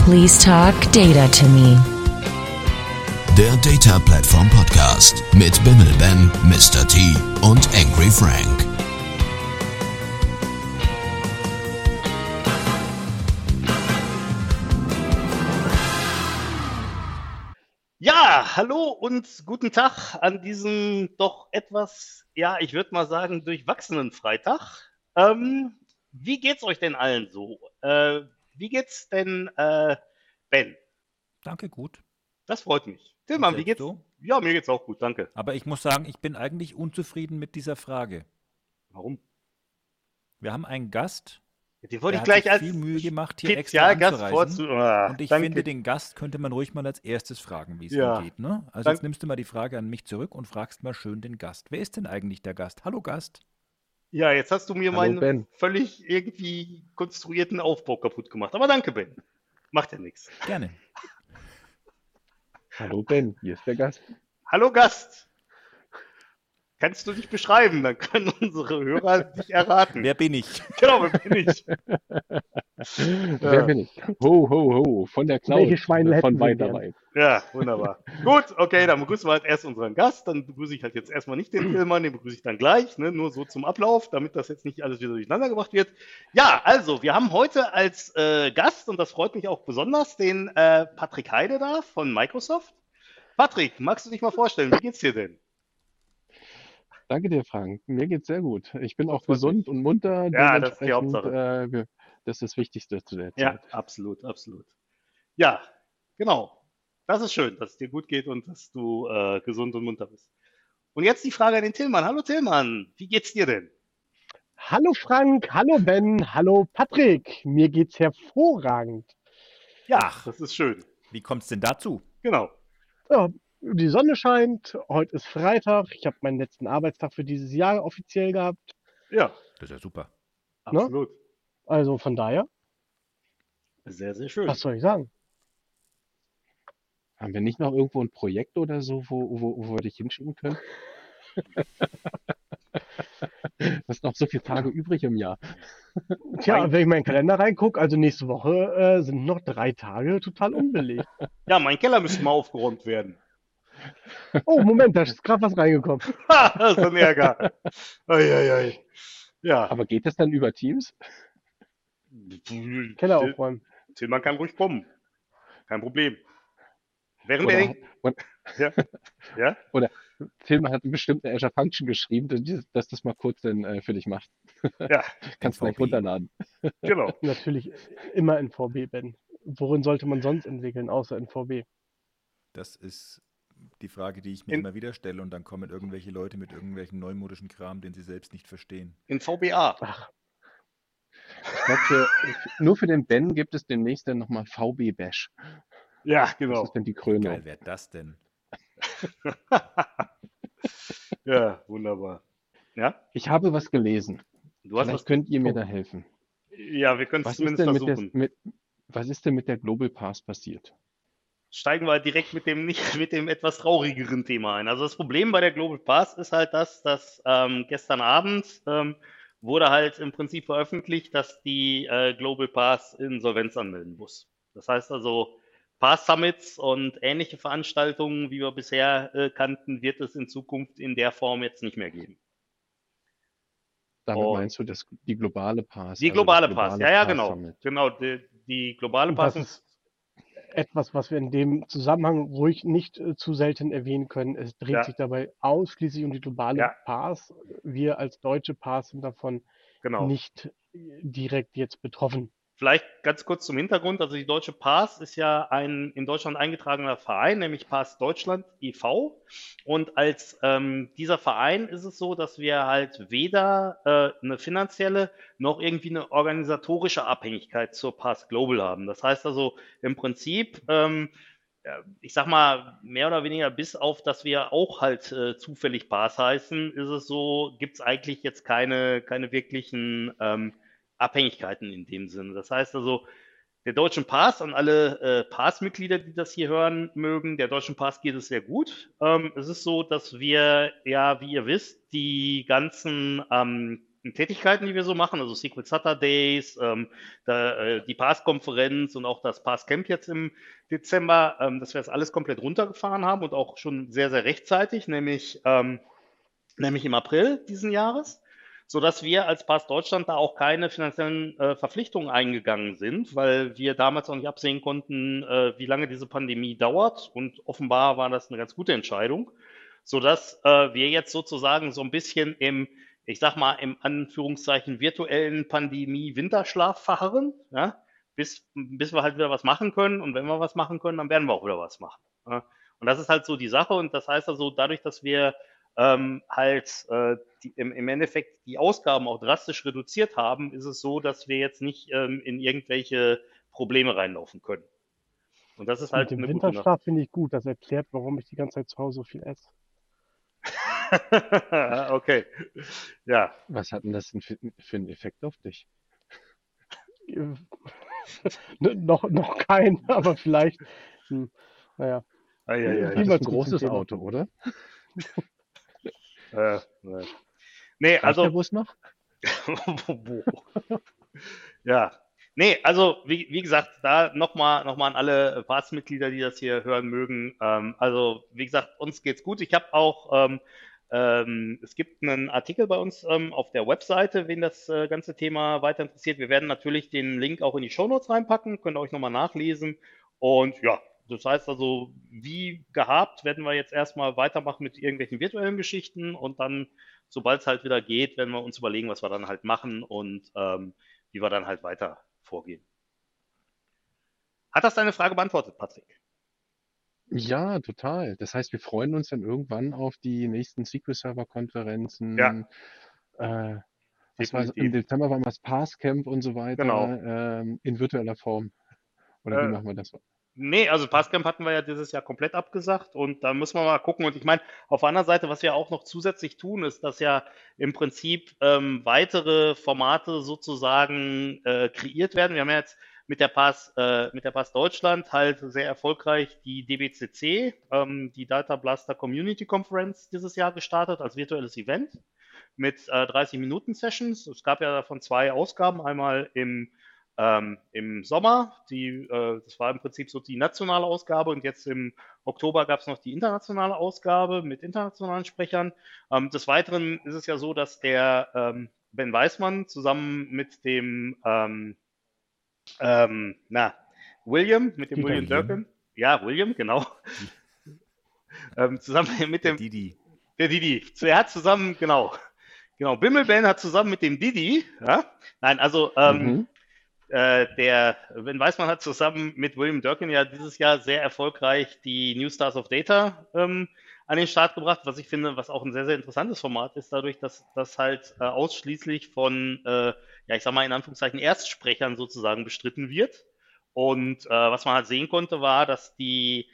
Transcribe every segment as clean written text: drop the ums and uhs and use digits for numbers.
Please talk data to me. Der Data Platform Podcast mit Bimmel Ben, Mr. T und Angry Frank. Ja, hallo und guten Tag an diesem doch etwas, ja, ich würde mal sagen, durchwachsenen Freitag. Wie geht's euch denn allen so? Wie geht's denn, Ben? Danke, gut. Das freut mich. Und Tillmann, wie selbst geht's? so? Ja, mir geht's auch gut, danke. Aber ich muss sagen, ich bin eigentlich unzufrieden mit dieser Frage. Warum? Wir haben einen Gast, Den wollte der ich hat gleich sich als viel Mühe gemacht, hier extra Spezialgast anzureisen. Und ich danke. finde, den Gast könnte man ruhig mal als erstes fragen, wie es Ja. ihm geht. Ne? Also Dank- jetzt nimmst du mal die Frage an mich zurück und fragst mal schön den Gast. Wer ist denn eigentlich der Gast? Hallo Gast. Ja, jetzt hast du mir Hallo, meinen Ben. völlig irgendwie konstruierten Aufbau kaputt gemacht. Aber danke, Ben. Macht ja nichts. Gerne. Hallo Ben, hier ist der Gast. Hallo Gast. Kannst du dich beschreiben? Dann können unsere Hörer dich erraten. Wer bin ich? Genau, wer bin ich? Wer bin ich? Ho, ho, ho, von der Cloud, Welche Schweine von hätten weit Sie nach gern? weit. Ja, wunderbar. Gut, okay, dann begrüßen wir halt erst unseren Gast. Dann begrüße ich halt jetzt erstmal nicht den Tillmann, den begrüße ich dann gleich, ne? Nur so zum Ablauf, damit das jetzt nicht alles wieder durcheinander gebracht wird. Ja, also, wir haben heute als Gast, und das freut mich auch besonders, den Patrick Heide da von Microsoft. Patrick, magst du dich mal vorstellen, wie geht's dir denn? Danke dir, Frank. Mir geht's sehr gut. Ich bin auch freut gesund und munter. Ja, das ist die Dementsprechend, Hauptsache. das ist das Wichtigste zu der Ja, Zeit. absolut, absolut. Ja, genau. Das ist schön, dass es dir gut geht und dass du gesund und munter bist. Und jetzt die Frage an den Tillmann. Hallo Tillmann, wie geht's dir denn? Hallo Frank, hallo Ben, hallo Patrick. Mir geht's hervorragend. Ja, Ach. das ist schön. Wie kommt es denn dazu? Genau. Ja, die Sonne scheint, heute ist Freitag. Ich habe meinen letzten Arbeitstag für dieses Jahr offiziell gehabt. Ja, Das ist ja super. absolut. Also von daher, Sehr, sehr schön. was soll ich sagen? Haben wir nicht noch irgendwo ein Projekt oder so, wo wir dich hinschicken können? Du hast noch so viele Tage übrig im Jahr. Tja, wenn ich in meinen Kalender reingucke, also nächste Woche sind noch 3 Tage total unbelegt. Ja, mein Keller müsste mal aufgeräumt werden. Oh, Moment, da ist gerade was reingekommen. Ha, das ist ein Ärger. Eieiei. Ja. Aber geht das dann über Teams? Keller aufräumen. Tillmann kann ruhig kommen. Kein Problem. Während Oder, der... und, Ja? Ja? oder Tilman hat bestimmt eine Azure Function geschrieben, dass das mal kurz dann für dich macht. Ja, Kannst gleich MVP. runterladen. genau. Natürlich immer in VB, Ben. Worin sollte man sonst entwickeln, außer in VB? Das ist die Frage, die ich mir In- immer wieder stelle und dann kommen irgendwelche Leute mit irgendwelchen neumodischen Kram, den sie selbst nicht verstehen. In VBA. Ich glaube, nur für den Ben gibt es demnächst dann nochmal VB Bash. Ja, Das genau. ist dann die Geil Krönung. wäre das denn? Ja, wunderbar. Ja, Ich habe was gelesen. du hast Vielleicht was. könnt ihr mir Oh. da helfen. Ja, wir können es Was ist zumindest denn versuchen. was ist denn mit der Global Pass passiert? Steigen wir direkt mit dem nicht mit dem etwas traurigeren Thema ein. Also das Problem bei der Global Pass ist halt das, dass gestern Abend wurde halt im Prinzip veröffentlicht, dass die Global Pass Insolvenz anmelden muss. Das heißt also, Pass Summits und ähnliche Veranstaltungen, wie wir bisher kannten, wird es in Zukunft in der Form jetzt nicht mehr geben. Damit Oh. meinst du die globale Pass? Die also globale das Pass, globale ja, Pass genau. Summit. Genau, die globale Und Pass das ist etwas, was wir in dem Zusammenhang ruhig nicht zu selten erwähnen können. Es dreht Ja. sich dabei ausschließlich um die globale Ja. Pass. Wir als deutsche Pass sind davon genau. nicht direkt jetzt betroffen. Vielleicht ganz kurz zum Hintergrund. Also die Deutsche Pass ist ja ein in Deutschland eingetragener Verein, nämlich Pass Deutschland e.V. Und als dieser Verein ist es so, dass wir halt weder eine finanzielle noch irgendwie eine organisatorische Abhängigkeit zur Pass Global haben. Das heißt also im Prinzip, ich sag mal, mehr oder weniger bis auf, dass wir auch halt zufällig Pass heißen, ist es so, gibt es eigentlich jetzt keine wirklichen Abhängigkeiten in dem Sinne. Das heißt also, der Deutschen Pass und alle Pass-Mitglieder, die das hier hören mögen, der Deutschen Pass geht es sehr gut. Es ist so, dass wir, ja, wie ihr wisst, die ganzen Tätigkeiten, die wir so machen, also Secret Saturdays, die Pass-Konferenz und auch das Pass-Camp jetzt im Dezember, dass wir das alles komplett runtergefahren haben und auch schon sehr, sehr rechtzeitig, nämlich im April diesen Jahres, sodass wir als Pass Deutschland da auch keine finanziellen Verpflichtungen eingegangen sind, weil wir damals auch nicht absehen konnten, wie lange diese Pandemie dauert. Und offenbar war das eine ganz gute Entscheidung, sodass wir jetzt sozusagen so ein bisschen ich sag mal, im Anführungszeichen virtuellen Pandemie-Winterschlaf verharren, ja, bis wir halt wieder was machen können. Und wenn wir was machen können, dann werden wir auch wieder was machen. Ja. Und das ist halt so die Sache. Und das heißt also, dadurch, dass wir im Endeffekt die Ausgaben auch drastisch reduziert haben, ist es so, dass wir jetzt nicht in irgendwelche Probleme reinlaufen können. Und das ist halt Mit dem eine gute Winterschlaf finde ich gut. Das erklärt, warum ich die ganze Zeit zu Hause so viel esse. Okay. Ja. Was hat denn das denn für einen Effekt auf dich? Noch kein, aber vielleicht. Naja. Ja. Das ist ein großes Auto, oder? Nee, Reicht also. der Bus noch? Ja. Nee, also wie gesagt, da nochmal an alle Pass-Mitglieder, die das hier hören mögen. Also wie gesagt, uns geht's gut. Ich habe auch, es gibt einen Artikel bei uns auf der Webseite, wen das ganze Thema weiter interessiert. Wir werden natürlich den Link auch in die Shownotes reinpacken, könnt ihr euch nochmal nachlesen. Und ja, das heißt also, wie gehabt, werden wir jetzt erstmal weitermachen mit irgendwelchen virtuellen Geschichten und dann, sobald es halt wieder geht, werden wir uns überlegen, was wir dann halt machen und wie wir dann halt weiter vorgehen. Hat das deine Frage beantwortet, Patrick? Ja, total. Das heißt, wir freuen uns dann irgendwann auf die nächsten SQL-Server-Konferenzen. Ja. Was war im Dezember war das Pass-Camp und so weiter, Genau. in virtueller Form. Oder wie Äh, machen wir das? Nee, also Passcamp hatten wir ja dieses Jahr komplett abgesagt und da müssen wir mal gucken. Und ich meine, auf der anderen Seite, was wir auch noch zusätzlich tun, ist, dass ja im Prinzip weitere Formate sozusagen kreiert werden. Wir haben ja jetzt mit der Pass Deutschland halt sehr erfolgreich die DBCC, die Data Blaster Community Conference dieses Jahr gestartet als virtuelles Event mit 30 Minuten Sessions. Es gab ja davon 2 Ausgaben, einmal im Sommer, das war im Prinzip so die nationale Ausgabe und jetzt im Oktober gab es noch die internationale Ausgabe mit internationalen Sprechern. Des Weiteren ist es ja so, dass der Ben Weismann zusammen mit dem William Durkin, ja, William, genau, zusammen mit dem Didi. Der Didi. Er hat zusammen, genau, Bimmelben hat zusammen mit dem Didi, ja, nein, also der Ben Weismann hat zusammen mit William Durkin ja dieses Jahr sehr erfolgreich die New Stars of Data an den Start gebracht, was ich finde, was auch ein sehr, sehr interessantes Format ist, dadurch, dass das halt ausschließlich von, ich sag mal in Anführungszeichen Erstsprechern sozusagen bestritten wird. Und was man halt sehen konnte, war, dass die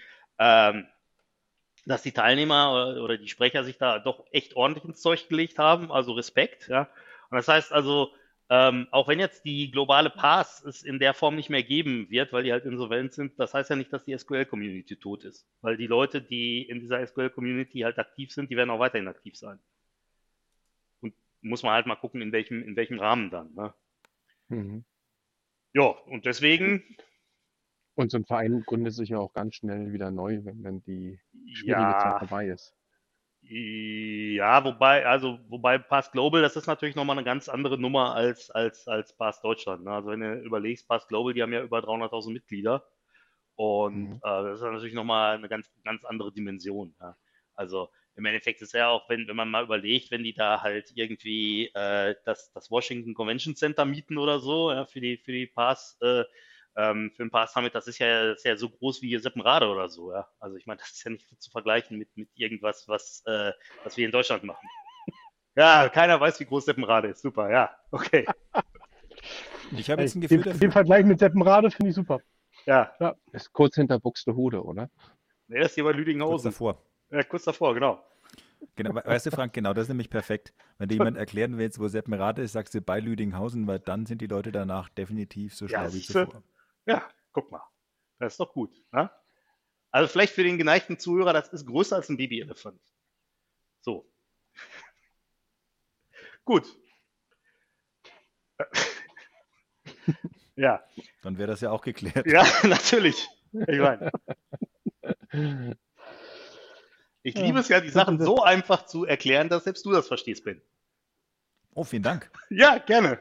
Teilnehmer oder die Sprecher sich da doch echt ordentlich ins Zeug gelegt haben, also Respekt, ja. Und das heißt also, auch wenn jetzt die globale Pass es in der Form nicht mehr geben wird, weil die halt insolvent sind, das heißt ja nicht, dass die SQL-Community tot ist. Weil die Leute, die in dieser SQL-Community halt aktiv sind, die werden auch weiterhin aktiv sein. Und muss man halt mal gucken, in welchem Rahmen dann. Ne? Ja, und deswegen. Und so ein Verein gründet sich ja auch ganz schnell wieder neu, wenn die schwierige Zeit vorbei ist. Ja, wobei Pass Global, das ist natürlich nochmal eine ganz andere Nummer als Pass Deutschland. Ne? Also wenn du überlegst, Pass Global, die haben ja über 300.000 Mitglieder und das ist natürlich nochmal eine ganz, ganz andere Dimension. Ja? Also im Endeffekt ist ja auch, wenn man mal überlegt, wenn die da halt irgendwie das Washington Convention Center mieten oder so, ja, für die Pass, für den Pass Summit, das ist ja so groß wie Seppenrade oder so, ja. Also ich meine, das ist ja nicht zu vergleichen mit irgendwas, was wir in Deutschland machen. Ja, keiner weiß, wie groß Seppenrade ist. Super, ja, okay. Ich habe jetzt ein Gefühl Den Vergleich mit Seppenrade finde ich super. Ja. Das ist kurz hinter Buxtehude, oder? Nee, das ist hier bei Lüdinghausen. Kurz davor. Ja, kurz davor, genau. Genau, weißt du, Frank, genau, das ist nämlich perfekt. Wenn du jemand erklären willst, wo Seppenrade ist, sagst du bei Lüdinghausen, weil dann sind die Leute danach definitiv so schlau wie zuvor. Ja, guck mal. Das ist doch gut. Ne? Also vielleicht für den geneigten Zuhörer, das ist größer als ein Babyelefant. So. Gut. Ja, Dann wäre das ja auch geklärt. ja, natürlich. Ich meine, ich liebe es ja, die Sachen so einfach zu erklären, dass selbst du das verstehst, Ben. Oh, vielen Dank. Ja, gerne.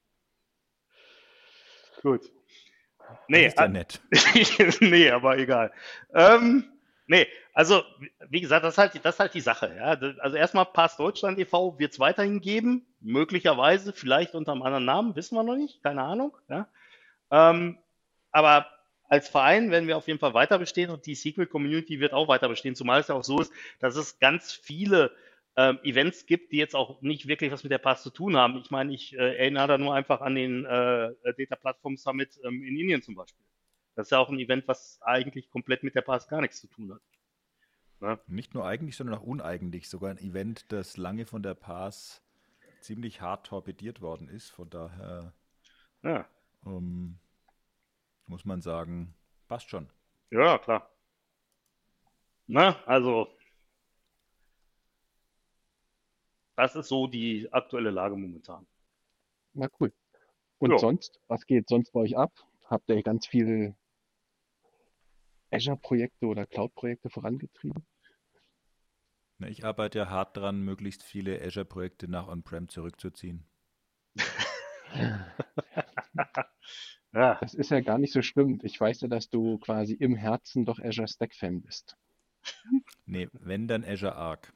Gut. Das Nee, ist ja nett. nee, aber egal. Nee, also wie gesagt, das ist halt die Sache. Ja. Also erstmal Pass Deutschland e.V. wird es weiterhin geben, möglicherweise, vielleicht unter einem anderen Namen, wissen wir noch nicht, keine Ahnung. Ja. Aber als Verein werden wir auf jeden Fall weiter bestehen und die Sequel-Community wird auch weiter bestehen, zumal es ja auch so ist, dass es ganz viele Events gibt, die jetzt auch nicht wirklich was mit der Pass zu tun haben. Ich meine, ich erinnere da nur einfach an den Data Platform Summit in Indien zum Beispiel. Das ist ja auch ein Event, was eigentlich komplett mit der Pass gar nichts zu tun hat. Ne? Nicht nur eigentlich, sondern auch uneigentlich. Sogar ein Event, das lange von der Pass ziemlich hart torpediert worden ist. Von daher Ja. muss man sagen, passt schon. Ja, klar. Na, also, das ist so die aktuelle Lage momentan. Na cool. Und Ja. sonst, was geht sonst bei euch ab? Habt ihr ganz viele Azure-Projekte oder Cloud-Projekte vorangetrieben? Na, ich arbeite ja hart dran, möglichst viele Azure-Projekte nach On-Prem zurückzuziehen. Ja, Das ist ja gar nicht so schlimm. Ich weiß ja, dass du quasi im Herzen doch Azure Stack-Fan bist. Nee, wenn, dann Azure Arc.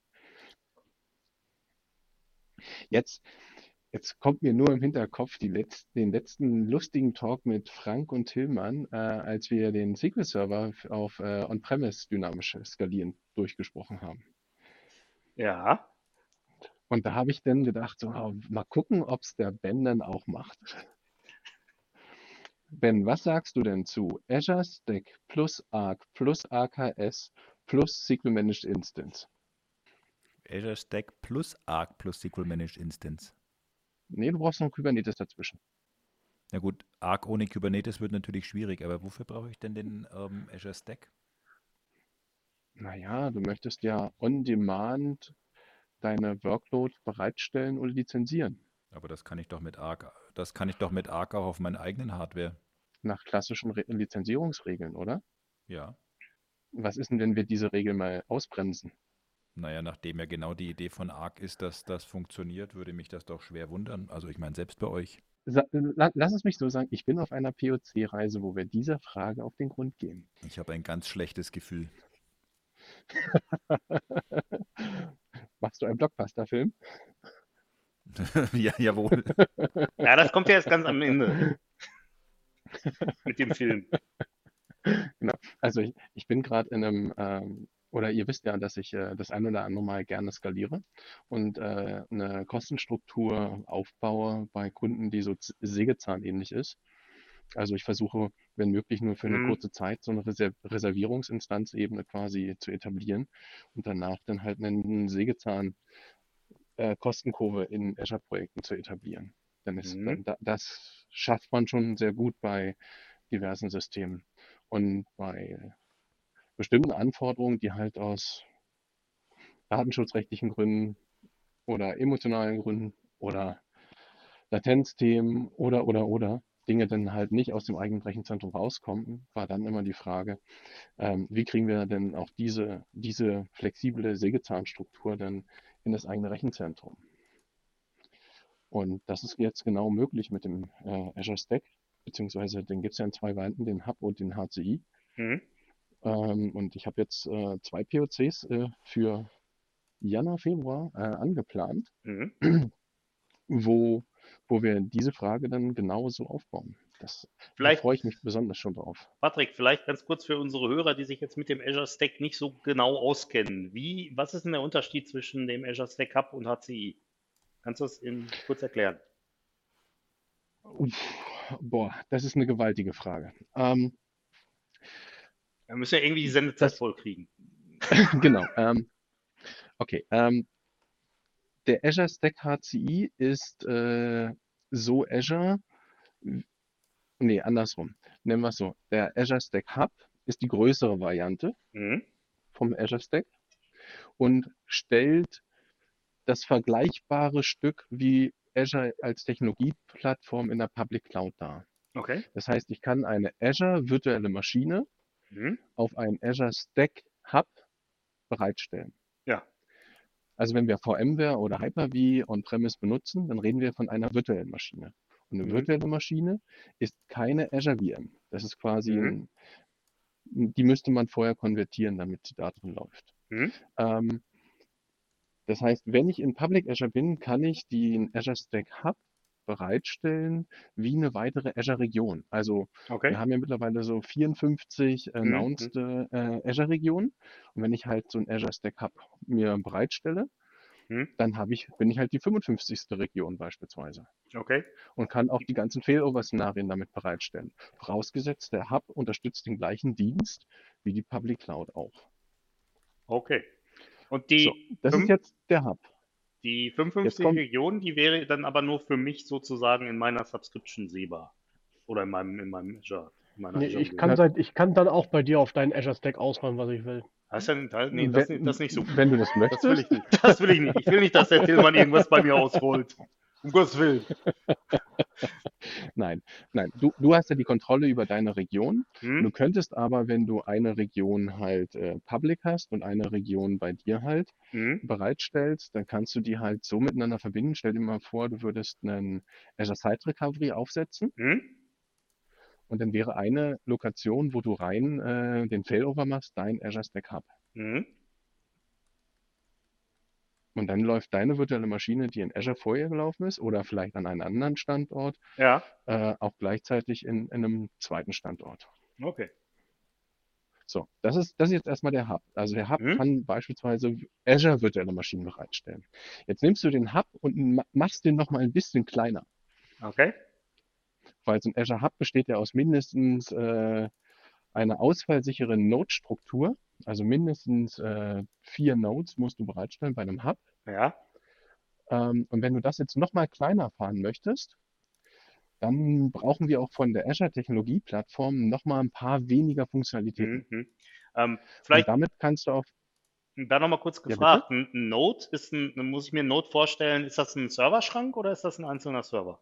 Jetzt kommt mir nur im Hinterkopf den letzten lustigen Talk mit Frank und Tillmann, als wir den SQL-Server auf On-Premise dynamisch skalieren durchgesprochen haben. ja. Und da habe ich dann gedacht, so, mal gucken, ob es der Ben dann auch macht. Ben, was sagst du denn zu Azure Stack plus Arc plus AKS plus SQL Managed Instance? Azure Stack plus Arc plus SQL Managed Instance. Nee, du brauchst noch Kubernetes dazwischen. Na gut, Arc ohne Kubernetes wird natürlich schwierig, aber wofür brauche ich denn den Azure Stack? Naja, du möchtest ja on-demand deine Workload bereitstellen oder lizenzieren. Aber das kann ich doch mit Arc auch auf meiner eigenen Hardware. Nach klassischen Lizenzierungsregeln, oder? Ja. Was ist denn, wenn wir diese Regel mal ausbremsen? Naja, nachdem ja genau die Idee von Arc ist, dass das funktioniert, würde mich das doch schwer wundern. Also ich meine, selbst bei euch. Lass es mich so sagen, ich bin auf einer POC-Reise, wo wir dieser Frage auf den Grund gehen. Ich habe ein ganz schlechtes Gefühl. Machst du einen Blockbuster-Film? Ja, jawohl. Ja, das kommt ja erst ganz am Ende mit dem Film. Genau. Also ich bin gerade in einem, oder ihr wisst ja, dass ich das ein oder andere Mal gerne skaliere und eine Kostenstruktur aufbaue bei Kunden, die so sägezahnähnlich ist. Also ich versuche, wenn möglich, nur für eine kurze Zeit so eine Reservierungsinstanzebene quasi zu etablieren und danach dann halt einen Sägezahn Kostenkurve in Azure-Projekten zu etablieren. Das schafft man schon sehr gut bei diversen Systemen. Und bei bestimmten Anforderungen, die halt aus datenschutzrechtlichen Gründen oder emotionalen Gründen oder Latenzthemen oder Dinge dann halt nicht aus dem eigenen Rechenzentrum rauskommen, war dann immer die Frage, wie kriegen wir denn auch diese flexible Sägezahnstruktur dann in das eigene Rechenzentrum? Und das ist jetzt genau möglich mit dem Azure Stack, beziehungsweise den gibt es ja in zwei Varianten, den Hub und den HCI. Und ich habe jetzt 2 POCs für Januar, Februar angeplant, wo wir diese Frage dann genau so aufbauen. Da freue ich mich besonders schon drauf. Patrick, vielleicht ganz kurz für unsere Hörer, die sich jetzt mit dem Azure Stack nicht so genau auskennen. Was ist denn der Unterschied zwischen dem Azure Stack Hub und HCI? Kannst du das kurz erklären? Boah, das ist eine gewaltige Frage. Wir müssen ja irgendwie die Sendezeit vollkriegen. Genau. Okay. Der Azure Stack HCI ist so Azure. Nee, andersrum. Nennen wir es so. Der Azure Stack Hub ist die größere Variante vom Azure Stack und stellt das vergleichbare Stück wie Azure als Technologieplattform in der Public Cloud dar. Okay. Das heißt, ich kann eine Azure virtuelle Maschine Mhm. auf einen Azure Stack Hub bereitstellen. Ja. Also wenn wir VMware oder Hyper-V on-premise benutzen, dann reden wir von einer virtuellen Maschine. Und eine Mhm. virtuelle Maschine ist keine Azure VM. Das ist quasi Mhm. die müsste man vorher konvertieren, damit sie da drin läuft. Mhm. Das heißt, wenn ich in Public Azure bin, kann ich den Azure Stack Hub bereitstellen wie eine weitere Azure-Region. Also Okay. wir haben ja mittlerweile so 54 announced Azure-Regionen. Und wenn ich halt so einen Azure Stack Hub mir bereitstelle, Mhm. dann bin ich halt die 55. Region beispielsweise Okay. und kann auch die ganzen Failover-Szenarien damit bereitstellen. Vorausgesetzt, der Hub unterstützt den gleichen Dienst wie die Public Cloud auch. Okay. Und So, die, das ist fünf, jetzt der Hub. die Jetzt 55 kommt, Regionen, die wäre dann aber nur für mich sozusagen in meiner Subscription sehbar. Oder in meinem Azure, in meiner Nee, Azure-Umgebung. ich kann dann auch bei dir auf deinen Azure Stack ausräumen, was ich will. Das ist ja, nee, das ist nicht so. wenn du das Das will ich möchtest, nicht. Das will ich nicht. Ich will nicht, dass der Tillmann irgendwas bei mir ausrollt. Um Gottes Willen. nein, du hast ja die Kontrolle über deine Region. Hm? Du könntest aber, wenn du eine Region halt public hast und eine Region bei dir halt Hm? bereitstellst, dann kannst du die halt so miteinander verbinden. Stell dir mal vor, du würdest einen Azure Site Recovery aufsetzen Hm? und dann wäre eine Lokation, wo du rein den Failover machst, dein Azure Stack Hub. Hm? Und dann läuft deine virtuelle Maschine, die in Azure vorher gelaufen ist oder vielleicht an einem anderen Standort, Ja, auch gleichzeitig in einem zweiten Standort. okay. So, das ist jetzt erstmal der Hub. Also der Hub Hm? kann beispielsweise Azure virtuelle Maschinen bereitstellen. Jetzt nimmst du den Hub und machst den nochmal ein bisschen kleiner, Okay. weil so ein Azure Hub besteht ja aus mindestens einer ausfallsicheren Node-Struktur. Also mindestens 4 Nodes musst du bereitstellen bei einem Hub. Ja. Und wenn du das jetzt nochmal kleiner fahren möchtest, dann brauchen wir auch von der Azure Technologieplattform nochmal ein paar weniger Funktionalitäten. Hm? Und Vielleicht damit kannst du auch, da nochmal kurz ja bitte? gefragt. Ein Node muss ich mir einen Node vorstellen, ist das ein Serverschrank oder ist das ein einzelner Server?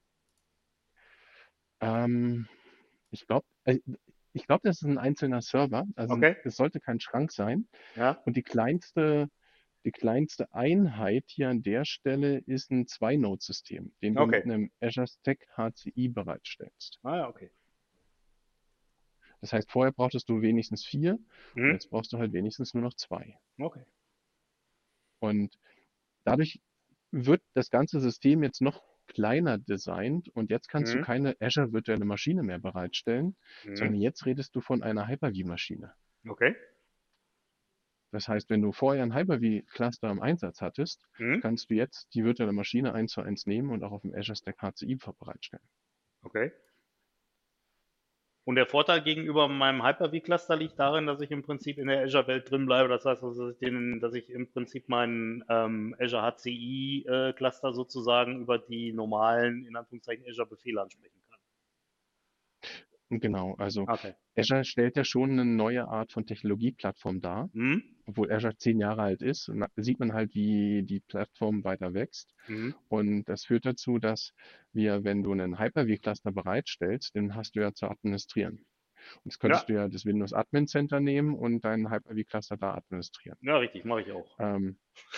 Ich glaube, das ist ein einzelner Server. Also Okay. es sollte kein Schrank sein. Ja. Und die kleinste Einheit hier an der Stelle ist ein 2-Node-System, den du mit Okay. einem Azure Stack HCI bereitstellst. Ah ja, okay. Das heißt, vorher brauchtest du wenigstens 4 und Hm? jetzt brauchst du halt wenigstens nur noch 2. Okay. Und dadurch wird das ganze System jetzt noch kleiner designt und jetzt kannst du Hm? keine Azure virtuelle Maschine mehr bereitstellen, sondern Hm? jetzt redest du von einer Hyper-V-Maschine. Okay. Das heißt, wenn du vorher ein Hyper-V-Cluster im Einsatz hattest, Hm? kannst du jetzt die virtuelle Maschine 1:1 nehmen und auch auf dem Azure Stack HCI bereitstellen. Okay. Und der Vorteil gegenüber meinem Hyper-V-Cluster liegt darin, dass ich im Prinzip in der Azure-Welt drin bleibe. Das heißt, dass ich im Prinzip meinen Azure HCI-Cluster sozusagen über die normalen, in Anführungszeichen, Azure-Befehle ansprechen kann. Genau, also Okay. Azure stellt ja schon eine neue Art von Technologieplattform dar. Hm? Obwohl Azure 10 Jahre alt ist, sieht man halt, wie die Plattform weiter wächst. Hm? Und das führt dazu, dass wenn du einen Hyper-V-Cluster bereitstellst, den hast du ja zu administrieren. Und jetzt könntest Ja, du ja das Windows Admin Center nehmen und deinen Hyper-V-Cluster da administrieren. ja, richtig, mache ich auch. Ähm,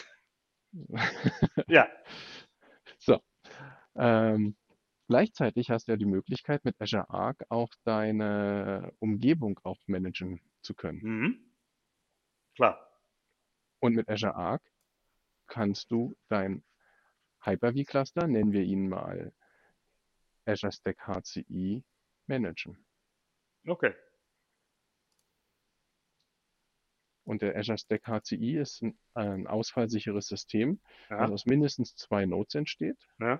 Ja. so. Gleichzeitig hast du ja die Möglichkeit, mit Azure Arc auch deine Umgebung auch managen zu können. Hm? Klar. Und mit Azure Arc kannst du dein Hyper-V-Cluster, nennen wir ihn mal Azure Stack HCI, managen. Okay. Und der Azure Stack HCI ist ein ausfallsicheres System, das Ja. aus mindestens 2 Nodes entsteht. Ja.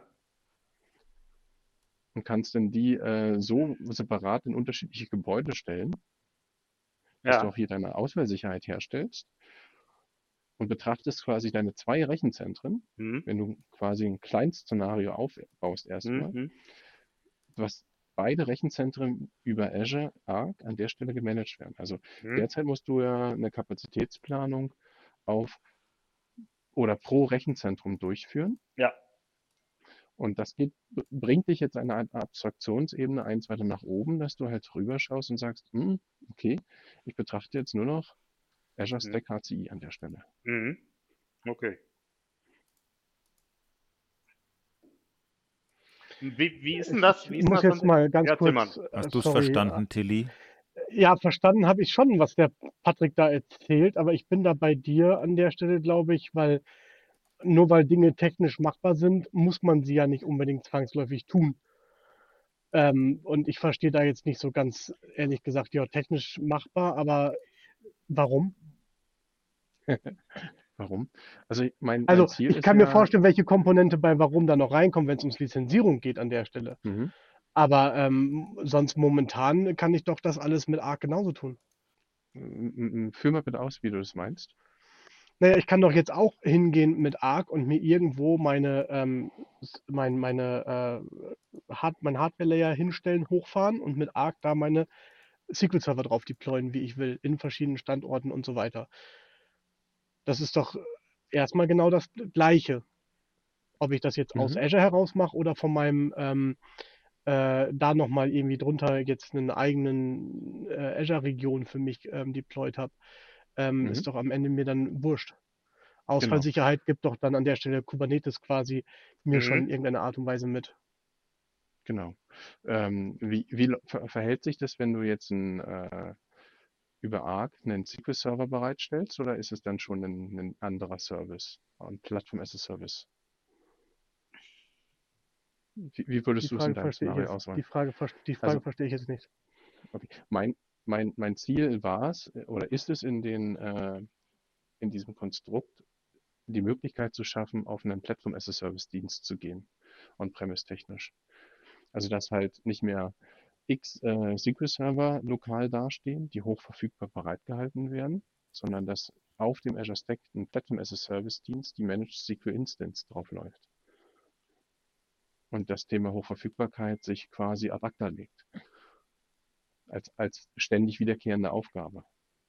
Und kannst dann die so separat in unterschiedliche Gebäude stellen, dass du Ja. auch hier deine Ausfallsicherheit herstellst und betrachtest quasi deine 2 Rechenzentren, Hm? wenn du quasi ein Kleinszenario aufbaust Hm? erstmal, Hm? was beide Rechenzentren über Azure Arc an der Stelle gemanagt werden. Also Hm? derzeit musst du ja eine Kapazitätsplanung auf oder pro Rechenzentrum durchführen. Ja. Und das bringt dich jetzt eine Abstraktionsebene eins weiter nach oben, dass du halt rüberschaust und sagst, okay, ich betrachte jetzt nur noch Azure Mhm. Stack HCI an der Stelle. Mhm. Okay. Wie ist denn das? Wie Ich ist denn muss das jetzt mal ganz Ja, Tillmann. kurz, Hast du es sorry. verstanden, Tilly? Ja, verstanden habe ich schon, was der Patrick da erzählt, aber ich bin da bei dir an der Stelle, glaube ich, weil nur weil Dinge technisch machbar sind, muss man sie ja nicht unbedingt zwangsläufig tun. Und ich verstehe da jetzt nicht so ganz, ehrlich gesagt, ja, technisch machbar, aber warum? Warum? Also mein Also Ziel ich ist kann mir ja, vorstellen, welche Komponente bei warum da noch reinkommt, wenn es ums Lizenzierung geht an der Stelle. mhm. Aber sonst momentan kann ich doch das alles mit Arc genauso tun. Führ mal bitte aus, wie du das meinst. Naja, ich kann doch jetzt auch hingehen mit Arc und mir irgendwo mein Hardware-Layer hinstellen, hochfahren und mit Arc da meine SQL-Server drauf deployen, wie ich will, in verschiedenen Standorten und so weiter. Das ist doch erstmal genau das Gleiche. Ob ich das jetzt aus Mhm. Azure heraus mache oder von meinem da nochmal irgendwie drunter jetzt einen eigenen Azure-Region für mich deployed habe, Mhm. ist doch am Ende mir dann wurscht. Genau. Ausfallsicherheit gibt doch dann an der Stelle Kubernetes quasi mir schon in Mhm. irgendeiner Art und Weise mit. Genau. Wie verhält sich das, wenn du jetzt über Arc einen SQL-Server bereitstellst, oder ist es dann schon ein anderer Service, ein Plattform as a Service? Wie Die würdest du es in Frage deinem verstehe ich Szenario jetzt, auswählen? die Frage Also, verstehe ich jetzt nicht. okay. Mein Ziel war es, oder ist es in diesem Konstrukt, die Möglichkeit zu schaffen, auf einen Plattform as a Service-Dienst zu gehen, on-premise technisch. Also, dass halt nicht mehr x SQL-Server lokal dastehen, die hochverfügbar bereitgehalten werden, sondern dass auf dem Azure Stack ein Plattform as a Service-Dienst, die Managed SQL Instance drauf läuft. Und das Thema Hochverfügbarkeit sich quasi ad acta legt, als ständig wiederkehrende Aufgabe.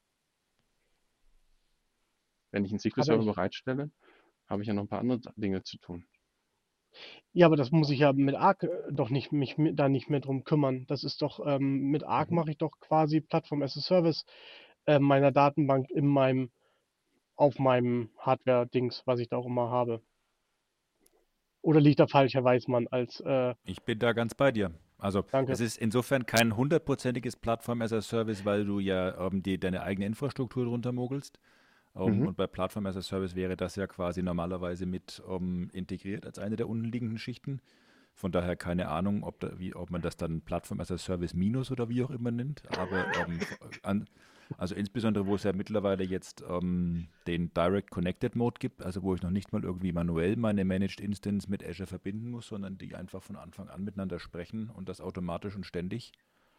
Wenn ich einen Aber SQL-Server bereitstelle, habe ich ja noch ein paar andere Dinge zu tun. ja, aber das muss ich ja mit Arc doch da nicht mehr drum kümmern. Das ist doch, mit Arc Mhm. mache ich doch quasi Plattform as a Service meiner Datenbank auf meinem Hardware-Dings, was ich da auch immer habe. Oder liegt da falsch, Herr Weißmann, Ich bin da ganz bei dir. Also danke. es ist insofern kein hundertprozentiges Plattform as a Service, weil du ja deine eigene Infrastruktur drunter mogelst. Mhm. Und bei Plattform as a Service wäre das ja quasi normalerweise mit integriert als eine der untenliegenden Schichten. Von daher keine Ahnung, ob man das dann Plattform as a Service minus oder wie auch immer nennt. Aber also insbesondere, wo es ja mittlerweile jetzt den Direct Connected Mode gibt, also wo ich noch nicht mal irgendwie manuell meine Managed Instance mit Azure verbinden muss, sondern die einfach von Anfang an miteinander sprechen und das automatisch und ständig.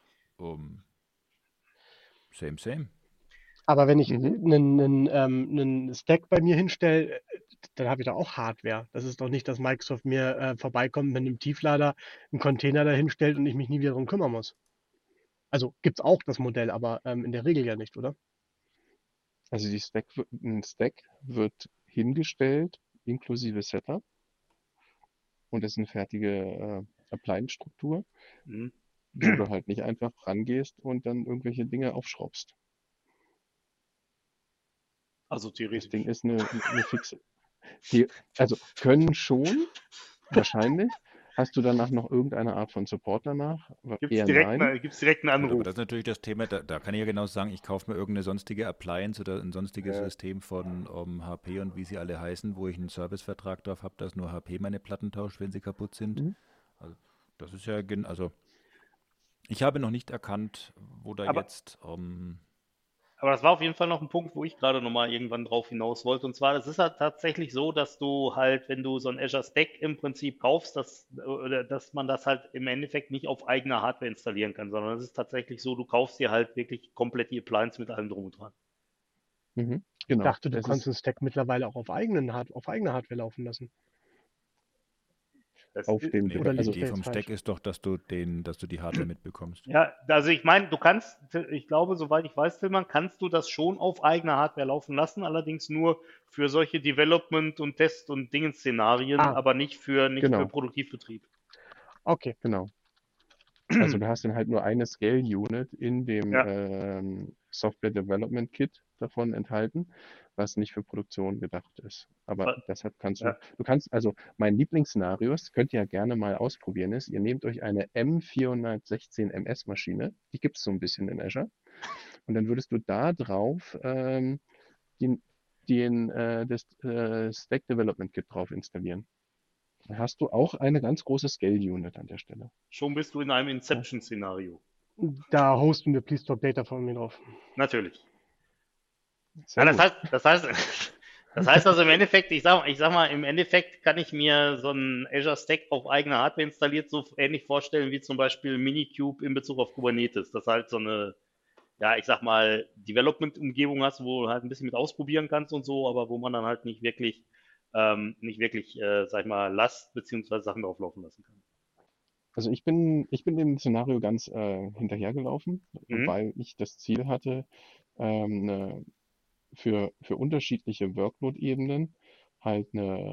Same, same. Aber wenn ich Mhm. einen Stack bei mir hinstelle, dann habe ich da auch Hardware. Das ist doch nicht, dass Microsoft mir vorbeikommt mit einem Tieflader, einen Container da hinstellt und ich mich nie wieder darum kümmern muss. Also gibt es auch das Modell, aber in der Regel ja nicht, oder? Also ein Stack wird hingestellt, inklusive Setup, und das ist eine fertige Appliance-Struktur, Mhm. wo du halt nicht einfach rangehst und dann irgendwelche Dinge aufschraubst. Also Das theoretisch. Ding ist eine fixe. Also können schon, wahrscheinlich. Hast du danach noch irgendeine Art von Support danach? Gibt es Eher direkt, nein. direkt einen Gut, aber Anruf? das ist natürlich das Thema, da kann ich ja genau sagen, ich kaufe mir irgendeine sonstige Appliance oder ein sonstiges System von HP und wie sie alle heißen, wo ich einen Servicevertrag drauf habe, dass nur HP meine Platten tauscht, wenn sie kaputt sind. Mhm. Also das ist ja, also ich habe noch nicht erkannt, wo da Aber jetzt, Aber das war auf jeden Fall noch ein Punkt, wo ich gerade nochmal irgendwann drauf hinaus wollte. Und zwar, es ist halt tatsächlich so, dass du halt, wenn du so ein Azure Stack im Prinzip kaufst, dass man das halt im Endeffekt nicht auf eigener Hardware installieren kann, sondern es ist tatsächlich so, du kaufst dir halt wirklich komplett die Appliance mit allem drum und dran. Mhm. Ich Genau. dachte, du kannst einen Stack mittlerweile auch auf eigener Hardware laufen lassen. Das auf ist, dem, Nee, Oder die also liege ich Idee da vom jetzt falsch? Stack ist doch, dass du die Hardware mitbekommst. ja, also ich meine, ich glaube, soweit ich weiß, Tillmann, kannst du das schon auf eigener Hardware laufen lassen, allerdings nur für solche Development- und Test- und Dingen-Szenarien, Ah, aber nicht für genau, Produktivbetrieb. okay. genau. Also du hast dann halt nur eine Scale-Unit in dem Ja, Software Development Kit davon enthalten, was nicht für Produktion gedacht ist. Aber ver- deshalb kannst ja. du kannst, also mein Lieblingsszenario, das könnt ihr ja gerne mal ausprobieren, ist, ihr nehmt euch eine M416 MS-Maschine, die gibt es so ein bisschen in Azure, und dann würdest du da drauf den, das Stack Development Kit drauf installieren. Dann hast du auch eine ganz große Scale-Unit an der Stelle. Schon bist du in einem Ja, Inception-Szenario. Da hosten wir Please Talk Data von mir drauf. Natürlich. Ja, sehr das gut. heißt, das heißt, das heißt also im Endeffekt, ich sag mal, im Endeffekt kann ich mir so einen Azure Stack auf eigener Hardware installiert so ähnlich vorstellen wie zum Beispiel Minikube in Bezug auf Kubernetes. Das halt so eine, ja, ich sag mal, Development-Umgebung hast, wo du halt ein bisschen mit ausprobieren kannst und so, aber wo man dann halt nicht wirklich, sag ich mal, Last beziehungsweise Sachen drauflaufen lassen kann. Also ich bin dem Szenario ganz hinterhergelaufen, Mhm. weil ich das Ziel hatte, ne, für unterschiedliche Workload-Ebenen halt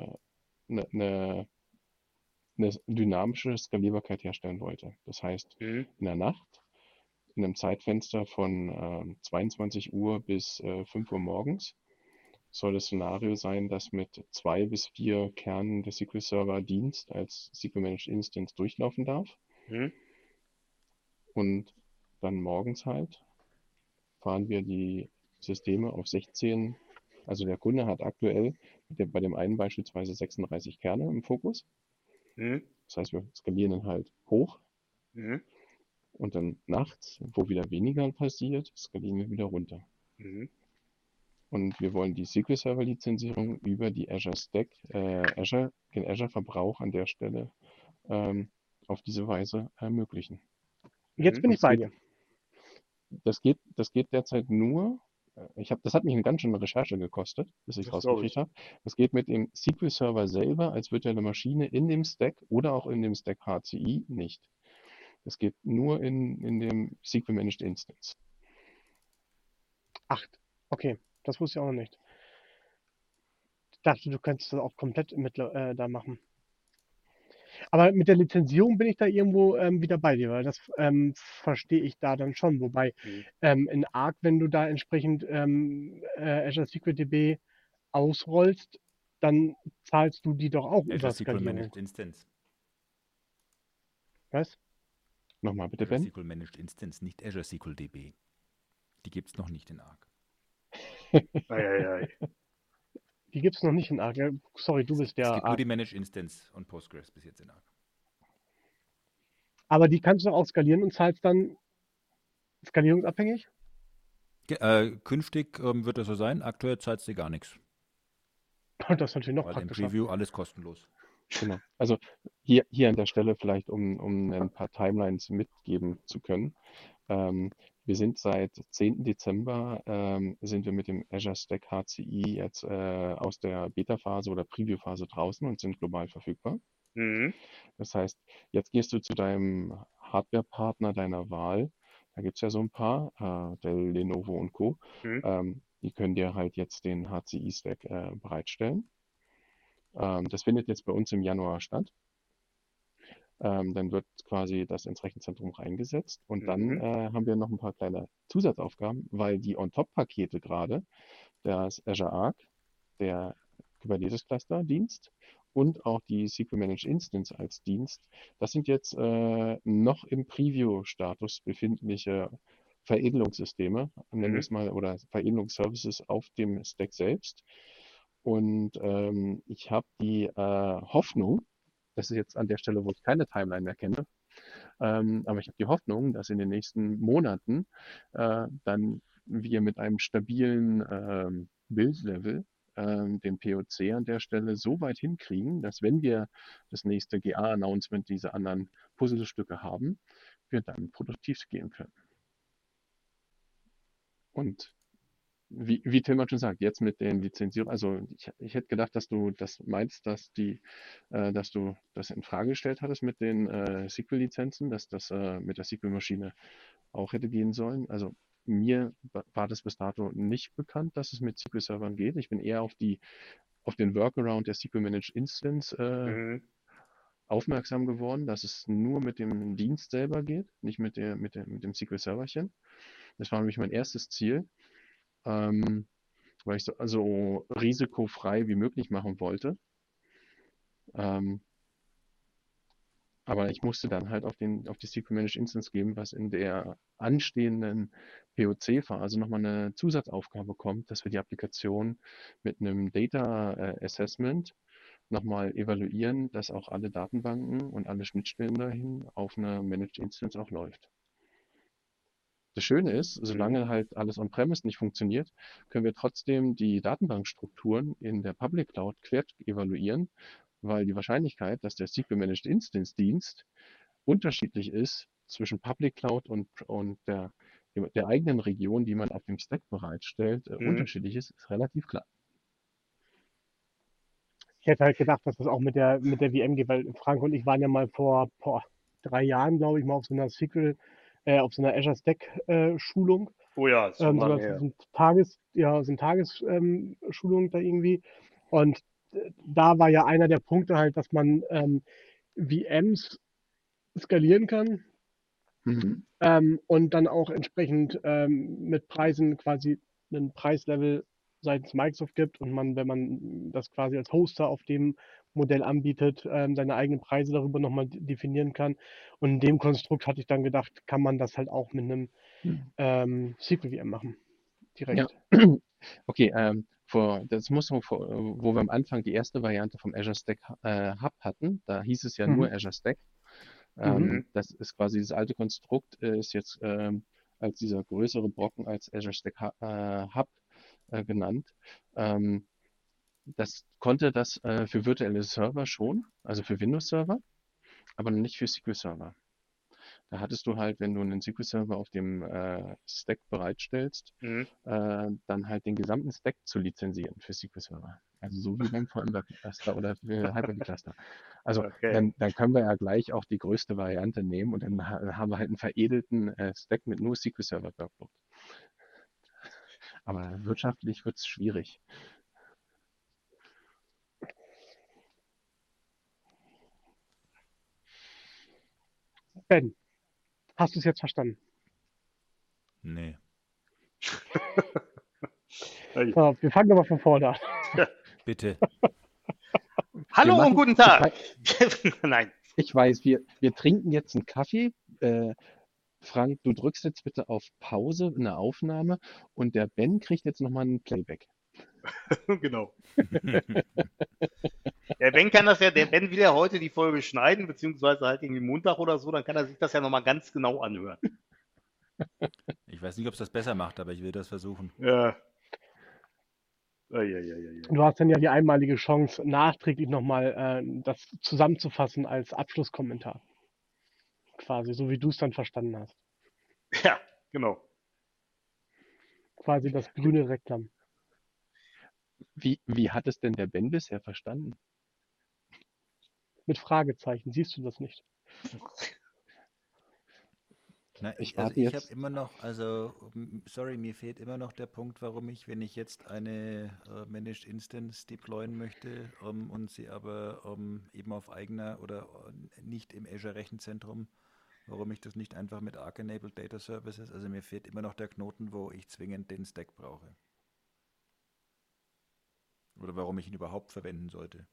eine, eine dynamische Skalierbarkeit herstellen wollte. Das heißt, Mhm. in der Nacht, in einem Zeitfenster von 22 Uhr bis 5 Uhr morgens, soll das Szenario sein, dass mit 2 bis 4 Kernen der SQL Server Dienst als SQL Managed Instance durchlaufen darf. Mhm. Und dann morgens halt fahren wir die Systeme auf 16. Also der Kunde hat aktuell bei dem einen beispielsweise 36 Kerne im Fokus. Mhm. Das heißt, wir skalieren dann halt hoch Mhm. und dann nachts, wo wieder weniger passiert, skalieren wir wieder runter. Mhm. Und wir wollen die SQL Server Lizenzierung über die Azure Stack, den Azure Verbrauch an der Stelle ähm, auf diese Weise ermöglichen. Jetzt Mhm. bin Und ich bei dir. das geht derzeit nur, das hat mich eine ganz schöne Recherche gekostet, bis ich es Das glaube rausgekriegt ich. habe. Das geht mit dem SQL Server selber als virtuelle Maschine in dem Stack oder auch in dem Stack HCI nicht. Das geht nur in dem SQL Managed Instance. 8. Okay, das wusste ich auch noch nicht. Ich dachte, du könntest das auch komplett da machen. Aber mit der Lizenzierung bin ich da irgendwo wieder bei dir, weil das verstehe ich da dann schon. Wobei Mhm. in Arc, wenn du da entsprechend Azure SQL DB ausrollst, dann zahlst du die doch auch Azure über SQL Skalierung. Managed Instance. Was? Nochmal bitte, Azure Ben. SQL Managed Instance, nicht Azure SQL DB. Die gibt es noch nicht in Arc. Eieiei. Die gibt es noch nicht in Arc. Ja, sorry, du bist Es der gibt nur Arc. die Managed Instance und Postgres bis jetzt in Arc. Aber die kannst du auch skalieren und zahlst dann skalierungsabhängig? Künftig wird das so sein. Aktuell zahlst du gar nichts. Das ist natürlich noch Weil im praktischer. Preview alles kostenlos. Genau. Also hier an der Stelle vielleicht, um ein paar Timelines mitgeben zu können. Wir sind seit 10. Dezember sind wir mit dem Azure Stack HCI jetzt aus der Beta-Phase oder Preview-Phase draußen und sind global verfügbar. Mhm. Das heißt, jetzt gehst du zu deinem Hardware-Partner deiner Wahl. Da gibt es ja so ein paar, Dell, Lenovo und Co. Mhm. Die können dir halt jetzt den HCI-Stack bereitstellen. Das findet jetzt bei uns im Januar statt. Dann wird quasi das ins Rechenzentrum reingesetzt und dann Mhm. haben wir noch ein paar kleine Zusatzaufgaben, weil die On-Top-Pakete gerade, das Azure Arc, der Kubernetes Cluster-Dienst und auch die SQL Managed Instance als Dienst, das sind jetzt noch im Preview-Status befindliche Veredelungssysteme, nennen wir Mhm. es mal, oder Veredelungsservices auf dem Stack selbst. Und ich habe die Hoffnung, das ist jetzt an der Stelle, wo ich keine Timeline mehr kenne, aber ich habe die Hoffnung, dass in den nächsten Monaten dann wir mit einem stabilen Build-Level den POC an der Stelle so weit hinkriegen, dass wenn wir das nächste GA-Announcement, diese anderen Puzzlestücke haben, wir dann produktiv gehen können. Und wie Tillmann schon sagt, jetzt mit den Lizenzierungen, also ich hätte gedacht, dass du das meinst, dass du das in Frage gestellt hattest mit den SQL-Lizenzen, dass das mit der SQL-Maschine auch hätte gehen sollen. Also mir war das bis dato nicht bekannt, dass es mit SQL-Servern geht. Ich bin eher auf den Workaround der SQL Managed Instance Mhm. aufmerksam geworden, dass es nur mit dem Dienst selber geht, nicht mit dem SQL-Serverchen. Das war nämlich mein erstes Ziel, weil ich so risikofrei wie möglich machen wollte. Ähm, aber ich musste dann halt auf die SQL Managed Instance geben, was in der anstehenden POC-Phase nochmal eine Zusatzaufgabe kommt, dass wir die Applikation mit einem Data Assessment nochmal evaluieren, dass auch alle Datenbanken und alle Schnittstellen dahin auf einer Managed Instance auch läuft. Das Schöne ist, solange halt alles on-premise nicht funktioniert, können wir trotzdem die Datenbankstrukturen in der Public Cloud quer evaluieren, weil die Wahrscheinlichkeit, dass der SQL Managed Instance Dienst unterschiedlich ist zwischen Public Cloud und der eigenen Region, die man auf dem Stack bereitstellt, unterschiedlich ist relativ klar. Ich hätte halt gedacht, dass das auch mit der VM geht, weil Frank und ich waren ja mal vor 3 Jahren, glaube ich, mal auf so einer auf so einer Azure Stack Schulung. Oh ja, ist schon lange her. So eine Tagesschulung da irgendwie. Und da war ja einer der Punkte halt, dass man VMs skalieren kann und dann auch entsprechend mit Preisen quasi einen Preislevel seitens Microsoft gibt und man, wenn man das quasi als Hoster auf dem Modell anbietet, seine eigenen Preise darüber nochmal definieren kann. Und in dem Konstrukt hatte ich dann gedacht, kann man das halt auch mit einem SQL-VM machen. Direkt. Ja. Okay, das muss noch wo wir am Anfang die erste Variante vom Azure Stack Hub hatten, da hieß es ja nur Azure Stack. Das ist quasi das alte Konstrukt, ist jetzt als dieser größere Brocken als Azure Stack Hub genannt. Das konnte das für virtuelle Server schon, also für Windows-Server, aber noch nicht für SQL-Server. Da hattest du halt, wenn du einen SQL-Server auf dem Stack bereitstellst, dann halt den gesamten Stack zu lizenzieren für SQL-Server. Also so wie beim VMware-Cluster oder für Hyper-V-Cluster. Also dann können wir ja gleich auch die größte Variante nehmen und dann haben wir halt einen veredelten Stack mit nur SQL-Server-Workload. Aber wirtschaftlich wird es schwierig. Ben, hast du es jetzt verstanden? Nee. So, wir fangen aber von vorne an. Bitte. Hallo und guten Tag. Nein. Ich weiß, wir trinken jetzt einen Kaffee. Frank, du drückst jetzt bitte auf Pause in der Aufnahme und der Ben kriegt jetzt nochmal ein Playback. Genau. Der Ben will ja heute die Folge schneiden, beziehungsweise halt irgendwie Montag oder so, dann kann er sich das ja nochmal ganz genau anhören. Ich weiß nicht, ob es das besser macht, aber ich will das versuchen. Ja. Du hast dann ja die einmalige Chance, nachträglich nochmal das zusammenzufassen als Abschlusskommentar. Quasi, so wie du es dann verstanden hast. Ja, genau. Quasi das grüne Reklam. Wie hat es denn der Ben bisher verstanden? Mit Fragezeichen, siehst du das nicht? Na, ich warte habe jetzt. immer noch, mir fehlt immer noch der Punkt, warum ich, wenn ich jetzt eine Managed Instance deployen möchte und sie aber eben auf eigener oder nicht im Azure Rechenzentrum, warum ich das nicht einfach mit Arc-Enabled Data Services, also mir fehlt immer noch der Knoten, wo ich zwingend den Stack brauche. Oder warum ich ihn überhaupt verwenden sollte.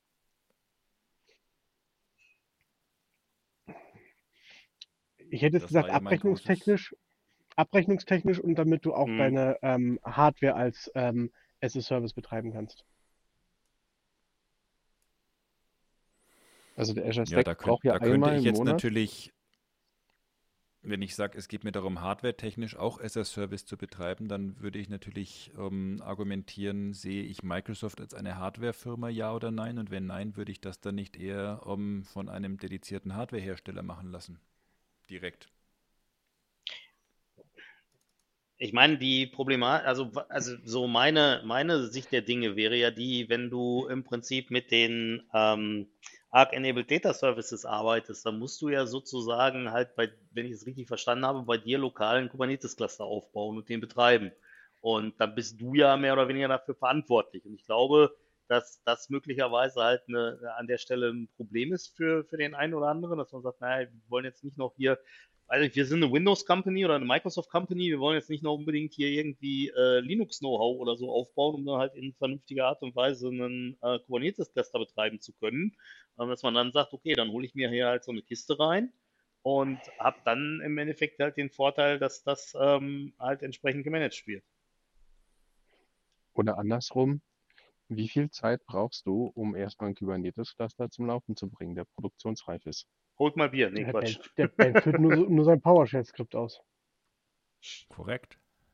Ich hätte jetzt gesagt, abrechnungstechnisch und damit du auch deine Hardware als as a Service betreiben kannst. Also der Azure Ja, Stack braucht ja da könnte einmal ich im jetzt Monat. natürlich, wenn ich sage, es geht mir darum, hardware-technisch auch as a Service zu betreiben, dann würde ich natürlich argumentieren, sehe ich Microsoft als eine Hardware-Firma, ja oder nein? Und wenn nein, würde ich das dann nicht eher von einem dedizierten Hardware-Hersteller machen lassen? Direkt. Ich meine, die Problematik, also so meine Sicht der Dinge wäre ja die, wenn du im Prinzip mit den Arc-Enabled Data Services arbeitest, dann musst du ja sozusagen halt wenn ich es richtig verstanden habe, bei dir lokalen Kubernetes-Cluster aufbauen und den betreiben. Und dann bist du ja mehr oder weniger dafür verantwortlich. Und ich glaube, dass das möglicherweise halt an der Stelle ein Problem ist für den einen oder anderen, dass man sagt, naja, wir wollen jetzt nicht noch hier, also wir sind eine Windows Company oder eine Microsoft Company, wir wollen jetzt nicht noch unbedingt hier irgendwie Linux-Know-how oder so aufbauen, um dann halt in vernünftiger Art und Weise einen Kubernetes-Cluster betreiben zu können. Dass man dann sagt, okay, dann hole ich mir hier halt so eine Kiste rein und habe dann im Endeffekt halt den Vorteil, dass das halt entsprechend gemanagt wird. Oder andersrum, wie viel Zeit brauchst du, um erstmal einen Kubernetes-Cluster zum Laufen zu bringen, der produktionsreif ist? Holt mal Bier, nee, Der Quatsch. Ben führt nur sein PowerShell-Skript aus. Korrekt.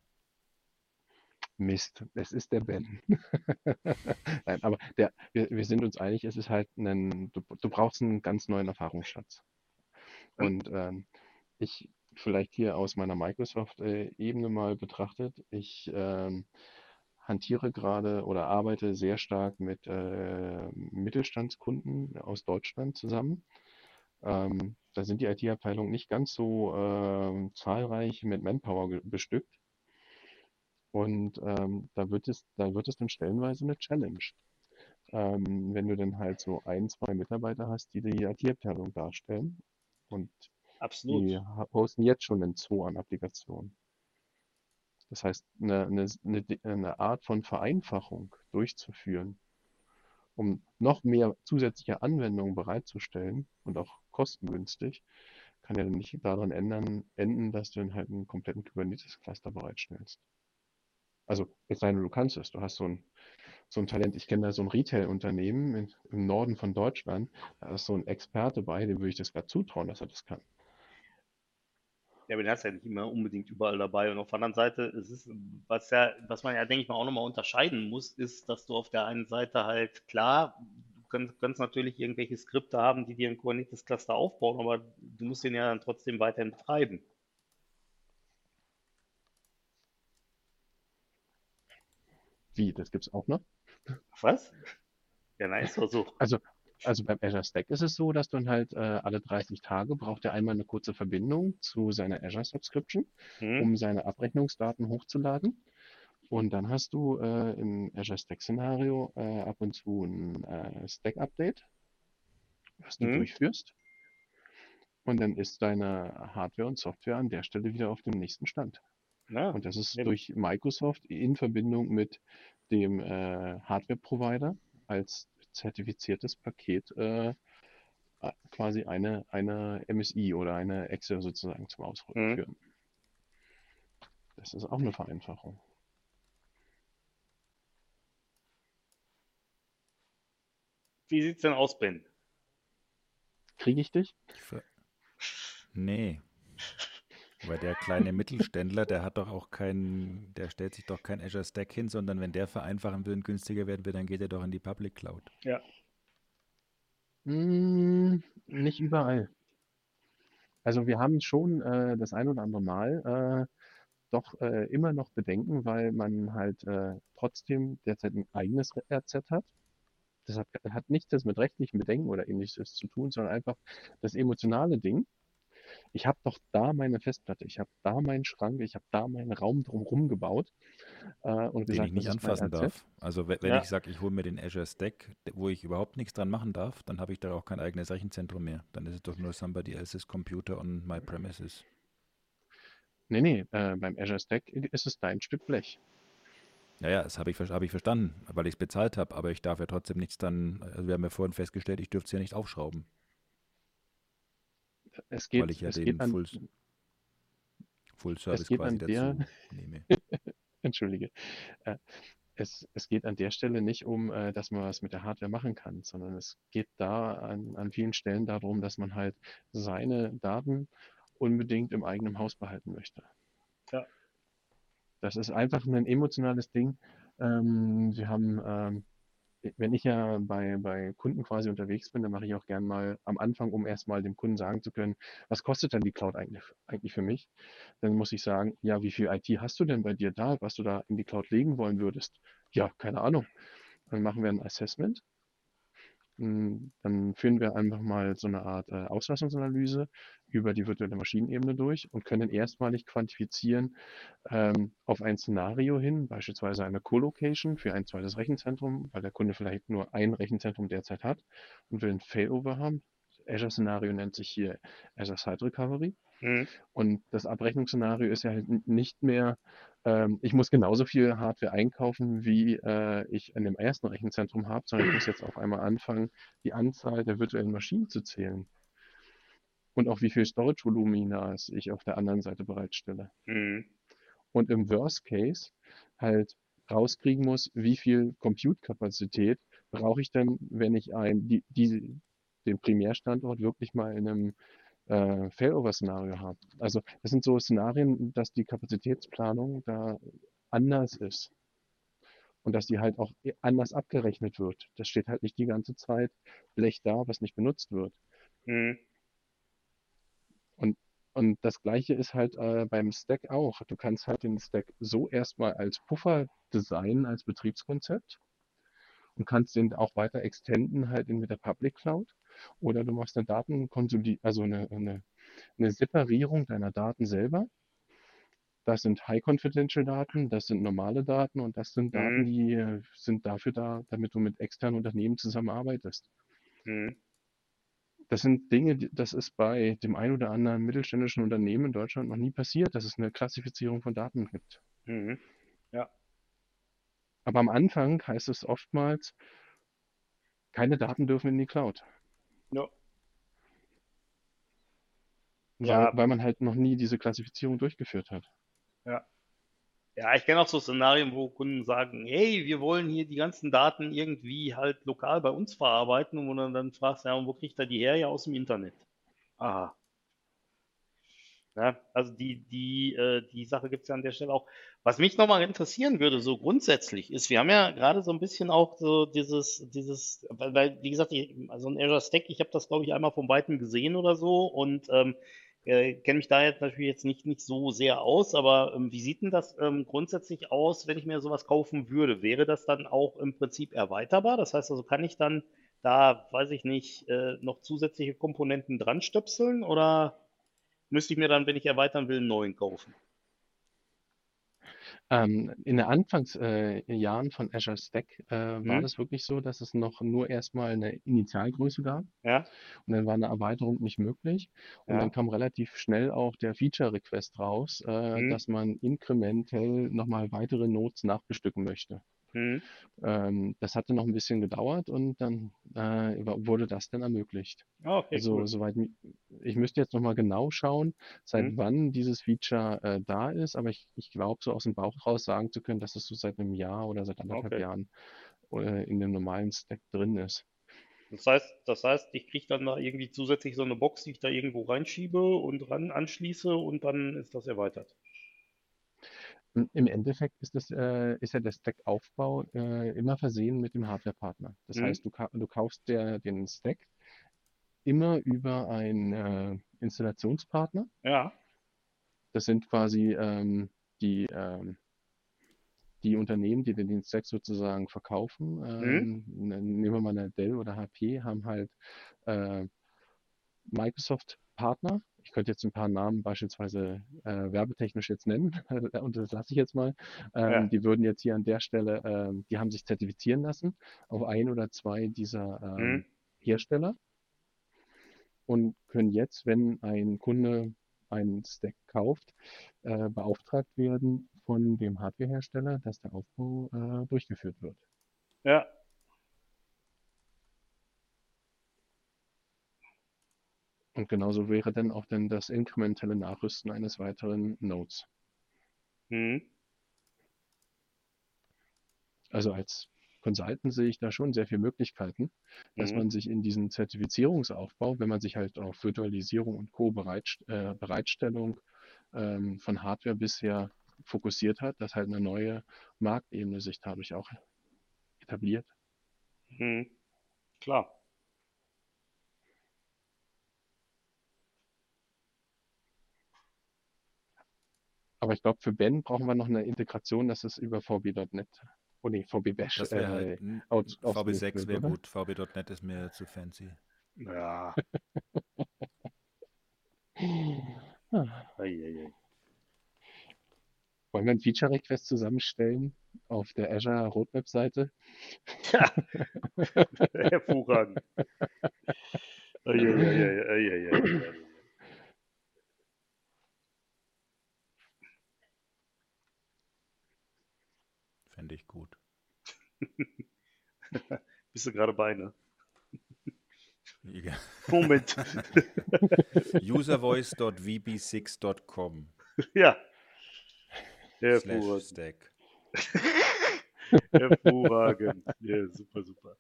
Mist, es ist der Ben. Nein, aber wir sind uns einig, es ist halt du brauchst einen ganz neuen Erfahrungsschatz. Und ich vielleicht hier aus meiner Microsoft-Ebene mal betrachtet, ich hantiere gerade oder arbeite sehr stark mit Mittelstandskunden aus Deutschland zusammen. Da sind die IT-Abteilungen nicht ganz so zahlreich mit Manpower bestückt. Und da wird es dann stellenweise eine Challenge. Wenn du dann halt so ein, zwei Mitarbeiter hast, die die IT-Abteilung darstellen und Absolut. die hosten jetzt schon einen Zoo an Applikationen. Das heißt, eine Art von Vereinfachung durchzuführen, um noch mehr zusätzliche Anwendungen bereitzustellen und auch kostengünstig, kann ja dann nicht daran enden, dass du dann halt einen kompletten Kubernetes-Cluster bereitstellst. Also, es sei denn, du kannst es. Du hast so ein Talent. Ich kenne da so ein Retail-Unternehmen im Norden von Deutschland. Da ist so ein Experte bei, dem würde ich das gerade zutrauen, dass er das kann. Ja, aber der ist ja nicht immer unbedingt überall dabei. Und auf der anderen Seite ist es, was man ja, denke ich mal, auch nochmal unterscheiden muss, ist, dass du auf der einen Seite halt klar, du kannst natürlich irgendwelche Skripte haben, die dir ein Kubernetes-Cluster aufbauen, aber du musst den ja dann trotzdem weiterhin betreiben. Wie, das gibt's auch noch? Was? Ja, nein, ist doch so. Also, also beim Azure Stack ist es so, dass du dann halt alle 30 Tage braucht er einmal eine kurze Verbindung zu seiner Azure Subscription, Hm? um seine Abrechnungsdaten hochzuladen. Und dann hast du im Azure Stack-Szenario ab und zu ein Stack-Update, was du Hm? durchführst. Und dann ist deine Hardware und Software an der Stelle wieder auf dem nächsten Stand. Ja, Und das ist eben. durch Microsoft in Verbindung mit dem Hardware-Provider als zertifiziertes Paket quasi eine MSI oder eine Excel sozusagen zum Hm? Ausführen. Das ist auch eine Vereinfachung. Wie sieht's denn aus, Ben? Kriege ich dich? Nee. Weil der kleine Mittelständler, der hat doch auch der stellt sich doch kein Azure Stack hin, sondern wenn der vereinfachen will und günstiger werden will, dann geht er doch in die Public Cloud. Ja. Nicht überall. Also wir haben schon das ein oder andere Mal doch immer noch Bedenken, weil man halt trotzdem derzeit ein eigenes RZ hat. Das hat nichts mit rechtlichen Bedenken oder ähnliches zu tun, sondern einfach das emotionale Ding. Ich habe doch da meine Festplatte, ich habe da meinen Schrank, ich habe da meinen Raum drumherum gebaut und Den ich gesagt, das nicht ist mein anfassen RZ. darf. Also wenn Ja. ich sage, ich hole mir den Azure Stack, wo ich überhaupt nichts dran machen darf, dann habe ich da auch kein eigenes Rechenzentrum mehr. Dann ist es doch nur somebody else's computer on my premises. Nee, beim Azure Stack ist es dein Stück Blech. Ja, das habe ich verstanden, weil ich es bezahlt habe, aber ich darf ja trotzdem nichts dann, also wir haben ja vorhin festgestellt, ich dürfte es ja nicht aufschrauben, Es weil geht, ich ja es den geht an, Full es Service geht quasi an der, dazu nehme. entschuldige, äh, es geht an der Stelle nicht um, dass man was mit der Hardware machen kann, sondern es geht da an vielen Stellen darum, dass man halt seine Daten unbedingt im eigenen Haus behalten möchte. Ja. Das ist einfach ein emotionales Ding. Wir haben wenn ich ja bei Kunden quasi unterwegs bin, dann mache ich auch gern mal am Anfang, um erstmal dem Kunden sagen zu können, was kostet denn die Cloud eigentlich für mich? Dann muss ich sagen, ja, wie viel IT hast du denn bei dir da, was du da in die Cloud legen wollen würdest? Ja, keine Ahnung. Dann machen wir ein Assessment. Dann führen wir einfach mal so eine Art Auslastungsanalyse über die virtuelle Maschinenebene durch und können erstmalig quantifizieren auf ein Szenario hin, beispielsweise eine Co-Location für ein zweites Rechenzentrum, weil der Kunde vielleicht nur ein Rechenzentrum derzeit hat und will ein Failover haben. Azure-Szenario nennt sich hier Azure Site Recovery. Mhm. Und das Abrechnungsszenario ist ja halt nicht mehr, ich muss genauso viel Hardware einkaufen, wie ich in dem ersten Rechenzentrum habe, sondern ich muss jetzt auf einmal anfangen, die Anzahl der virtuellen Maschinen zu zählen und auch wie viel Storage-Volumina ich auf der anderen Seite bereitstelle. Mhm. Und im Worst Case halt rauskriegen muss, wie viel Compute-Kapazität brauche ich denn, wenn ich den Primärstandort wirklich mal in einem Failover-Szenario habe. Also das sind so Szenarien, dass die Kapazitätsplanung da anders ist und dass die halt auch anders abgerechnet wird. Das steht halt nicht die ganze Zeit Blech da, was nicht benutzt wird. Mhm. Und, und das Gleiche ist halt beim Stack auch. Du kannst halt den Stack so erstmal als Puffer designen, als Betriebskonzept und kannst den auch weiter extenden halt mit der Public Cloud. Oder du machst eine also eine Separierung deiner Daten selber. Das sind High-Confidential-Daten, das sind normale Daten und das sind Daten, Mhm. die sind dafür da, damit du mit externen Unternehmen zusammenarbeitest. Mhm. Das sind Dinge, das ist bei dem ein oder anderen mittelständischen Unternehmen in Deutschland noch nie passiert, dass es eine Klassifizierung von Daten gibt. Mhm. Ja. Aber am Anfang heißt es oftmals, keine Daten dürfen in die Cloud, Ja. weil, Ja. weil man halt noch nie diese Klassifizierung durchgeführt hat. Ja. Ja, ich kenne auch so Szenarien, wo Kunden sagen, hey, wir wollen hier die ganzen Daten irgendwie halt lokal bei uns verarbeiten und wo du dann fragst, ja, und wo kriegt er die her? Ja, aus dem Internet. Aha. Ja, also die Sache gibt es ja an der Stelle auch. Was mich nochmal interessieren würde, so grundsätzlich, ist, wir haben ja gerade so ein bisschen auch so weil wie gesagt, also ein Azure Stack, ich habe das, glaube ich, einmal von Weitem gesehen oder so und kenne mich da jetzt natürlich jetzt nicht so sehr aus, aber wie sieht denn das grundsätzlich aus, wenn ich mir sowas kaufen würde? Wäre das dann auch im Prinzip erweiterbar? Das heißt also, kann ich dann da, weiß ich nicht, noch zusätzliche Komponenten dran stöpseln oder müsste ich mir dann, wenn ich erweitern will, einen neuen kaufen? In den Anfangsjahren von Azure Stack war Hm? das wirklich so, dass es noch nur erstmal eine Initialgröße gab Ja, und dann war eine Erweiterung nicht möglich und dann ja, kam relativ schnell auch der Feature-Request raus, hm, dass man inkrementell nochmal weitere Nodes nachbestücken möchte. hm. Das hatte noch ein bisschen gedauert und dann wurde das dann ermöglicht. Ah, okay, Also cool. ich müsste jetzt nochmal genau schauen, Hm, seit wann dieses Feature da ist, aber ich glaube, so aus dem Bauch raus sagen zu können, dass es so seit einem Jahr oder seit anderthalb okay. Jahren in dem normalen Stack drin ist. Das heißt, ich kriege dann da irgendwie zusätzlich so eine Box, die ich da irgendwo reinschiebe und ran anschließe und dann ist das erweitert. Im Endeffekt ist ja der Stack-Aufbau immer versehen mit dem Hardware-Partner. Das Hm? heißt, du kaufst den Stack immer über einen Installationspartner. Ja. Das sind quasi die, ähm, die Unternehmen, die den Stack sozusagen verkaufen. Hm? Nehmen wir mal eine Dell oder HP, haben halt äh, Microsoft-Partner. Ich könnte jetzt ein paar Namen beispielsweise werbetechnisch jetzt nennen, und das lasse ich jetzt mal. Ja. Die würden jetzt hier an der Stelle, die haben sich zertifizieren lassen auf ein oder zwei dieser Hm? Hersteller und können jetzt, wenn ein Kunde einen Stack kauft, beauftragt werden von dem Hardwarehersteller, dass der Aufbau durchgeführt wird. Ja. Und genauso wäre dann auch dann das inkrementelle Nachrüsten eines weiteren Nodes. Hm? Also als Consultant sehe ich da schon sehr viele Möglichkeiten, dass Hm? man sich in diesen Zertifizierungsaufbau, wenn man sich halt auf Virtualisierung und Bereitstellung von Hardware bisher fokussiert hat, dass halt eine neue Marktebene sich dadurch auch etabliert. Mhm. Klar. Aber ich glaube, für Ben brauchen wir noch eine Integration, dass es über VB.NET, oh nee, VB Bash Das wäre halt, ausgelöst VB6 wird, wäre oder? gut, VB.NET ist mir zu fancy. Ja. Ah. Eieiei. Wollen wir einen Feature-Request zusammenstellen auf der Azure Roadmap-Seite? Ja, hervorragend. Eieiei, eieiei. Fände ich gut. Bist du gerade bei, ne? Ja. Moment. Uservoice.vb6.com Ja, slash hervorragend. stack. Hervorragend. Ja, super, super.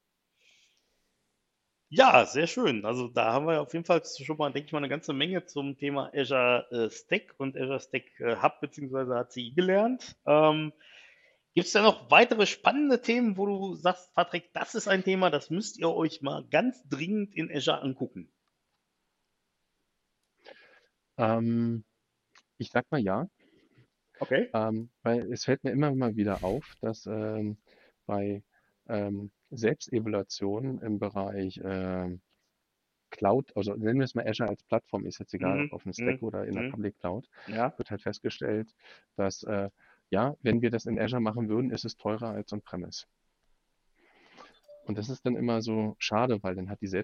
Ja, sehr schön. Also da haben wir auf jeden Fall schon mal, denke ich mal, eine ganze Menge zum Thema Azure Stack und Azure Stack Hub bzw. HCI gelernt. Gibt es da noch weitere spannende Themen, wo du sagst, Patrick, das ist ein Thema, das müsst ihr euch mal ganz dringend in Azure angucken? Ich sag mal ja, Okay. weil es fällt mir immer mal wieder auf, dass bei Selbstevaluationen im Bereich Cloud, also nennen wir es mal Azure als Plattform, ist jetzt egal, ob Mhm. auf dem Stack Mhm. oder in der Mhm. Public Cloud, Ja. wird halt festgestellt, dass ja, wenn wir das in Azure machen würden, ist es teurer als on-premise. Und das ist dann immer so schade, weil dann hat die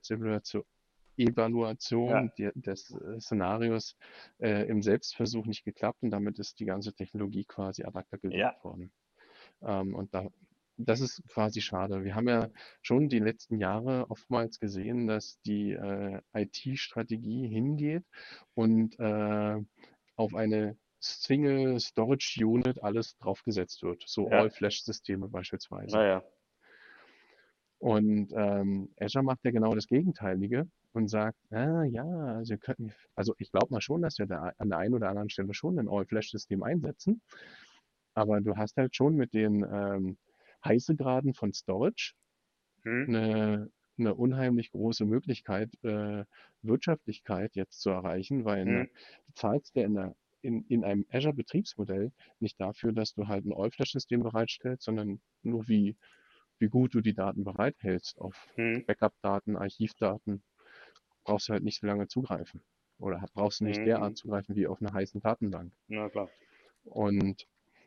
Ja. Des Szenarios im Selbstversuch nicht geklappt und damit ist die ganze Technologie quasi ad acta Ja. gelegt worden. Und das ist quasi schade. Wir haben ja schon die letzten Jahre oftmals gesehen, dass die IT-Strategie hingeht und auf eine Single Storage Unit alles draufgesetzt wird, so Ja. All-Flash-Systeme beispielsweise. Naja. Und Azure macht ja genau das Gegenteilige und sagt, ja, also ich glaube mal schon, dass wir da an der einen oder anderen Stelle schon ein All-Flash-System einsetzen, aber du hast halt schon mit den Heißegraden von Storage Mhm. eine unheimlich große Möglichkeit, Wirtschaftlichkeit jetzt zu erreichen, weil Mhm. du zahlst ja in einem Azure-Betriebsmodell nicht dafür, dass du halt ein All-Flash-System bereitstellst, sondern nur wie gut du die Daten bereithältst. Auf Mhm. Backup-Daten, Archivdaten brauchst du halt nicht so lange zugreifen oder brauchst du nicht derart Mhm. zugreifen wie auf einer heißen Datenbank. Na klar. Und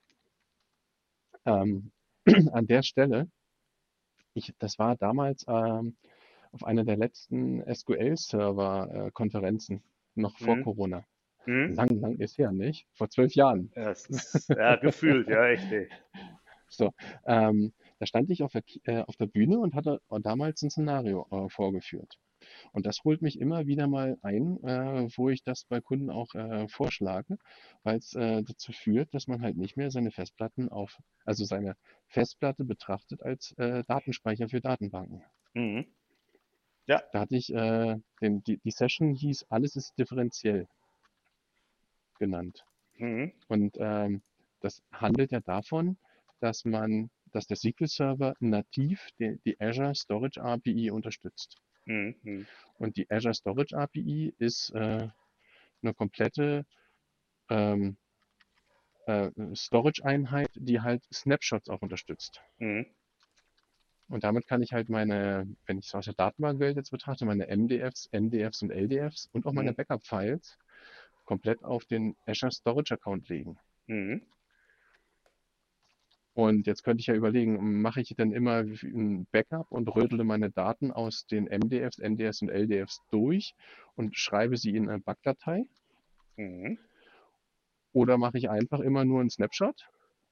ähm, an der Stelle, das war damals auf einer der letzten SQL-Server-Konferenzen, noch vor Mhm. Corona. Mhm. Lang ist her, nicht? Vor 12 Jahren. Ja, es ist, ja, gefühlt, ja, echt, ey. So, da stand ich auf der Bühne und hatte damals ein Szenario vorgeführt. Und das holt mich immer wieder mal ein, wo ich das bei Kunden auch vorschlage, weil es dazu führt, dass man halt nicht mehr also seine Festplatte betrachtet als Datenspeicher für Datenbanken. Mhm. Ja. Da hatte ich, die Session hieß, alles ist differenziell genannt. Mhm. Und das handelt ja davon, dass der SQL Server nativ die Azure Storage API unterstützt. Mhm. Mhm. Und die Azure Storage API ist eine komplette ähm, Storage-Einheit, die halt Snapshots auch unterstützt. Mhm. Und damit kann ich halt wenn ich es aus der Datenbankwelt jetzt betrachte, meine MDFs, NDFs und LDFs und auch meine Mhm. Backup-Files komplett auf den Azure Storage Account legen. Mhm. Und jetzt könnte ich ja überlegen, mache ich denn immer ein Backup und rödele meine Daten aus den MDFs, NDFs und LDFs durch und schreibe sie in eine Backdatei? Mhm. Oder mache ich einfach immer nur einen Snapshot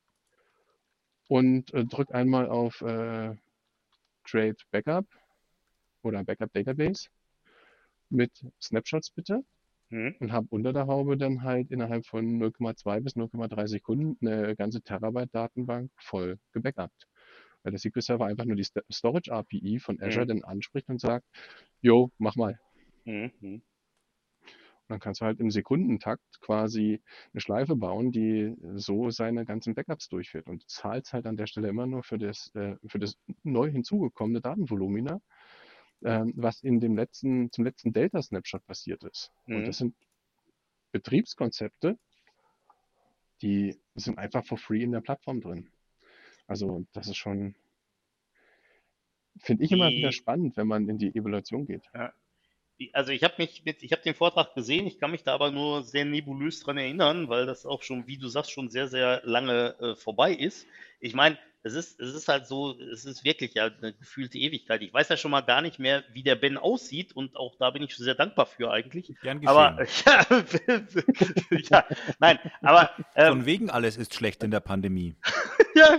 und drücke einmal auf Create Backup oder Backup Database mit Snapshots bitte Mhm. und habe unter der Haube dann halt innerhalb von 0,2 bis 0,3 Sekunden eine ganze Terabyte Datenbank voll gebackupt. Weil der SQL Server einfach nur die Storage API von Azure Mhm. dann anspricht und sagt, jo, mach mal. Mhm. Und Dann kannst du halt im Sekundentakt quasi eine Schleife bauen, die so seine ganzen Backups durchführt. Und du zahlst halt an der Stelle immer nur für das neu hinzugekommene Datenvolumina, was zum letzten Delta-Snapshot passiert ist. Und das sind Betriebskonzepte, die sind einfach for free in der Plattform drin. Also das ist schon, finde ich immer wieder spannend, wenn man in die Evaluation geht. Ja. Also ich habe den Vortrag gesehen, ich kann mich da aber nur sehr nebulös dran erinnern, weil das auch schon, wie du sagst, schon sehr, sehr lange vorbei ist. Ich meine, es ist halt so, es ist wirklich ja eine gefühlte Ewigkeit. Ich weiß ja schon mal gar nicht mehr, wie der Ben aussieht und auch da bin ich sehr dankbar für eigentlich. Gern geschehen. Aber ja, nein, aber Von wegen alles ist schlecht in der Pandemie. ja,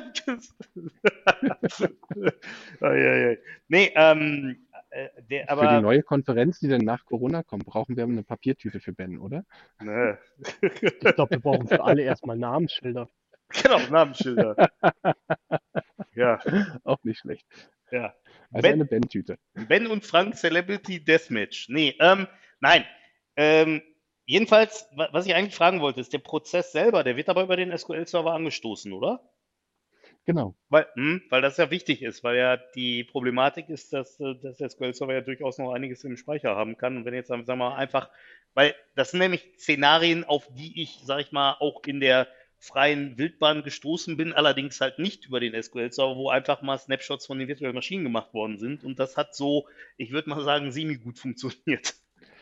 nee, Für die neue Konferenz, die dann nach Corona kommt, brauchen wir eine Papiertüte für Ben, oder? ne, Ich glaube, wir brauchen für alle erstmal Namensschilder. genau, Namensschilder. Ja, Auch nicht schlecht. ja. Also eine Ben-Tüte. Ben und Frank Celebrity Deathmatch. Nee, nein. Jedenfalls, was ich eigentlich fragen wollte, ist der Prozess selber, der wird aber über den SQL-Server angestoßen, oder? Genau. Weil das ja wichtig ist, weil ja die Problematik ist, dass der SQL-Server ja durchaus noch einiges im Speicher haben kann. Und wenn jetzt, sagen wir mal, einfach, weil das sind nämlich Szenarien, auf die ich, sag ich mal, auch in der freien Wildbahn gestoßen bin, allerdings halt nicht über den SQL-Server, wo einfach mal Snapshots von den virtuellen Maschinen gemacht worden sind. Und das hat so, ich würde mal sagen, semi-gut funktioniert.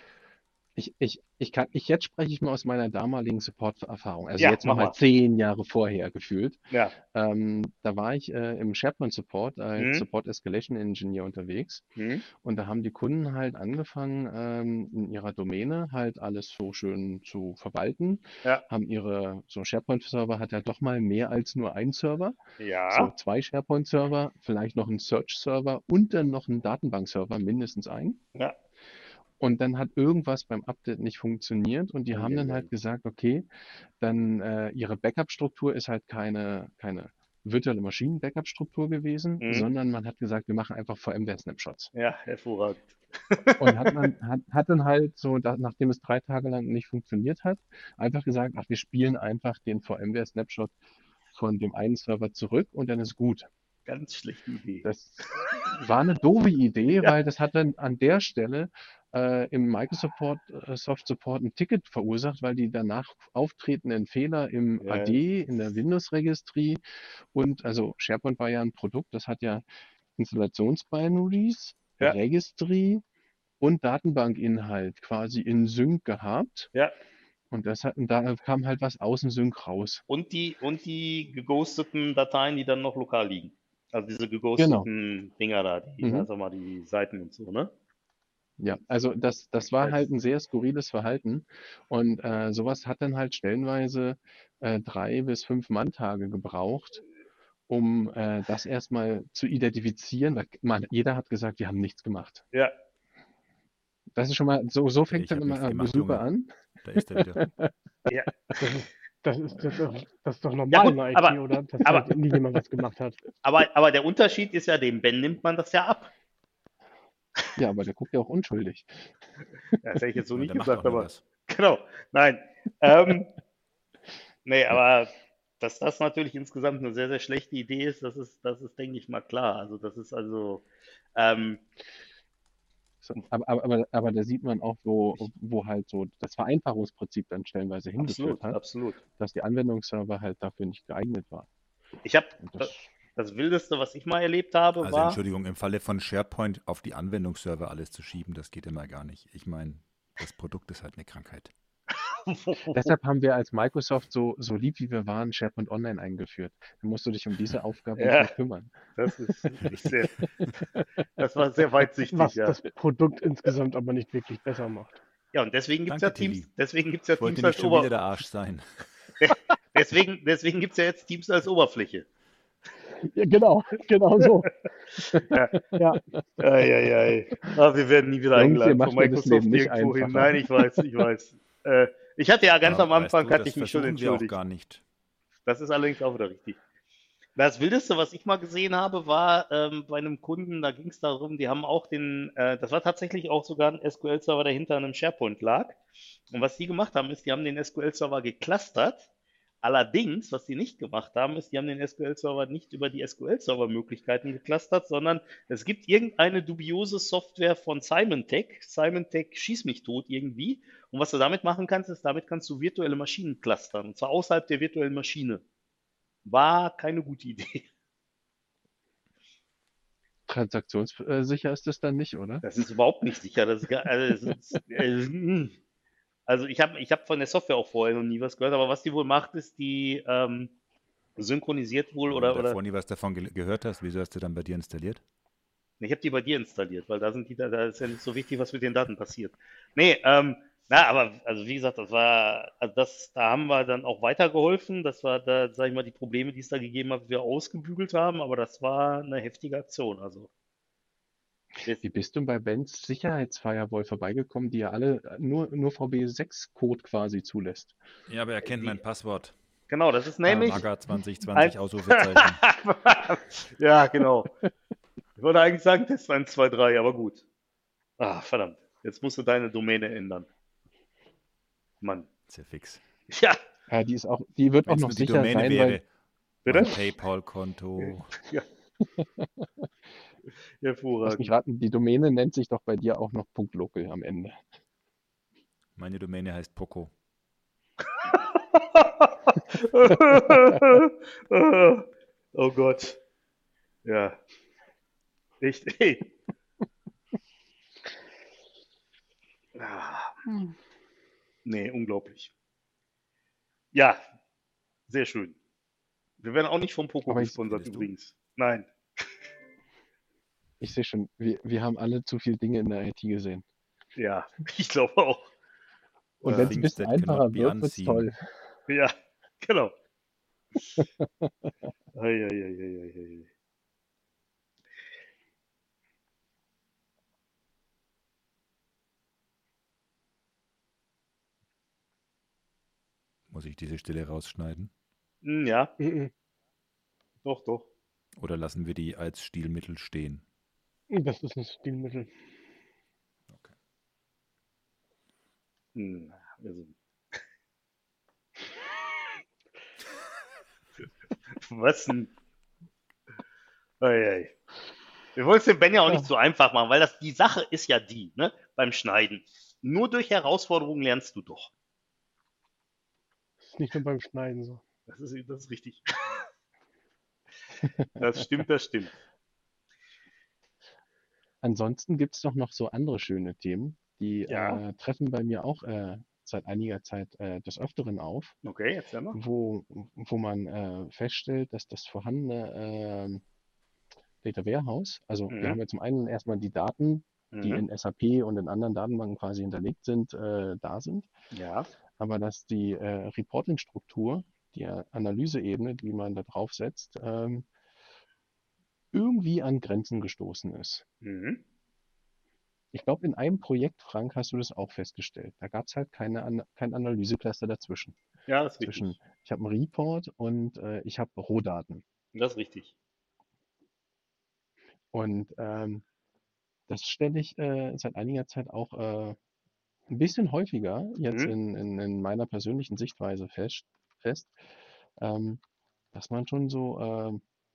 Jetzt spreche ich mal aus meiner damaligen Support-Erfahrung. Also Ja, jetzt mach nochmal mal. 10 Jahre vorher gefühlt. Ja. Da war ich im SharePoint Support als Mhm. Support Escalation Engineer unterwegs. Und da haben die Kunden halt angefangen, in ihrer Domäne halt alles so schön zu verwalten. Ja. Haben so SharePoint-Server hat ja doch mal mehr als nur einen Server. So Ja. 2 SharePoint-Server, vielleicht noch einen Search-Server und dann noch einen Datenbank-Server, mindestens einen. Ja. Und dann hat irgendwas beim Update nicht funktioniert und die haben dann halt gesagt, okay, dann ihre Backup-Struktur ist halt keine virtuelle Maschinen-Backup-Struktur gewesen, sondern man hat gesagt, wir machen einfach VMware-Snapshots. Ja, hervorragend. Und hat dann halt so, nachdem es 3 Tage lang nicht funktioniert hat, einfach gesagt, ach, wir spielen einfach den VMware-Snapshot von dem einen Server zurück und dann ist gut. Ganz schlechte Idee. Das war eine doofe Idee, Ja. weil das hat dann an der Stelle im Microsoft Soft Support ein Ticket verursacht, weil die danach auftretenden Fehler im Ja. AD, in der Windows-Registry und also SharePoint war ja ein Produkt, das hat ja Installationsbinaries, Ja. Registry und Datenbankinhalt quasi in Sync gehabt. Ja. Und da kam halt was aus dem Sync raus. Und die geghosteten Dateien, die dann noch lokal liegen. Also diese geghosteten Dinger da, also mal die Seiten und so, ne? Ja, also das war halt ein sehr skurriles Verhalten und sowas hat dann halt stellenweise 3 bis 5 Manntage gebraucht, um das erstmal zu identifizieren, weil jeder hat gesagt, wir haben nichts gemacht. Ja. Das ist schon mal, so fängt Ich dann hab immer nichts gemacht, super Junge. an. Da ist er wieder. Ja. Das ist doch normal Ja, gut, in der IT, aber- oder? Dass aber- halt nie jemand was gemacht hat. Aber der Unterschied ist ja, dem Ben nimmt man das ja ab. Ja, aber der guckt ja auch unschuldig. Das hätte ich jetzt so Und nicht der macht gesagt, auch nur aber was. genau. Nein. Nee, aber dass das natürlich insgesamt eine sehr, sehr schlechte Idee ist, das ist, denke ich mal, klar. Also das ist So, aber da sieht man auch, wo halt so das Vereinfachungsprinzip dann stellenweise hingeführt hat, absolut. dass die Anwendungsserver halt dafür nicht geeignet waren. Ich habe Und das, das Wildeste, was ich mal erlebt habe, Also war. Entschuldigung, im Falle von SharePoint auf die Anwendungsserver alles zu schieben, das geht immer gar nicht. Ich meine, das Produkt ist halt eine Krankheit. deshalb haben wir als Microsoft so lieb wie wir waren SharePoint Online eingeführt. Da musst du dich um diese Aufgabe nicht Ja. mehr kümmern. Das ist sehr, das war sehr weitsichtig, Was ja. das Produkt insgesamt aber nicht wirklich besser macht. Ja, und deswegen gibt es ja Danke, Tilly. Teams, deswegen gibt's ja Ich wollte Teams als nicht schon wieder der Arsch sein. deswegen gibt es ja jetzt Teams als Oberfläche. Ja, genau so. Ja. Ja, Eieiei. Wir werden nie wieder Jungs, eingeladen ihr macht von mir das Microsoft Leben nicht irgendwo hin. einfacher. Nein, ich weiß. Ich hatte ja ganz am weißt Anfang, du, hatte das ich mich schon versuchen wir auch entschuldigt. gar nicht. Das ist allerdings auch wieder richtig. Das Wildeste, was ich mal gesehen habe, war bei einem Kunden, da ging es darum, die haben auch das war tatsächlich auch sogar ein SQL-Server, der hinter einem SharePoint lag. Und was die gemacht haben, ist, die haben den SQL-Server geclustert. Allerdings, was die nicht gemacht haben, ist, die haben den SQL-Server nicht über die SQL-Server-Möglichkeiten geclustert, sondern es gibt irgendeine dubiose Software von Symantec. Symantec schieß mich tot irgendwie. Und was du damit machen kannst, ist, damit kannst du virtuelle Maschinen clustern. Und zwar außerhalb der virtuellen Maschine. War keine gute Idee. Transaktionssicher ist das dann nicht, oder? Das ist überhaupt nicht sicher. Also ich hab von der Software auch vorher noch nie was gehört, aber was die wohl macht, ist, die synchronisiert wohl Wenn du oder davor nie was davon gehört hast, wieso hast du dann bei dir installiert? ich habe die bei dir installiert, weil da ist ja nicht so wichtig, was mit den Daten passiert. Nee, aber also wie gesagt, da haben wir dann auch weitergeholfen. Das war da, sag ich mal, die Probleme, die es da gegeben hat, wir ausgebügelt haben, aber das war eine heftige Aktion. Also Wie bist du bei Bens Sicherheitsfirewall vorbeigekommen, die ja alle nur VB6-Code quasi zulässt? Ja, aber er kennt mein Passwort. genau, das ist nämlich Maga 2020 Ausrufezeichen. ja, genau. Ich wollte eigentlich sagen Test 1, 2, 3, aber gut. Ah, verdammt. Jetzt musst du deine Domäne ändern. Mann. Sehr fix. Ja, Ja, die wird Wenn auch es noch nur die sicher Domäne sein, wäre, bitte? mein PayPal-Konto. Ja, lass mich hervorragend. raten, die Domäne nennt sich doch bei dir auch noch .local am Ende. Meine Domäne heißt Poco. Oh Gott. Ja. Echt, ey. Ah, nee, unglaublich. Ja, sehr schön. Wir werden auch nicht vom Poco Aber gesponsert findest du? übrigens. Nein. ich sehe schon, wir haben alle zu viele Dinge in der IT gesehen. Ja, ich glaube auch. Und wenn es ein Things bisschen that cannot einfacher be wird, wird's unseen. toll. Ja, genau. Ei. Muss ich diese Stille rausschneiden? Ja, Mhm. doch. Oder lassen wir die als Stilmittel stehen? Das ist ein Stilmittel. Okay. Also. Was denn? Ei. Wir wollen es dem Ben ja auch nicht so einfach machen, weil die Sache ist ja die, ne, beim Schneiden. Nur durch Herausforderungen lernst du doch. Das ist nicht nur beim Schneiden so. Das ist richtig. Das stimmt. Ansonsten gibt es doch noch so andere schöne Themen, die Ja. treffen bei mir auch seit einiger Zeit des Öfteren auf, Okay, erzähl mal. wo man feststellt, dass das vorhandene Data Warehouse, also wir haben ja zum einen erstmal die Daten, die in SAP und in anderen Datenbanken quasi hinterlegt sind, da sind, Ja. aber dass die Reporting-Struktur, die Analyseebene, die man da drauf setzt, irgendwie an Grenzen gestoßen ist. Mhm. Ich glaube, in einem Projekt, Frank, hast du das auch festgestellt. Da gab es halt kein Analysecluster dazwischen. Ja, das ist richtig. Ich habe einen Report und ich habe Rohdaten. Das ist richtig. Und das stelle ich seit einiger Zeit auch ein bisschen häufiger jetzt in meiner persönlichen Sichtweise fest, dass man schon so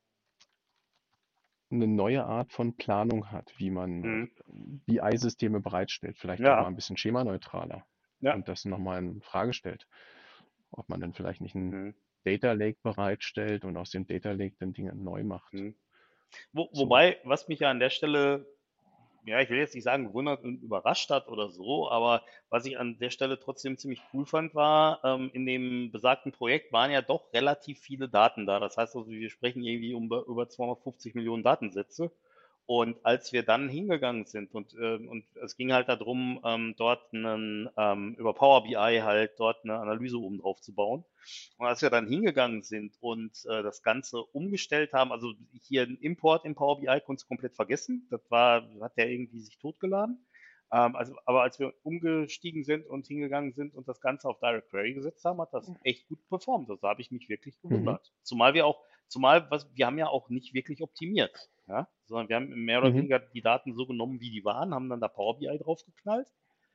eine neue Art von Planung hat, wie man BI-Systeme bereitstellt. Vielleicht auch mal ein bisschen schemaneutraler Ja. und das nochmal in Frage stellt. Ob man dann vielleicht nicht einen Data Lake bereitstellt und aus dem Data Lake dann Dinge neu macht. Wobei, was mich ja an der Stelle, ja, ich will jetzt nicht sagen gewundert und überrascht hat oder so, aber was ich an der Stelle trotzdem ziemlich cool fand, war, in dem besagten Projekt waren ja doch relativ viele Daten da. Das heißt also, wir sprechen irgendwie über 250 Millionen Datensätze. Und als wir dann hingegangen sind und es ging halt darum, dort über Power BI halt dort eine Analyse oben drauf zu bauen. Und als wir dann hingegangen sind und das Ganze umgestellt haben, also hier einen Import in Power BI konntest du komplett vergessen. Hat der irgendwie sich totgeladen. Aber als wir umgestiegen sind und hingegangen sind und das Ganze auf Direct Query gesetzt haben, hat das echt gut performt. Also da habe ich mich wirklich gewundert. Zumal wir auch Zumal wir haben ja auch nicht wirklich optimiert, ja, sondern wir haben mehr oder Mhm. weniger die Daten so genommen, wie die waren, haben dann da Power BI draufgeknallt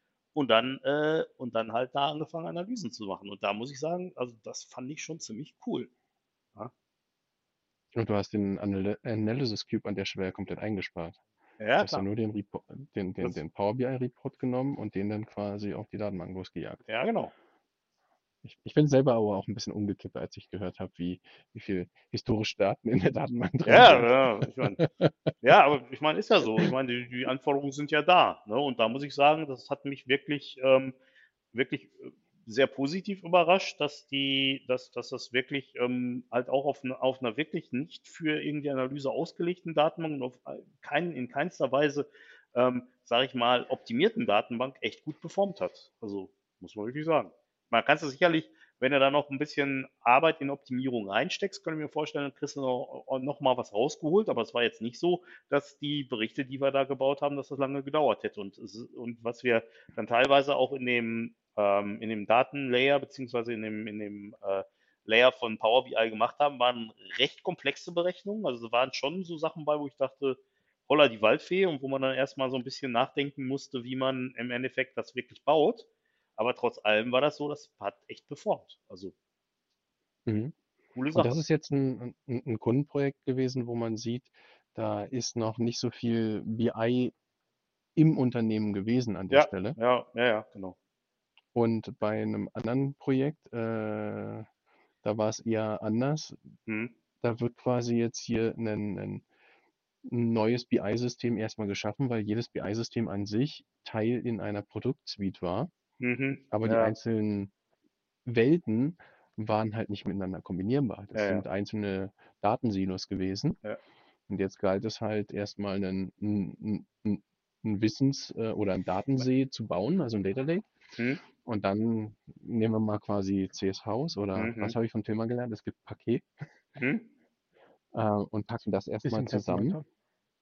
und dann halt da angefangen, Analysen zu machen. Und da muss ich sagen, also das fand ich schon ziemlich cool. Ja, Und du hast den Analysis Cube an der Stelle ja komplett eingespart. ja Du hast ja klar. nur den, Report, den, den, Das, den Power BI Report genommen und den dann quasi auf die Datenbank losgejagt. ja, genau. Ich bin selber aber auch ein bisschen umgekippt, als ich gehört habe, wie viel historische Daten in der Datenbank drin Ja, sind. ja, ich meine, ja, aber ich meine, ist ja so. Ich meine, die Anforderungen sind ja da. Ne? Und da muss ich sagen, das hat mich wirklich sehr positiv überrascht, dass das wirklich halt auch auf einer wirklich nicht für irgendwie Analyse ausgelegten Datenbank und in keinster Weise, sage ich mal, optimierten Datenbank echt gut performt hat. Also muss man wirklich sagen. Man kann es sicherlich, wenn du da noch ein bisschen Arbeit in Optimierung reinsteckst, kann ich mir vorstellen, dann kriegst du noch mal was rausgeholt. Aber es war jetzt nicht so, dass die Berichte, die wir da gebaut haben, dass das lange gedauert hätte. Und was wir dann teilweise auch in dem Datenlayer beziehungsweise in dem Layer von Power BI gemacht haben, waren recht komplexe Berechnungen. Also es waren schon so Sachen bei, wo ich dachte, holla die Waldfee und wo man dann erstmal so ein bisschen nachdenken musste, wie man im Endeffekt das wirklich baut. Aber trotz allem war das so, das hat echt performt. Also Mhm. coole Und das Sache. ist jetzt ein Kundenprojekt gewesen, wo man sieht, da ist noch nicht so viel BI im Unternehmen gewesen an der Ja, Stelle. ja, ja, ja, genau. Und bei einem anderen Projekt, da war es eher anders. Hm, Da wird quasi jetzt hier ein neues BI-System erstmal geschaffen, weil jedes BI-System an sich Teil in einer Produktsuite war. Aber die ja, einzelnen Welten waren halt nicht miteinander kombinierbar. ja, Das ja, sind einzelne Datensilos gewesen. ja. Und jetzt galt es halt erstmal einen oder einen Datensee zu bauen, also ein Data Lake. Hm, Und dann nehmen wir mal quasi CS House oder hm, was habe ich vom Thema gelernt? Es gibt Paket hm. und packen das erstmal Bisschen zusammen. Testmonitor.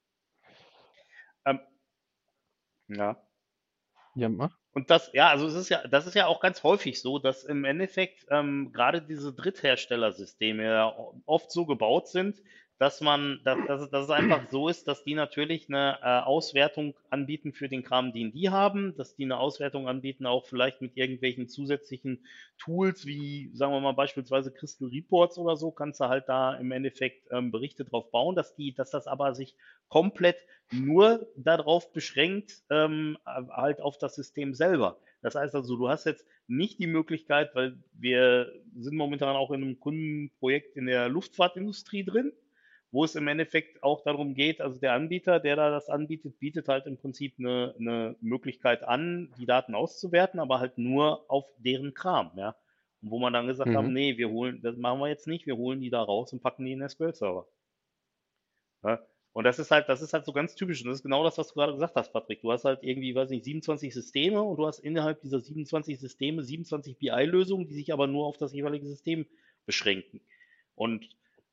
Ähm, ja. Ja, mach. Und also das ist ja auch ganz häufig so, dass im Endeffekt gerade diese Drittherstellersysteme ja oft so gebaut sind, dass es einfach so ist, dass die natürlich eine Auswertung anbieten für den Kram, den die haben, dass die eine Auswertung anbieten, auch vielleicht mit irgendwelchen zusätzlichen Tools, wie, sagen wir mal, beispielsweise Crystal Reports oder so, kannst du halt da im Endeffekt Berichte drauf bauen, dass das aber sich komplett nur darauf beschränkt, halt auf das System selber. Das heißt also, du hast jetzt nicht die Möglichkeit, weil wir sind momentan auch in einem Kundenprojekt in der Luftfahrtindustrie drin, wo es im Endeffekt auch darum geht, also der Anbieter, der da das anbietet, bietet halt im Prinzip eine Möglichkeit an, die Daten auszuwerten, aber halt nur auf deren Kram, ja. Und wo man dann gesagt haben, Mhm. nee, das machen wir jetzt nicht, wir holen die da raus und packen die in den SQL-Server. Ja? Und das ist halt so ganz typisch. Und das ist genau das, was du gerade gesagt hast, Patrick. Du hast halt irgendwie, weiß nicht, 27 Systeme und du hast innerhalb dieser 27 Systeme 27 BI-Lösungen, die sich aber nur auf das jeweilige System beschränken. Und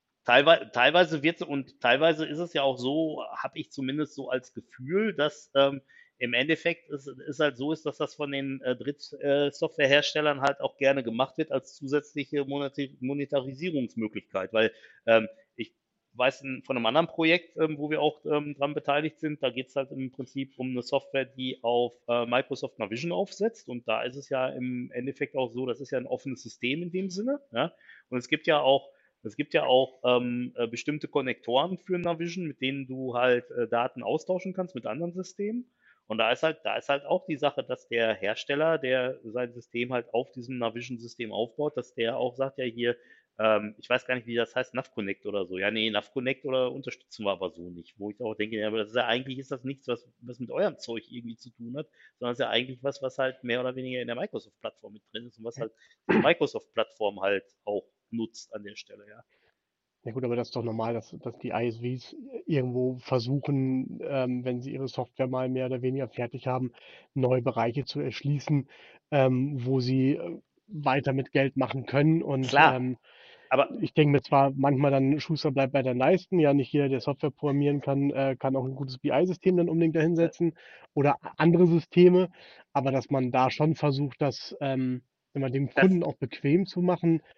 teilweise ist es ja auch so, habe ich zumindest so als Gefühl, dass im Endeffekt es halt so ist, dass das von den Drittsoftwareherstellern halt auch gerne gemacht wird als zusätzliche Monetarisierungsmöglichkeit, weil ich weiß von einem anderen Projekt, wo wir auch dran beteiligt sind, da geht es halt im Prinzip um eine Software, die auf Microsoft Navision aufsetzt und da ist es ja im Endeffekt auch so, das ist ja ein offenes System in dem Sinne, ja, und es gibt ja auch bestimmte Konnektoren für Navision, mit denen du halt Daten austauschen kannst mit anderen Systemen. Und da ist halt auch die Sache, dass der Hersteller, der sein System halt auf diesem Navision-System aufbaut, dass der auch sagt, ja hier, ich weiß gar nicht, wie das heißt, NavConnect oder so. Ja, nee, NavConnect oder unterstützen wir aber so nicht. Wo ich auch denke, ja, aber das ist ja eigentlich ist das nichts, was mit eurem Zeug irgendwie zu tun hat, sondern es ist ja eigentlich was halt mehr oder weniger in der Microsoft-Plattform mit drin ist und was halt diese Microsoft-Plattform halt auch nutzt an der Stelle, ja. Ja gut, aber das ist doch normal, dass die ISVs irgendwo versuchen, wenn sie ihre Software mal mehr oder weniger fertig haben, neue Bereiche zu erschließen, wo sie weiter mit Geld machen können. Und Klar, aber ich denke mir zwar manchmal dann, Schuster bleibt bei den Leisten, ja nicht jeder, der Software programmieren kann, kann auch ein gutes BI-System dann unbedingt dahinsetzen oder andere Systeme, aber dass man da schon versucht, das immer dem das, Kunden auch bequem zu machen,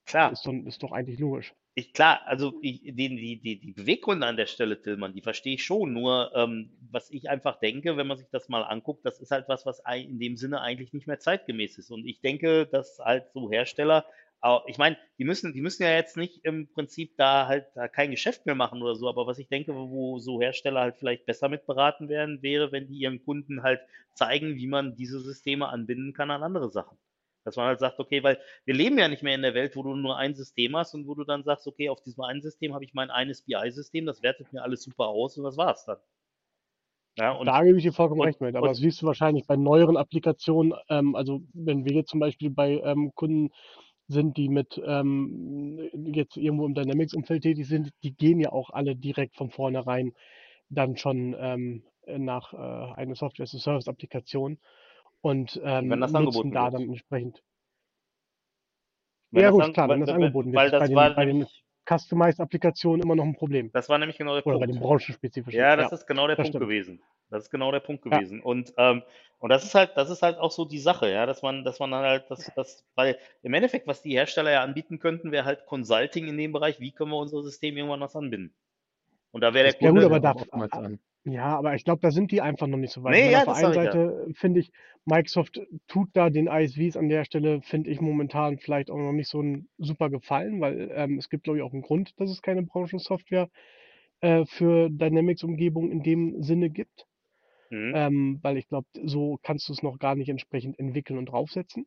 Klar. Ist doch eigentlich logisch. Klar, also die Beweggründe an der Stelle, Tillmann, die verstehe ich schon. Nur, was ich einfach denke, wenn man sich das mal anguckt, das ist halt was in dem Sinne eigentlich nicht mehr zeitgemäß ist. Und ich denke, dass halt so Hersteller, ich meine, die müssen ja jetzt nicht im Prinzip da kein Geschäft mehr machen oder so, aber was ich denke, wo so Hersteller halt vielleicht besser mit beraten werden, wäre, wenn die ihren Kunden halt zeigen, wie man diese Systeme anbinden kann an andere Sachen. Dass man halt sagt, okay, weil wir leben ja nicht mehr in der Welt, wo du nur ein System hast und wo du dann sagst, okay, auf diesem einen System habe ich mein eines BI-System, das wertet mir alles super aus und das war's dann. Ja, Da gebe ich dir vollkommen und, recht mit, aber und das siehst du wahrscheinlich bei neueren Applikationen. Also wenn wir jetzt zum Beispiel bei Kunden sind, die mit jetzt irgendwo im Dynamics-Umfeld tätig sind, die gehen ja auch alle direkt von vornherein dann schon nach eine Software-as-a-Service-Applikation und wenn das nutzen angeboten da wird. dann entsprechend. Wenn Ja das gut, an, klar, wenn das angeboten wird, weil ist das war bei den nämlich, Customized-Applikationen immer noch ein Problem. das war nämlich genau der Oder bei den Punkt. branchenspezifischen. Ja, das Ja, ist genau der das Punkt stimmt. gewesen. Das ist genau der Punkt Ja, gewesen. Und das ist halt auch so die Sache, ja, dass man dann halt weil im Endeffekt, was die Hersteller ja anbieten könnten, wäre halt Consulting in dem Bereich, wie können wir unser System irgendwann was anbinden? Und da wäre der Das ja bieten gut, sie Kunde, aber ja auch oftmals an. ja, aber ich glaube, da sind die einfach noch nicht so weit. Ich nee, meine, auf ja, der das einen sage ich ja. Seite finde ich, Microsoft tut da den ISVs an der Stelle, finde ich momentan vielleicht auch noch nicht so einen super Gefallen, weil es gibt, glaube ich, auch einen Grund, dass es keine Branchensoftware für Dynamics-Umgebung in dem Sinne gibt. Mhm. Weil ich glaube, so kannst du es noch gar nicht entsprechend entwickeln und draufsetzen,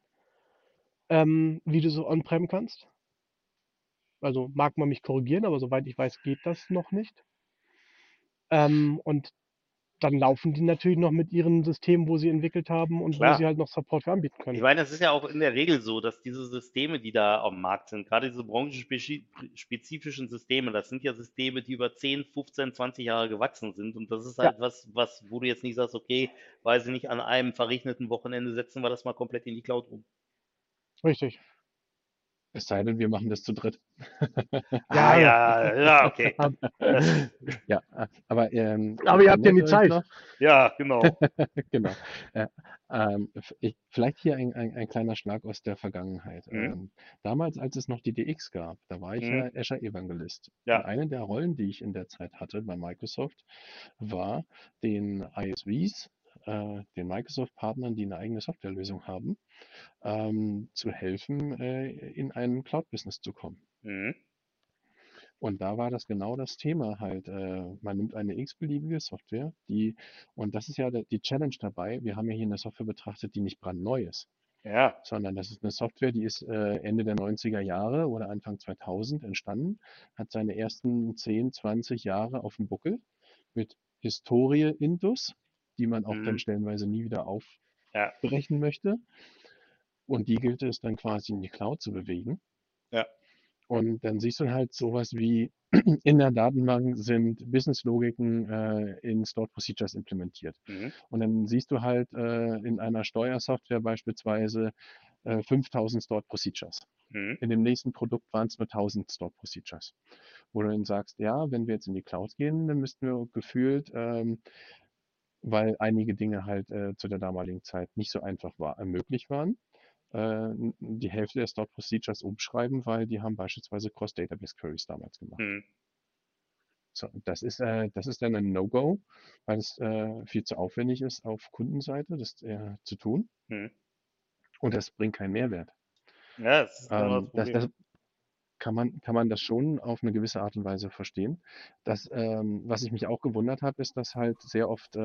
wie du so on-prem kannst. Also mag man mich korrigieren, aber soweit ich weiß, geht das noch nicht. Und dann laufen die natürlich noch mit ihren Systemen, wo sie entwickelt haben und wo sie Klar. halt noch Support für anbieten Ich können. meine, es ist ja auch in der Regel so, dass diese Systeme, die da am Markt sind, gerade diese branchenspezifischen Systeme, das sind ja Systeme, die über 10, 15, 20 Jahre gewachsen sind. Und das ist Ja, halt wo du jetzt nicht sagst, okay, weiß ich nicht, an einem verregneten Wochenende setzen wir das mal komplett in die Cloud um. richtig. Es sei denn, wir machen das zu dritt. Ah Ja, ja, ja, okay. ab- Das, Ja, aber aber ihr habt ja erinnert nie ihr euch Zeit. noch? ja, genau. Genau. Äh, vielleicht hier ein kleiner Schlag aus der Vergangenheit. Mhm. Damals, als es noch die DX gab, da war ich Mhm. ja Azure Evangelist. Und Ja. eine der Rollen, die ich in der Zeit hatte bei Microsoft, war den ISVs, den Microsoft-Partnern, die eine eigene Softwarelösung haben, zu helfen, in ein Cloud-Business zu kommen. Mhm. Und da war das genau das Thema halt. Man nimmt eine x-beliebige Software, und das ist ja die Challenge dabei. Wir haben ja hier eine Software betrachtet, die nicht brandneu ist, Ja. sondern das ist eine Software, die ist Ende der 90er Jahre oder Anfang 2000 entstanden, hat seine ersten 10, 20 Jahre auf dem Buckel mit Historie Intus, die man auch dann Mhm. stellenweise nie wieder Ja. aufbrechen möchte. Und die gilt es dann quasi in die Cloud zu bewegen. Ja. Und dann siehst du halt sowas wie in der Datenbank sind Business-Logiken in Stored Procedures implementiert. Mhm. Und dann siehst du halt in einer Steuersoftware beispielsweise 5000 Stored Procedures. Mhm. In dem nächsten Produkt waren es nur 1000 Stored Procedures. Wo du dann sagst, ja, wenn wir jetzt in die Cloud gehen, dann müssten wir gefühlt, weil einige Dinge halt zu der damaligen Zeit nicht so einfach möglich waren, die Hälfte der Stored Procedures umschreiben, weil die haben beispielsweise Cross-Database Queries damals gemacht. Mhm. So, das ist dann ein No-Go, weil es viel zu aufwendig ist auf Kundenseite, das zu tun, Mhm. und das bringt keinen Mehrwert. Ja, das ist genau das Problem. Das kann man das schon auf eine gewisse Art und Weise verstehen. Was ich mich auch gewundert habe, ist, dass halt sehr oft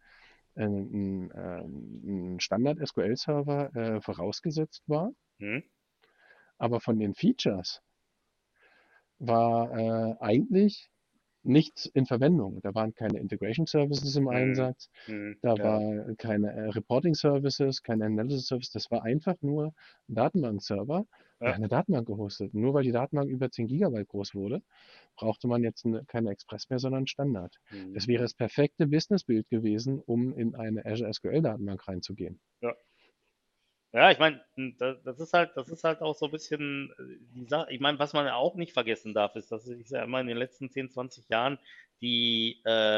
ein Standard-SQL-Server vorausgesetzt war, Mhm. aber von den Features war eigentlich nichts in Verwendung. Da waren keine Integration Services im Mhm. Einsatz, Mhm. da Ja. war keine Reporting Services, keine Analysis Service. Das war einfach nur ein Datenbank-Server, der Ja. eine Datenbank gehostet. Nur weil die Datenbank über 10 Gigabyte groß wurde, brauchte man jetzt keine Express mehr, sondern Standard. Mhm. Das wäre das perfekte Businessbild gewesen, um in eine Azure SQL-Datenbank reinzugehen. Ja. Ja, ich meine, das ist halt auch so ein bisschen die Sache. Ich meine, was man ja auch nicht vergessen darf, ist, dass ich sage immer in den letzten 10, 20 Jahren die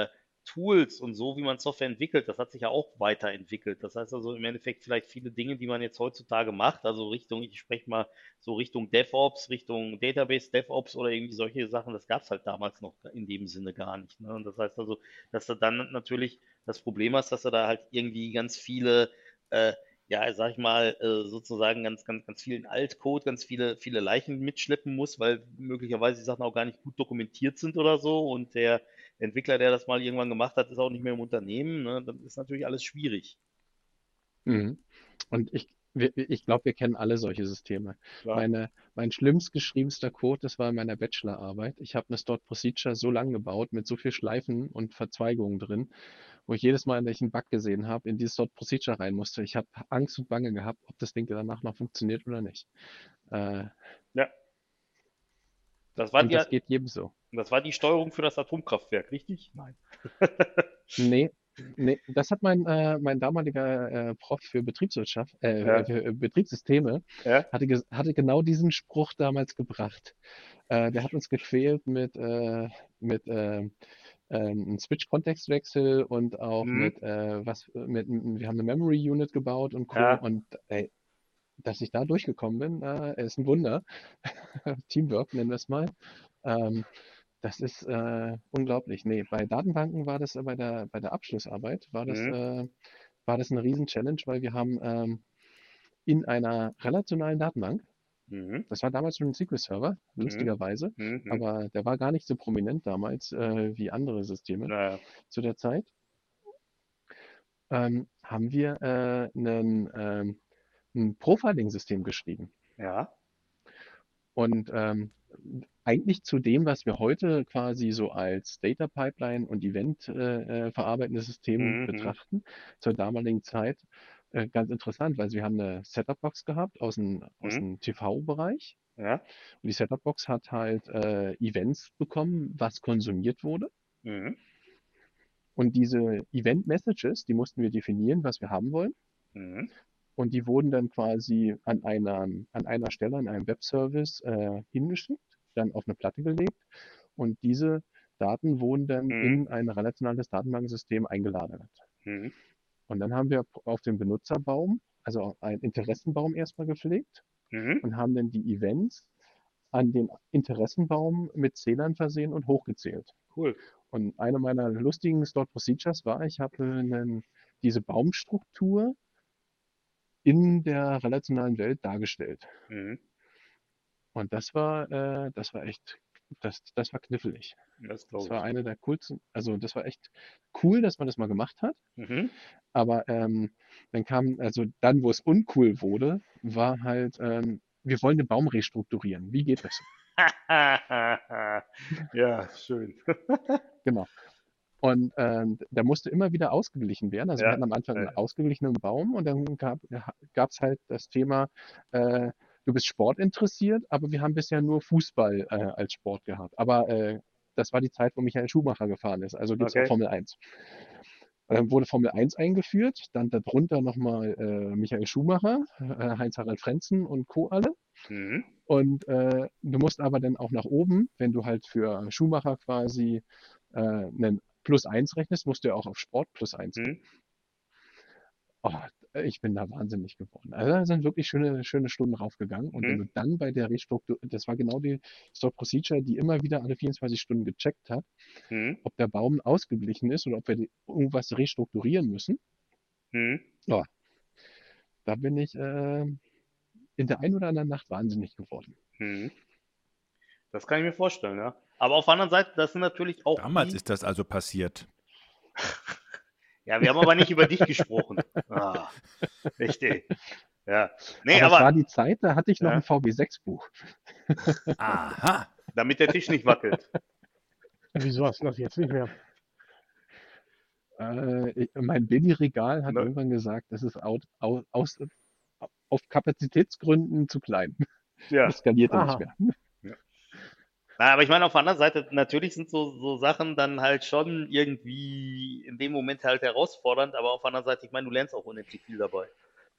Tools und so, wie man Software entwickelt, das hat sich ja auch weiterentwickelt. Das heißt also im Endeffekt vielleicht viele Dinge, die man jetzt heutzutage macht, also Richtung, ich spreche mal so Richtung DevOps, Richtung Database DevOps oder irgendwie solche Sachen, das gab es halt damals noch in dem Sinne gar nicht. Ne? Und das heißt also, dass du dann natürlich das Problem hast, dass du da halt irgendwie ganz viele ja, sag ich mal, sozusagen ganz vielen Altcode, viele Leichen mitschleppen muss, weil möglicherweise die Sachen auch gar nicht gut dokumentiert sind oder so. Und der Entwickler, der das mal irgendwann gemacht hat, ist auch nicht mehr im Unternehmen. Ne? Dann ist natürlich alles schwierig. Mhm. Und ich glaube, wir kennen alle solche Systeme. Klar. Mein schlimmst geschriebenster Code, das war in meiner Bachelorarbeit. Ich habe eine Stored Procedure so lang gebaut, mit so viel Schleifen und Verzweigungen drin, wo ich jedes Mal, wenn ich einen Bug gesehen habe, in die Stored Procedure rein musste. Ich habe Angst und Bange gehabt, ob das Ding danach noch funktioniert oder nicht. Äh, Ja, das war und die, das geht jedem so. das war die Steuerung für das Atomkraftwerk, richtig? Nein. Nee, nee, das hat mein damaliger Prof für Betriebswirtschaft, Ja, für Betriebssysteme, ja. hatte genau diesen Spruch damals gebracht. Der hat uns gequält mit einem Switch-Kontextwechsel und auch Mhm. wir haben eine Memory Unit gebaut und Co. Ja. Und ey, dass ich da durchgekommen bin, ist ein Wunder. Teamwork nennen wir es mal. Ähm, Das ist unglaublich. Nee, bei Datenbanken war das bei der Abschlussarbeit Mhm. war das eine Riesen-Challenge, weil wir haben in einer relationalen Datenbank, Mhm. das war damals schon ein SQL-Server, Mhm. lustigerweise, Mhm. aber der war gar nicht so prominent damals wie andere Systeme Naja. zu der Zeit, haben wir ein Profiling-System geschrieben. Ja. Und eigentlich zu dem, was wir heute quasi so als Data Pipeline und Event verarbeitendes System Mhm. betrachten, zur damaligen Zeit ganz interessant, weil wir haben eine Setup-Box gehabt aus Mhm. dem TV-Bereich. Ja. Und die Setup-Box hat halt Events bekommen, was konsumiert wurde. Mhm. Und diese Event-Messages, die mussten wir definieren, was wir haben wollen. Mhm. Und die wurden dann quasi an einer Stelle, an einem Webservice hingeschickt, dann auf eine Platte gelegt und diese Daten wurden dann Mhm. in ein relationales Datenbanksystem eingelagert. Mhm. Und dann haben wir auf den Benutzerbaum, also einen Interessenbaum erstmal gepflegt Mhm. und haben dann die Events an den Interessenbaum mit Zählern versehen und hochgezählt. Cool. Und eine meiner lustigen Stored Procedures war, ich habe diese Baumstruktur in der relationalen Welt dargestellt. Mhm. Und das war echt, das war knifflig. Das Das glaube war ich. eine der coolsten, also das war echt cool, dass man das mal gemacht hat. Mhm. Aber also dann, wo es uncool wurde, war halt, wir wollen den Baum restrukturieren. Wie geht das? Ja, schön. Genau. Und der musste immer wieder ausgeglichen werden. Also wir Ja, hatten am Anfang einen ja. ausgeglichenen Baum und dann gab es halt das Thema, äh, du bist sportinteressiert, aber wir haben bisher nur Fußball als Sport gehabt. Aber das war die Zeit, wo Michael Schumacher gefahren ist. Also gibt es auch Okay. Formel 1. Und dann wurde Formel 1 eingeführt, dann darunter nochmal Michael Schumacher, Heinz-Harald Frentzen und Co. alle. Mhm. Und du musst aber dann auch nach oben, wenn du halt für Schumacher quasi einen +1 rechnest, musst du ja auch auf Sport +1 geben. Mhm. Oh, ich bin da wahnsinnig geworden. Also da sind wirklich schöne Stunden raufgegangen. Und wenn Mhm. du dann bei der Restruktur, das war genau die Stored Procedure, die immer wieder alle 24 Stunden gecheckt hat, Mhm. ob der Baum ausgeglichen ist oder ob wir irgendwas restrukturieren müssen. Mhm. Ja, da bin ich in der einen oder anderen Nacht wahnsinnig geworden. Mhm. Das kann ich mir vorstellen, ja. Aber auf der anderen Seite, das sind natürlich auch Damals ist das also passiert. Ja, wir haben aber nicht über dich gesprochen. Ah, richtig. Ja. Nee, Aber es war aber, die Zeit, da hatte ich noch ein ja, VB6-Buch. Aha. damit der Tisch nicht wackelt. Wieso hast du das jetzt nicht mehr? Mein Billy-Regal hat Ne? irgendwann gesagt, das ist auf Kapazitätsgründen zu klein. Ja. Das skalierte nicht Aha. mehr. Ja. Na, aber ich meine, auf der anderen Seite, natürlich sind so Sachen dann halt schon irgendwie in dem Moment halt herausfordernd, aber auf der anderen Seite, ich meine, du lernst auch unendlich viel dabei.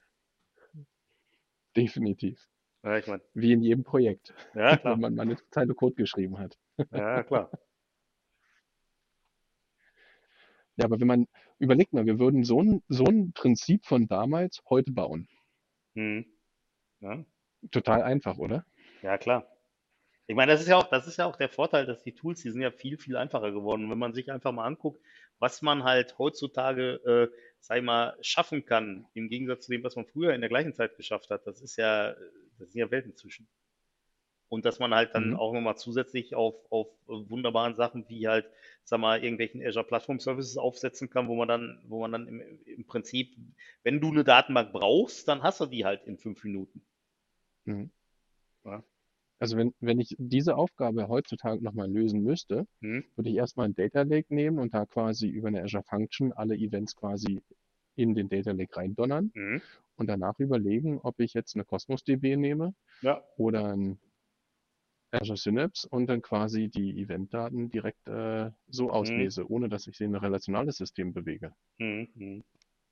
Definitiv. Ja, ich meine, Wie in jedem Projekt, ja, wenn klar. man mal eine Zeile Code geschrieben hat. Ja, klar. Ja, aber wenn man, überlegt mal, wir würden so ein Prinzip von damals heute bauen. Mhm. Ja. Total einfach, oder? Ja, klar. Ich meine, das ist ja auch der Vorteil, dass die Tools, die sind ja viel, viel einfacher geworden. Wenn man sich einfach mal anguckt, was man halt heutzutage, sag ich mal, schaffen kann, im Gegensatz zu dem, was man früher in der gleichen Zeit geschafft hat, das sind ja Welten zwischen. Und dass man halt dann Mhm. auch nochmal zusätzlich auf wunderbaren Sachen wie halt, sag mal, irgendwelchen Azure Platform Services aufsetzen kann, wo man dann im Prinzip, wenn du eine Datenbank brauchst, dann hast du die halt in 5 Minuten. Mhm. Ja. Also wenn ich diese Aufgabe heutzutage nochmal lösen müsste, Hm, würde ich erstmal ein Data Lake nehmen und da quasi über eine Azure Function alle Events quasi in den Data Lake reindonnern hm, und danach überlegen, ob ich jetzt eine Cosmos DB nehme ja. oder ein Azure Synapse und dann quasi die Eventdaten direkt so Hm, auslese, ohne dass ich sie in ein relationales System bewege. hm, hm,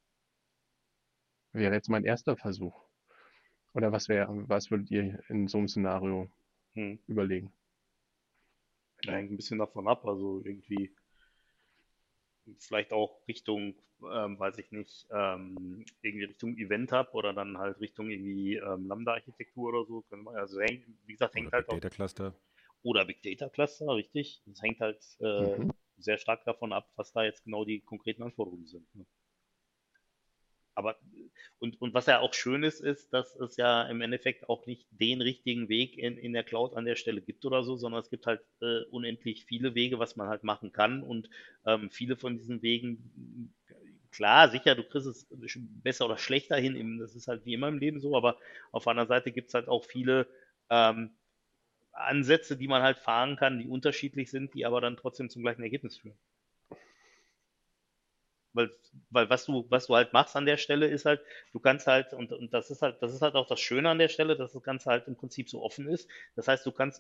Wäre jetzt mein erster Versuch. Oder was würdet ihr in so einem Szenario hm. überlegen? Ja, hängt ein bisschen davon ab. Also irgendwie vielleicht auch Richtung, weiß ich nicht, irgendwie Richtung Event Hub oder dann halt Richtung irgendwie Lambda-Architektur oder so. Also wie gesagt, Oder hängt halt Big auch, Data Cluster. oder Big Data Cluster, richtig. Das hängt halt Mhm. sehr stark davon ab, was da jetzt genau die konkreten Anforderungen sind. Ne? Aber und was ja auch schön ist, ist, dass es ja im Endeffekt auch nicht den richtigen Weg in der Cloud an der Stelle gibt oder so, sondern es gibt halt unendlich viele Wege, was man halt machen kann. Und viele von diesen Wegen, klar, sicher, du kriegst es besser oder schlechter hin, das ist halt wie immer im Leben so, aber auf der anderen Seite gibt es halt auch viele ähm, Ansätze, die man halt fahren kann, die unterschiedlich sind, die aber dann trotzdem zum gleichen Ergebnis führen. Weil, weil was du halt machst an der Stelle ist halt, du kannst halt, und das ist halt auch das Schöne an der Stelle, dass das Ganze halt im Prinzip so offen ist. Das heißt, du kannst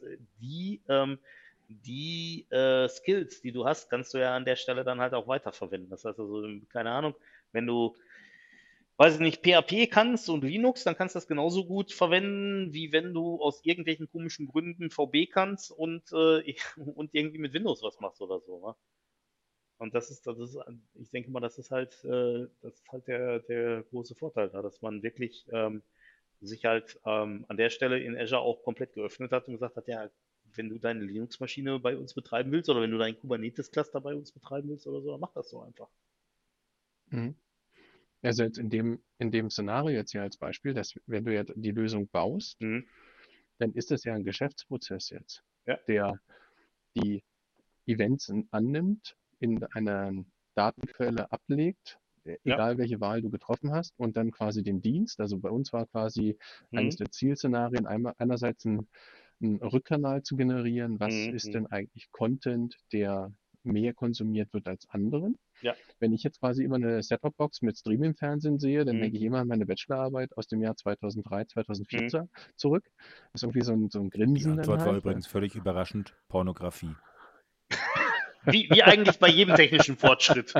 die Skills, die du hast, kannst du ja an der Stelle dann halt auch weiterverwenden. Das heißt also, keine Ahnung, wenn du, weiß ich nicht, PHP kannst und Linux, dann kannst du das genauso gut verwenden, wie wenn du aus irgendwelchen komischen Gründen VB kannst und irgendwie mit Windows was machst oder so. Ne? Und ich denke mal, das ist halt der große Vorteil da, dass man wirklich sich halt an der Stelle in Azure auch komplett geöffnet hat und gesagt hat, ja, wenn du deine Linux-Maschine bei uns betreiben willst oder wenn du dein Kubernetes-Cluster bei uns betreiben willst oder so, dann mach das so einfach. Mhm. Also jetzt in dem Szenario jetzt hier als Beispiel, dass wenn du jetzt die Lösung baust, Mhm. dann ist es ja ein Geschäftsprozess jetzt, Ja, der die Events annimmt, in einer Datenquelle ablegt, ja. egal welche Wahl du getroffen hast, und dann quasi den Dienst. Also bei uns war quasi eines Mhm. der Zielszenarien, einerseits einen Rückkanal zu generieren. Was Mhm. ist Mhm. denn eigentlich Content, der mehr konsumiert wird als anderen? Ja. Wenn ich jetzt quasi immer eine Set-Top-Box mit Stream im Fernsehen sehe, dann Mhm. denke ich immer an meine Bachelorarbeit aus dem Jahr 2003, Mhm. 2004 zurück. Das ist irgendwie so ein Die Grinsen dann Antwort war halt. übrigens völlig überraschend: Pornografie. Wie eigentlich bei jedem technischen Fortschritt.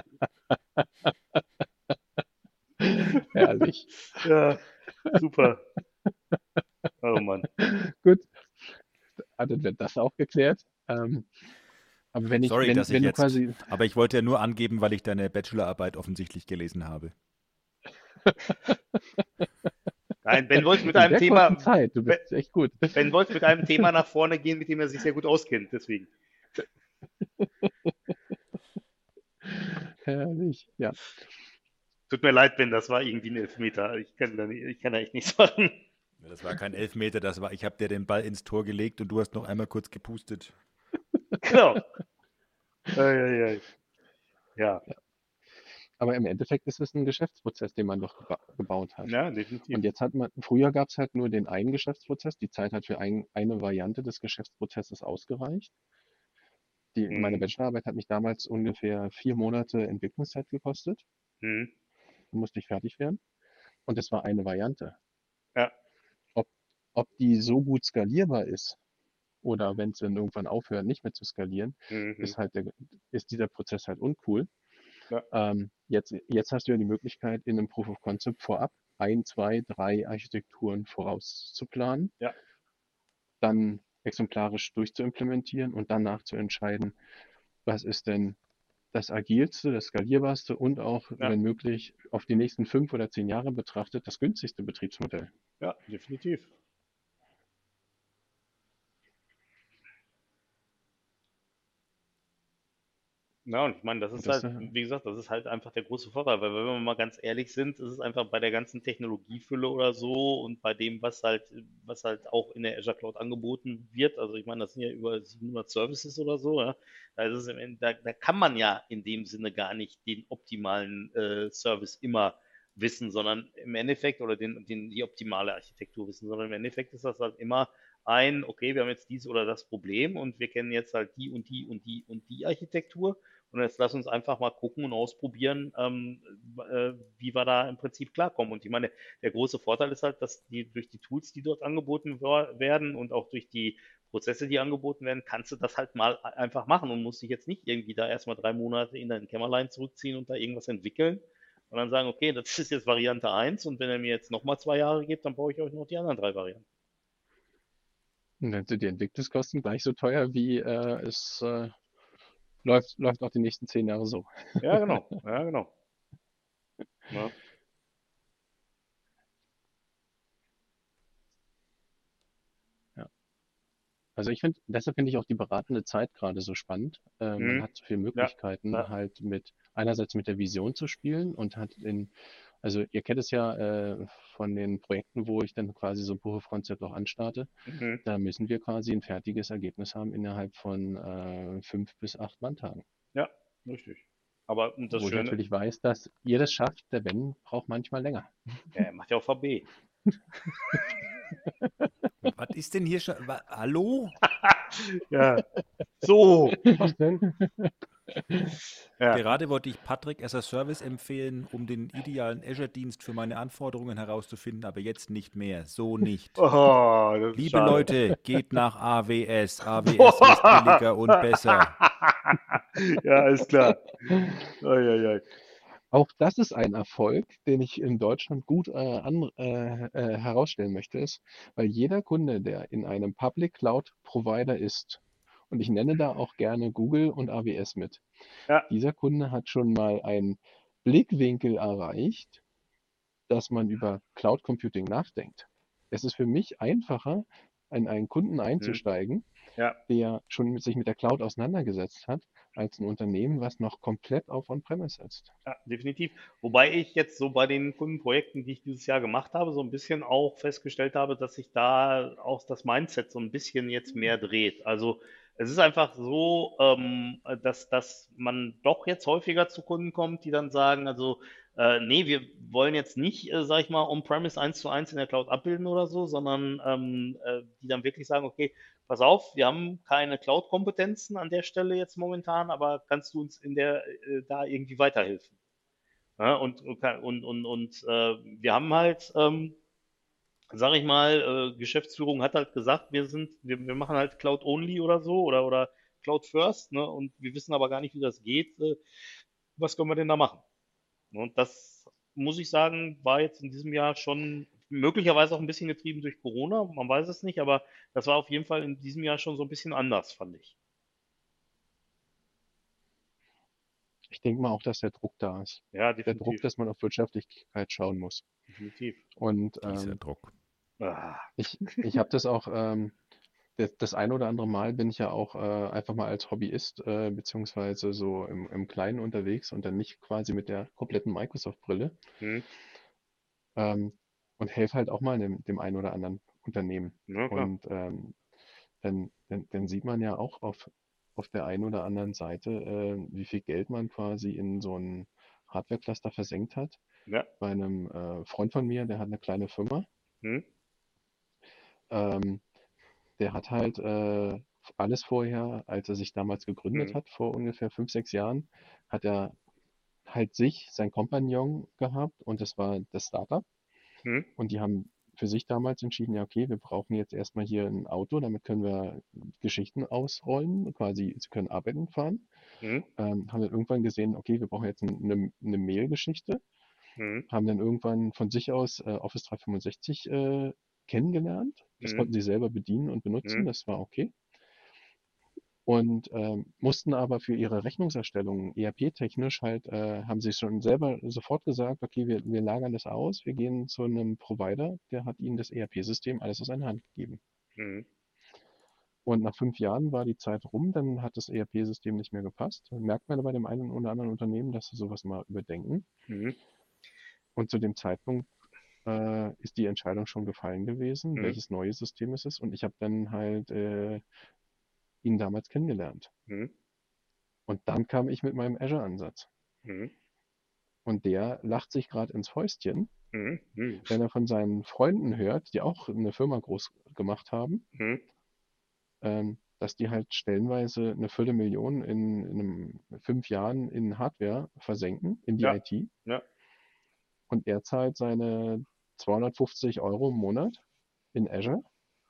Herrlich. Ja, super. Oh Mann. Gut, dann wird das auch geklärt. Aber wenn ich, Sorry, wenn, dass ich wenn du jetzt. quasi, Aber ich wollte ja nur angeben, weil ich deine Bachelorarbeit offensichtlich gelesen habe. Nein, Ben wollte mit in einem der kurzen Thema, Zeit, du bist echt gut. Ben wollte mit einem Thema nach vorne gehen, mit dem er sich sehr gut auskennt, deswegen. Herrlich, ja. Tut mir leid, Ben, das war irgendwie ein Elfmeter. Ich kann da echt nichts machen. Ja, das war kein Elfmeter, ich habe dir den Ball ins Tor gelegt und du hast noch einmal kurz gepustet. Genau. Ei. Ja, Aber im Endeffekt ist es ein Geschäftsprozess, den man doch gebaut hat. ja, definitiv. Und früher gab es halt nur den einen Geschäftsprozess. Die Zeit hat für eine Variante des Geschäftsprozesses ausgereicht. Meine Mhm. Bachelorarbeit hat mich damals ungefähr 4 Monate Entwicklungszeit gekostet. Mhm. Da musste ich fertig werden. Und das war eine Variante. Ja. Ob, ob die so gut skalierbar ist oder wenn es dann irgendwann aufhört, nicht mehr zu skalieren, Mhm. ist dieser Prozess halt uncool. Ja. Jetzt hast du ja die Möglichkeit, in einem Proof of Concept vorab 1, 2, 3 Architekturen vorauszuplanen, Ja. dann exemplarisch durchzuimplementieren und danach zu entscheiden, was ist denn das agilste, das skalierbarste und auch, Ja, wenn möglich, auf die nächsten 5 oder 10 Jahre betrachtet, das günstigste Betriebsmodell. ja, definitiv. Ja, und ich meine, das Und ist das, halt, wie gesagt, das ist halt einfach der große Vorteil, weil wenn wir mal ganz ehrlich sind, ist es einfach bei der ganzen Technologiefülle oder so und bei dem, was halt auch in der Azure Cloud angeboten wird, also ich meine, das sind ja über 700 Services oder so, ja, da ist es da kann man ja in dem Sinne gar nicht den optimalen Service immer wissen, sondern im Endeffekt, oder die optimale Architektur wissen, sondern im Endeffekt ist das halt immer okay, wir haben jetzt dies oder das Problem und wir kennen jetzt halt die und die und die und die Architektur. Und jetzt lass uns einfach mal gucken und ausprobieren, wie wir da im Prinzip klarkommen. Und ich meine, der große Vorteil ist halt, dass durch die Tools, die dort angeboten werden und auch durch die Prozesse, die angeboten werden, kannst du das halt mal einfach machen und musst dich jetzt nicht irgendwie da erstmal 3 Monate in dein Kämmerlein zurückziehen und da irgendwas entwickeln und dann sagen, okay, das ist jetzt Variante eins und wenn er mir jetzt nochmal 2 Jahre gibt, dann brauche ich euch noch die anderen 3 Varianten. und dann sind die Entwicklungskosten gleich so teuer, wie es läuft auch die nächsten 10 Jahre so. Ja, genau. Ja, genau. Ja. Ja. Also deshalb finde ich auch die beratende Zeit gerade so spannend. Man Mhm. hat so viele Ja. Möglichkeiten, Ja. halt einerseits mit der Vision zu spielen und also ihr kennt es ja von den Projekten, wo ich dann quasi so ein Proof of Concept auch anstarte. Mhm. Da müssen wir quasi ein fertiges Ergebnis haben innerhalb von 5 bis 8 Manntagen. Ja, richtig. Aber und das Wo ich Schöne, natürlich weiß, dass ihr das schafft, der Ben braucht manchmal länger. ja, er macht ja auch VB. Was ist denn hier schon? Hallo? Ja. So. Was denn? Ja. Gerade wollte ich Patrick as a Service empfehlen, um den idealen Azure-Dienst für meine Anforderungen herauszufinden, aber jetzt nicht mehr. So nicht. Oh, das ist Liebe schade. Leute, geht nach AWS. AWS Boah. ist billiger und besser. Ja, ist klar. Ei. Auch das ist ein Erfolg, den ich in Deutschland gut herausstellen möchte, weil jeder Kunde, der in einem Public Cloud Provider ist, und ich nenne da auch gerne Google und AWS mit, Ja. dieser Kunde hat schon mal einen Blickwinkel erreicht, dass man über Cloud Computing nachdenkt. Es ist für mich einfacher, in einen Kunden einzusteigen, Ja. der schon sich mit der Cloud auseinandergesetzt hat, als ein Unternehmen, was noch komplett auf On-Premise setzt. Ja, definitiv. Wobei ich jetzt so bei den Kundenprojekten, die ich dieses Jahr gemacht habe, so ein bisschen auch festgestellt habe, dass sich da auch das Mindset so ein bisschen jetzt mehr dreht. Also es ist einfach so, dass man doch jetzt häufiger zu Kunden kommt, die dann sagen, also nee, wir wollen jetzt nicht, sag ich mal, On-Premise 1:1 in der Cloud abbilden oder so, sondern die dann wirklich sagen, okay, pass auf, wir haben keine Cloud-Kompetenzen an der Stelle jetzt momentan, aber kannst du uns da irgendwie weiterhelfen? Ja, wir haben halt, sag ich mal, Geschäftsführung hat halt gesagt, wir machen halt Cloud Only oder so oder Cloud First, ne? Und wir wissen aber gar nicht, wie das geht. Was können wir denn da machen? Und das muss ich sagen, war jetzt in diesem Jahr schon möglicherweise auch ein bisschen getrieben durch Corona, man weiß es nicht, aber das war auf jeden Fall in diesem Jahr schon so ein bisschen anders, fand ich. Ich denke mal auch, dass der Druck da ist. Ja, Der Druck, definitiv. dass man auf Wirtschaftlichkeit schauen muss. Definitiv. Und Dieser Druck. Ah, ich habe das auch, das ein oder andere Mal bin ich ja auch einfach mal als Hobbyist beziehungsweise so im Kleinen unterwegs und dann nicht quasi mit der kompletten Microsoft-Brille hm, ähm, und helfe halt auch mal dem einen oder anderen Unternehmen. ja, klar. Und dann sieht man ja auch auf der einen oder anderen Seite, wie viel Geld man quasi in so ein Hardware-Cluster versenkt hat. Ja. Bei einem Freund von mir, der hat eine kleine Firma. Hm, Ähm, Der hat halt alles vorher, als er sich damals gegründet hm, hat, vor ungefähr 5, 6 Jahren, hat er halt sein Kompagnon gehabt und das war das Startup. hm, Und die haben für sich damals entschieden, ja, okay, wir brauchen jetzt erstmal hier ein Auto, damit können wir Geschichten ausrollen, quasi, sie können arbeiten fahren. hm, Haben dann irgendwann gesehen, okay, wir brauchen jetzt eine Mail-Geschichte, hm, haben dann irgendwann von sich aus Office 365 kennengelernt. Das hm, konnten sie selber bedienen und benutzen, hm, das war okay. und mussten aber für ihre Rechnungserstellung ERP-technisch halt, haben sie schon selber sofort gesagt, okay, wir lagern das aus, wir gehen zu einem Provider, der hat ihnen das ERP-System alles aus einer Hand gegeben. Mhm. Und nach 5 Jahren war die Zeit rum, dann hat das ERP-System nicht mehr gepasst. Merkt man bei dem einen oder anderen Unternehmen, dass sie sowas mal überdenken. Mhm. Und zu dem Zeitpunkt ist die Entscheidung schon gefallen gewesen, Mhm. welches neue System es ist. Und ich habe dann halt ihn damals kennengelernt. Mhm. Und dann kam ich mit meinem Azure-Ansatz. Mhm. Und der lacht sich gerade ins Fäustchen, Mhm. Mhm. wenn er von seinen Freunden hört, die auch eine Firma groß gemacht haben, Mhm. dass die halt stellenweise eine Viertelmillion in 5 Jahren in Hardware versenken, in die Ja, IT. ja. Und er zahlt seine 250 Euro im Monat in Azure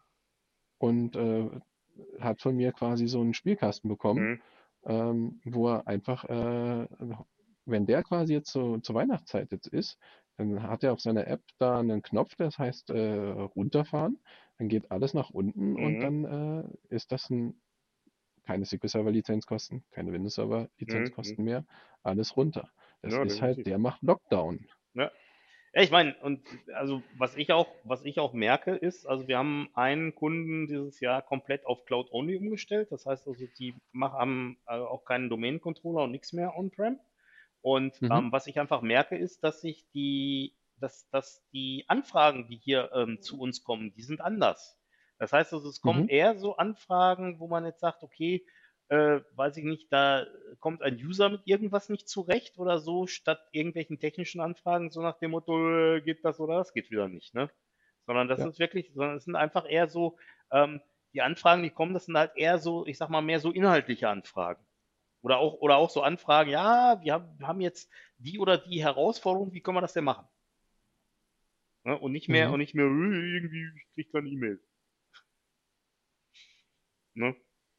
und hat von mir quasi so einen Spielkasten bekommen, Mhm. wo er einfach, wenn der quasi jetzt zur Weihnachtszeit jetzt ist, dann hat er auf seiner App da einen Knopf, das heißt runterfahren, dann geht alles nach unten und Mhm. dann ist das keine SQL Server Lizenzkosten, keine Windows Server Mhm. Mhm. Lizenzkosten mehr, alles runter. Das Ja, ist halt, definitiv. der macht Lockdown. Ja. Ja, ich meine, und also was ich auch merke, ist, also wir haben einen Kunden dieses Jahr komplett auf Cloud Only umgestellt. Das heißt also, die haben auch keinen Domain-Controller und nichts mehr on-prem. Und Mhm. was ich einfach merke, ist, dass die Anfragen, die hier zu uns kommen, die sind anders. Das heißt also, es kommen Mhm. eher so Anfragen, wo man jetzt sagt, okay, weiß ich nicht, da kommt ein User mit irgendwas nicht zurecht oder so, statt irgendwelchen technischen Anfragen, so nach dem Motto, geht das oder das geht wieder nicht, ne? Ja. Sondern es sind einfach eher so, die Anfragen, die kommen, das sind halt eher so, ich sag mal, mehr so inhaltliche Anfragen. Oder auch so Anfragen, ja, wir haben jetzt die oder die Herausforderung, wie können wir das denn machen? Ne? Mhm. Und nicht mehr, irgendwie ich krieg keine E-Mail. Ne?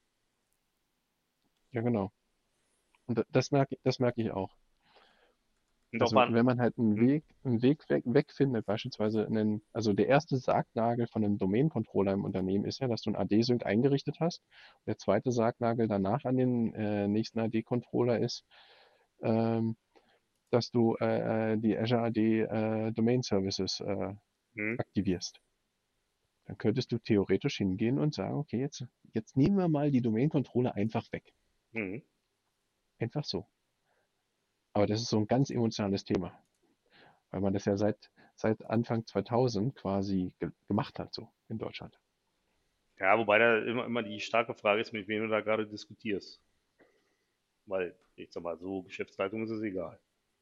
Ja, genau. Und das merke ich auch. Und auch Also an, wenn man halt hm, einen Weg weg findet, beispielsweise also der erste Sargnagel von einem Domain-Controller im Unternehmen ist ja, dass du einen AD-Sync eingerichtet hast. Der zweite Sargnagel danach an den nächsten AD-Controller ist, ähm, dass du die Azure AD Domain Services hm, aktivierst. Dann könntest du theoretisch hingehen und sagen, okay, jetzt nehmen wir mal die Domain-Controller einfach weg. hm. Einfach so. Aber das ist so ein ganz emotionales Thema, weil man das ja seit Anfang 2000 quasi gemacht hat, so in Deutschland. Ja, wobei da immer die starke Frage ist, mit wem du da gerade diskutierst. Weil, ich sag mal, so Geschäftsleitung ist es egal.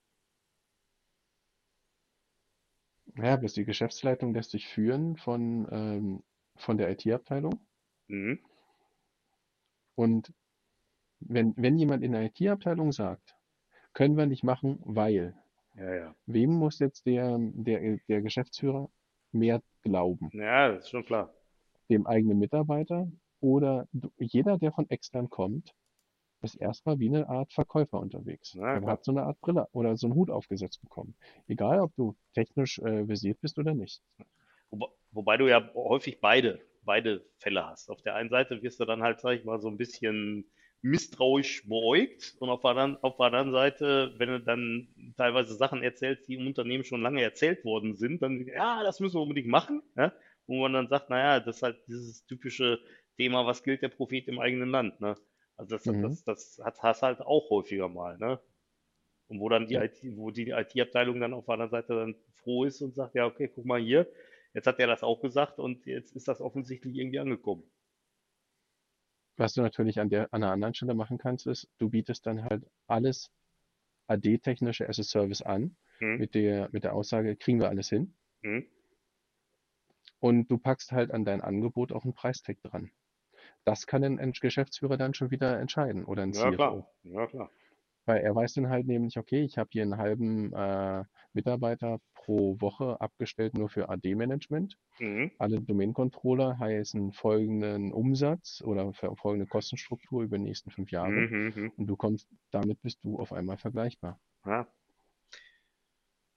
Ja, bloß die Geschäftsleitung lässt sich führen von der IT-Abteilung. Mhm. Und wenn jemand in der IT-Abteilung sagt, können wir nicht machen, weil, Ja, ja. wem muss jetzt der Geschäftsführer mehr glauben? Ja, das ist schon klar. Dem eigenen Mitarbeiter oder jeder, der von extern kommt, ist erstmal wie eine Art Verkäufer unterwegs. Na Der klar. hat so eine Art Brille oder so einen Hut aufgesetzt bekommen. Egal, ob du technisch versiert bist oder nicht. Wobei du ja häufig beide Fälle hast. Auf der einen Seite wirst du dann halt, sag ich mal, so ein bisschen misstrauisch beäugt und auf der anderen Seite, wenn du dann teilweise Sachen erzählst, die im Unternehmen schon lange erzählt worden sind, dann, ja, das müssen wir unbedingt machen, ja? Wo man dann sagt, naja, das ist halt dieses typische Thema, was gilt der Prophet im eigenen Land, ne? Also Mhm. hast halt auch häufiger mal, ne? Und Ja. Wo die IT-Abteilung dann auf der anderen Seite dann froh ist und sagt, ja, okay, guck mal hier, jetzt hat er das auch gesagt und jetzt ist das offensichtlich irgendwie angekommen. Was du natürlich an einer anderen Stelle machen kannst, ist, du bietest dann halt alles AD-technische as a Service an, Hm, mit der Aussage, kriegen wir alles hin. hm, Und du packst halt an dein Angebot auch einen Preistag dran. Das kann ein Geschäftsführer dann schon wieder entscheiden oder ein ja klar, CFO. ja klar. Weil er weiß dann halt nämlich, okay, ich habe hier einen halben Mitarbeiter pro Woche abgestellt nur für AD-Management. Mhm, Alle Domain-Controller heißen folgenden Umsatz oder folgende Kostenstruktur über die nächsten 5 Jahre. mhm, mhm, Und damit bist du auf einmal vergleichbar. ja.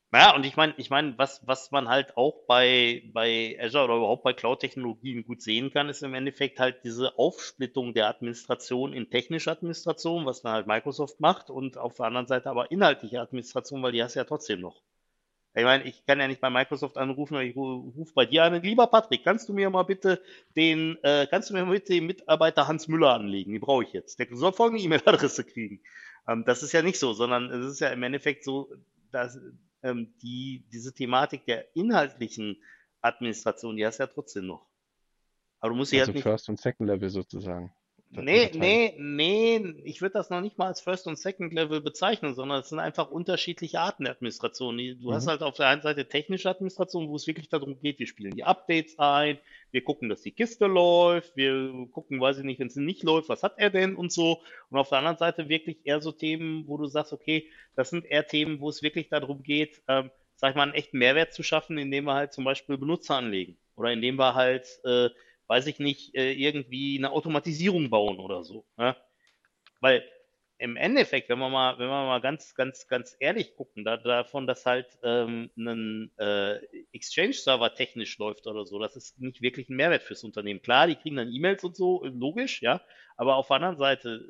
Ja, und was man halt auch bei Azure oder überhaupt bei Cloud-Technologien gut sehen kann, ist im Endeffekt halt diese Aufsplittung der Administration in technische Administration, was dann halt Microsoft macht, und auf der anderen Seite aber inhaltliche Administration, weil die hast du ja trotzdem noch. Ich meine, ich kann ja nicht bei Microsoft anrufen, aber ich rufe bei dir an. Lieber Patrick, kannst du mir mal bitte den Mitarbeiter Hans Müller anlegen? Die brauche ich jetzt. Der soll folgende E-Mail-Adresse kriegen. Das ist ja nicht so, sondern es ist ja im Endeffekt so, dass diese Thematik der inhaltlichen Administration, die hast du ja trotzdem noch. Aber du musst sie Also halt nicht. First und Second Level sozusagen Nee, unterteilen. nee, ich würde das noch nicht mal als First und Second Level bezeichnen, sondern es sind einfach unterschiedliche Arten der Administration. Du hast Mhm. halt auf der einen Seite technische Administration, wo es wirklich darum geht, wir spielen die Updates ein, wir gucken, dass die Kiste läuft, wir gucken, weiß ich nicht, wenn es nicht läuft, was hat er denn und so. Und auf der anderen Seite wirklich eher so Themen, wo du sagst, okay, das sind eher Themen, wo es wirklich darum geht, sag ich mal, einen echten Mehrwert zu schaffen, indem wir halt zum Beispiel Benutzer anlegen oder indem wir halt weiß ich nicht, irgendwie eine Automatisierung bauen oder so. Ne? Weil im Endeffekt, wenn wir mal ganz ehrlich gucken, davon, dass halt ein Exchange-Server technisch läuft oder so, das ist nicht wirklich ein Mehrwert fürs Unternehmen. Klar, die kriegen dann E-Mails und so, logisch, ja, aber auf der anderen Seite,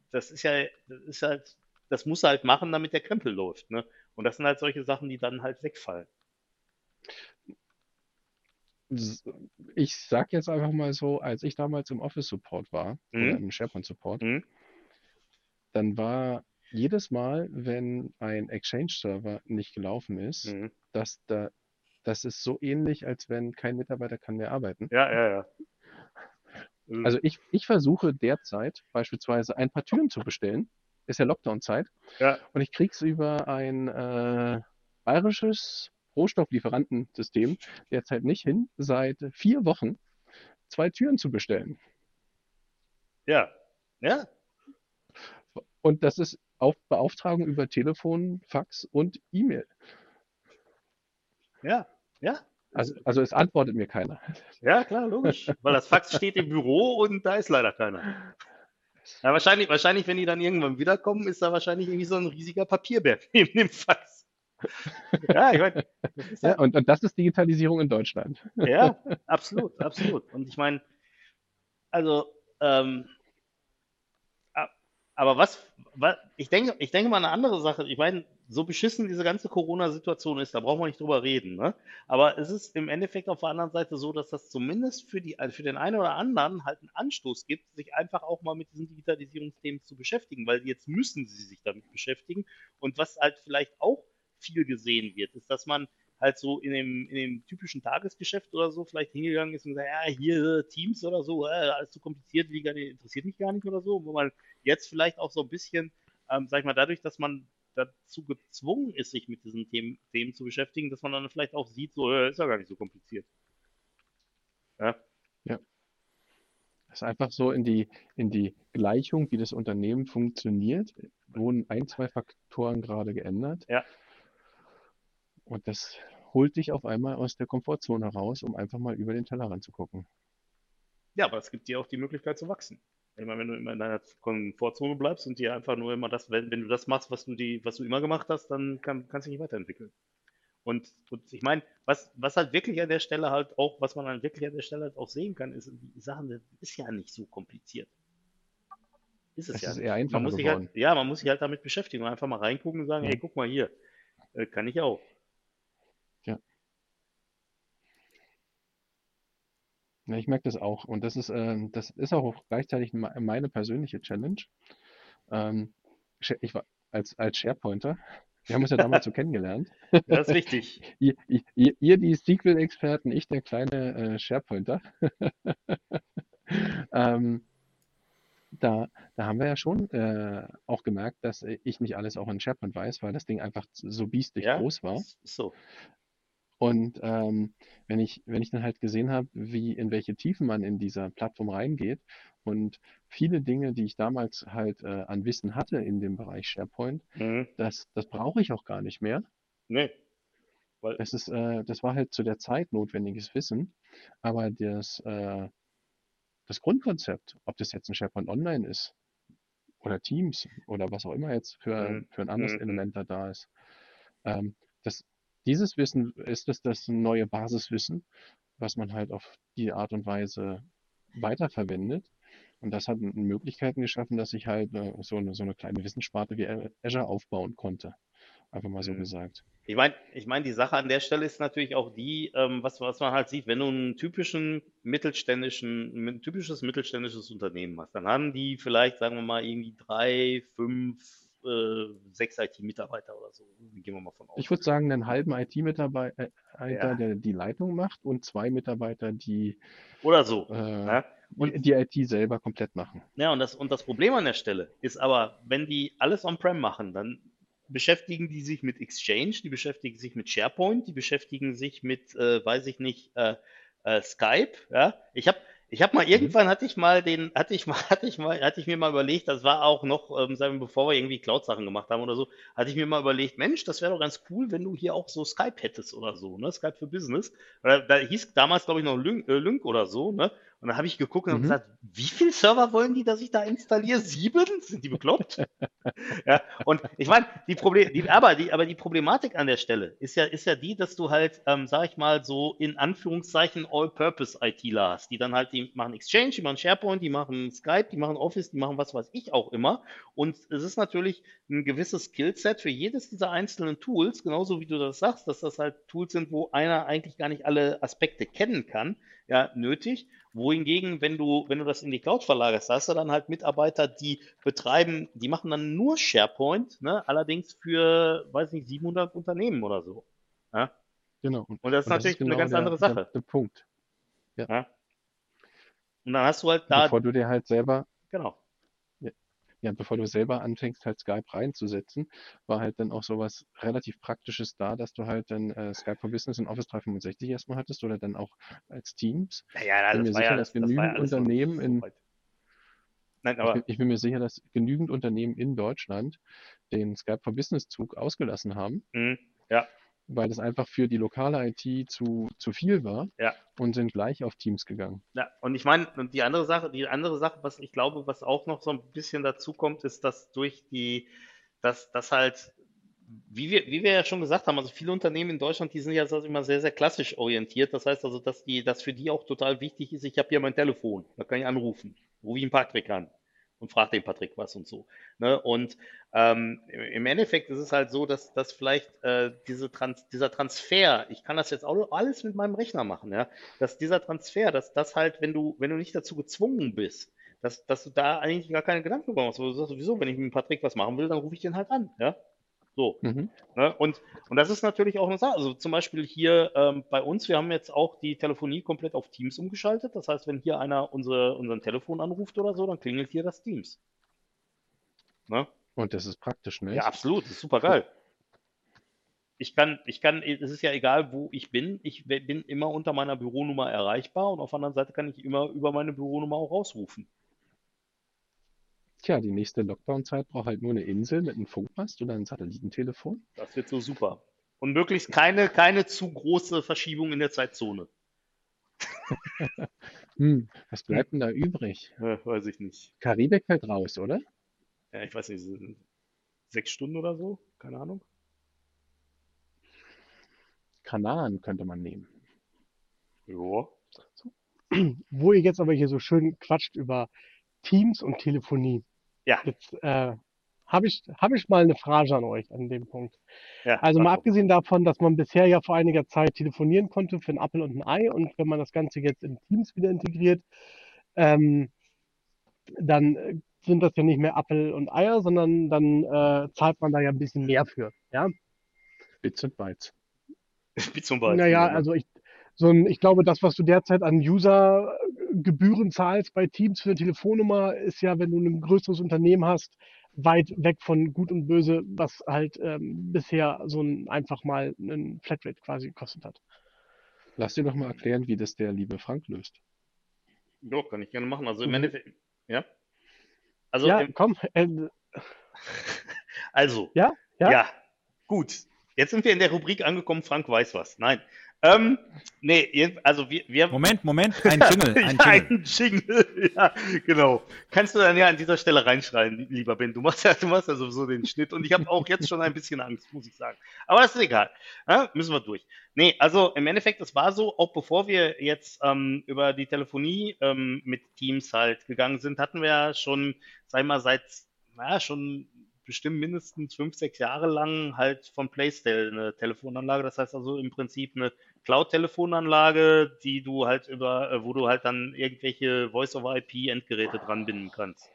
das muss er halt machen, damit der Krempel läuft, ne? Und das sind halt solche Sachen, die dann halt wegfallen. S- Ich sag jetzt einfach mal so, als ich damals im Office Support war oder Mhm. im SharePoint Support, Mhm. dann war jedes Mal, wenn ein Exchange-Server nicht gelaufen ist, Mhm. dass da, das ist so ähnlich, als wenn kein Mitarbeiter kann mehr arbeiten. Ja, ja, ja. Also ich versuche derzeit beispielsweise ein paar Türen zu bestellen. Ist ja Lockdown-Zeit. Ja, Und ich kriege es über ein bayerisches Rohstofflieferantensystem derzeit nicht hin, seit 4 Wochen 2 Türen zu bestellen. ja, ja, Und das ist auf Beauftragung über Telefon, Fax und E-Mail. ja, ja. Also es antwortet mir keiner. Ja, klar, logisch. Weil das Fax steht im Büro und da ist leider keiner. Ja, wahrscheinlich, wenn die dann irgendwann wiederkommen, ist da wahrscheinlich irgendwie so ein riesiger Papierberg neben dem Fax. Ja, ich meine, das ist Ja, halt, und das ist Digitalisierung in Deutschland. ja, absolut, absolut. Und ich meine, also, A- Aber ich denke mal eine andere Sache. Ich meine, so beschissen diese ganze Corona-Situation ist, da brauchen wir nicht drüber reden, ne? Aber es ist im Endeffekt auf der anderen Seite so, dass das zumindest für den einen oder anderen halt einen Anstoß gibt, sich einfach auch mal mit diesen Digitalisierungsthemen zu beschäftigen, weil jetzt müssen sie sich damit beschäftigen. Und was halt vielleicht auch viel gesehen wird, ist, dass man halt so in dem typischen Tagesgeschäft oder so vielleicht hingegangen ist und gesagt, ja, hier Teams oder so, alles zu kompliziert, interessiert mich gar nicht oder so, wo man jetzt vielleicht auch so ein bisschen, sag ich mal, dadurch, dass man dazu gezwungen ist, sich mit diesen Themen zu beschäftigen, dass man dann vielleicht auch sieht, so, ist ja gar nicht so kompliziert. Ja, Ja, das ist einfach so in die Gleichung, wie das Unternehmen funktioniert, wurden ein, zwei Faktoren gerade geändert. ja, Und das holt dich auf einmal aus der Komfortzone raus, um einfach mal über den Tellerrand zu gucken. ja, aber es gibt dir auch die Möglichkeit zu wachsen. Ich meine, wenn du immer in deiner Komfortzone bleibst und dir einfach nur immer wenn du das machst, was du immer gemacht hast, dann kannst du dich nicht weiterentwickeln. Und ich meine, was halt wirklich an der Stelle halt auch, was man dann wirklich an der Stelle halt auch sehen kann, ist, die Sachen, das ist ja nicht so kompliziert. Ist es Es ja ist eher nicht. Man einfacher muss sich halt, geworden. ja, man muss sich halt damit beschäftigen und einfach mal reingucken und sagen, ey, Ja, guck mal hier, kann ich auch. ja. Ja, ich merke das auch. Und das ist auch gleichzeitig meine persönliche Challenge. Ähm, ich war als SharePointer, wir haben uns ja damals so kennengelernt. Das ist richtig. Ihr die SQL-Experten, ich der kleine SharePointer. Ähm, da haben wir ja schon auch gemerkt, dass ich nicht alles auch in SharePoint weiß, weil das Ding einfach so biestig Ja, groß war. ist so. Und wenn ich dann halt gesehen habe, in welche Tiefen man in dieser Plattform reingeht und viele Dinge, die ich damals halt an Wissen hatte in dem Bereich SharePoint, Mhm. das brauche ich auch gar nicht mehr. Nee, weil, Das war halt zu der Zeit notwendiges Wissen, aber das Grundkonzept, ob das jetzt ein SharePoint Online ist oder Teams oder was auch immer jetzt für mhm. ein anderes Mhm. Element da ist, ähm, das, dieses Wissen ist es das neue Basiswissen, was man halt auf die Art und Weise weiterverwendet. Und das hat Möglichkeiten geschaffen, dass ich halt so eine kleine Wissenssparte wie Azure aufbauen konnte. Einfach mal so Mhm. gesagt. Ich meine, die Sache an der Stelle ist natürlich auch die, was man halt sieht, wenn du ein typisches mittelständisches Unternehmen hast, dann haben die vielleicht, sagen wir mal, irgendwie 3, 5, 6 IT-Mitarbeiter oder so. Gehen wir mal von Ich aus. würde sagen, einen halben IT-Mitarbeiter, Ja. der die Leitung macht und 2 Mitarbeiter, die Oder so. äh, Ja? Und die IT selber komplett machen. Ja, und das Problem an der Stelle ist aber, wenn die alles on-prem machen, dann beschäftigen die sich mit Exchange, die beschäftigen sich mit SharePoint, die beschäftigen sich mit, weiß ich nicht, Skype. Ja, ich hab mal Mhm. irgendwann hatte ich mir mal überlegt, das war auch noch, sagen wir, bevor wir irgendwie Cloud-Sachen gemacht haben oder so, hatte ich mir mal überlegt, Mensch, das wäre doch ganz cool, wenn du hier auch so Skype hättest oder so, ne? Skype für Business. Da hieß damals, glaube ich, noch Lync oder so, ne? Und dann habe ich geguckt und habe Mhm. gesagt, wie viele Server wollen die, dass ich da installiere? 7? Sind die bekloppt? Ja, und ich meine, aber die Problematik an der Stelle ist ja die, dass du halt, sag ich mal, so in Anführungszeichen All-Purpose-ITler hast, die dann halt, die machen Exchange, die machen SharePoint, die machen Skype, die machen Office, die machen was weiß ich auch immer. Und es ist natürlich ein gewisses Skillset für jedes dieser einzelnen Tools, genauso wie du das sagst, dass das halt Tools sind, wo einer eigentlich gar nicht alle Aspekte kennen kann, ja, nötig. Wohingegen, wenn du das in die Cloud verlagerst, hast du dann halt Mitarbeiter, die machen dann nur SharePoint, ne? Allerdings für, weiß nicht, 700 Unternehmen oder so. Ja? Genau. Und das ist Und das ist natürlich eine genau ganz der, andere der, Sache. der Punkt. Ja. Ja? Und dann hast du halt da, Bevor du dir halt selber, genau. ja, ja, bevor du selber anfängst, halt Skype reinzusetzen, war halt dann auch sowas relativ Praktisches da, dass du halt dann Skype for Business und Office 365 erstmal hattest oder dann auch als Teams. Naja, Bin mir sicher, dass das war ja genügend alles noch nicht Unternehmen so in, weit. Nein, ich bin, aber, ich bin mir sicher, dass genügend Unternehmen in Deutschland den Skype for Business Zug ausgelassen haben, ja, weil das einfach für die lokale IT zu viel war ja. und sind gleich auf Teams gegangen. Ja, und ich meine, und die andere Sache, was ich glaube, was auch noch so ein bisschen dazu kommt, ist, dass dass halt, wie wir ja schon gesagt haben, also viele Unternehmen in Deutschland, die sind ja, sag ich mal, sehr, sehr klassisch orientiert. Das heißt also, dass für die auch total wichtig ist, ich habe hier mein Telefon, da kann ich anrufen, rufe ich den Patrick an und frage den Patrick was und so. Ne? Und im Endeffekt ist es halt so, dass vielleicht dieser Transfer, ich kann das jetzt auch alles mit meinem Rechner machen, ja, dass dieser Transfer, dass das halt, wenn du nicht dazu gezwungen bist, dass du da eigentlich gar keine Gedanken drüber machst, weil du sagst sowieso, wenn ich mit dem Patrick was machen will, dann rufe ich den halt an, ja. So. Mhm. Ne? Und das ist natürlich auch eine Sache. Also zum Beispiel hier bei uns, wir haben jetzt auch die Telefonie komplett auf Teams umgeschaltet. Das heißt, wenn hier einer unseren Telefon anruft oder so, dann klingelt hier das Teams. Ne? Und das ist praktisch, Ja, nicht? absolut, das ist super geil. Es ist ja egal, wo ich bin. Ich bin immer unter meiner Büronummer erreichbar und auf der anderen Seite kann ich immer über meine Büronummer auch rausrufen. Tja, die nächste Lockdown-Zeit braucht halt nur eine Insel mit einem Funkmast oder ein Satellitentelefon. Das wird so super. Und möglichst keine zu große Verschiebung in der Zeitzone. Was Hm. bleibt denn da übrig? Weiß ich nicht. Karibik fällt raus, oder? Ja, ich weiß nicht, 6 Stunden oder so? Keine Ahnung. Kanaren könnte man nehmen. Ja. So. Wo ihr jetzt aber hier so schön quatscht über Teams und Telefonie. Ja, Jetzt habe ich mal eine Frage an euch an dem Punkt. ja, Also sag mal doch mal. abgesehen davon, dass man bisher ja vor einiger Zeit telefonieren konnte für ein Apfel und ein Ei und wenn man das Ganze jetzt in Teams wieder integriert, ähm, dann sind das ja nicht mehr Apfel und Eier, sondern dann zahlt man da ja ein bisschen mehr für. Ja? Bits und Bytes. Wie zum Beispiel, Naja, ja, ne? also ich glaube, das, was du derzeit an User-Gebühren zahlst bei Teams für eine Telefonnummer, ist ja, wenn du ein größeres Unternehmen hast, weit weg von Gut und Böse, was halt bisher einfach mal einen Flatrate quasi gekostet hat. Lass dir doch mal erklären, wie das der liebe Frank löst. Ja, kann ich gerne machen. Also im Mhm. Endeffekt, ja. Also, Ja, komm, also, ja, ja, ja, gut. Jetzt sind wir in der Rubrik angekommen, Frank weiß was. Nein. Nee, also wir Moment, ein Jingle, ein ja, Jingle. ein Jingle, ja, genau. Kannst du dann ja an dieser Stelle reinschreien, lieber Ben. Du machst ja sowieso den Schnitt und ich habe auch jetzt schon ein bisschen Angst, muss ich sagen. Aber das ist egal. Ja, müssen wir durch. Nee, also im Endeffekt, es war so, auch bevor wir jetzt über die Telefonie mit Teams halt gegangen sind, hatten wir ja schon, sag ich mal, schon bestimmt mindestens 5, 6 Jahre lang halt von Playstation eine Telefonanlage. Das heißt also im Prinzip eine Cloud-Telefonanlage, die du halt wo du halt dann irgendwelche Voice-over-IP-Endgeräte dran binden kannst.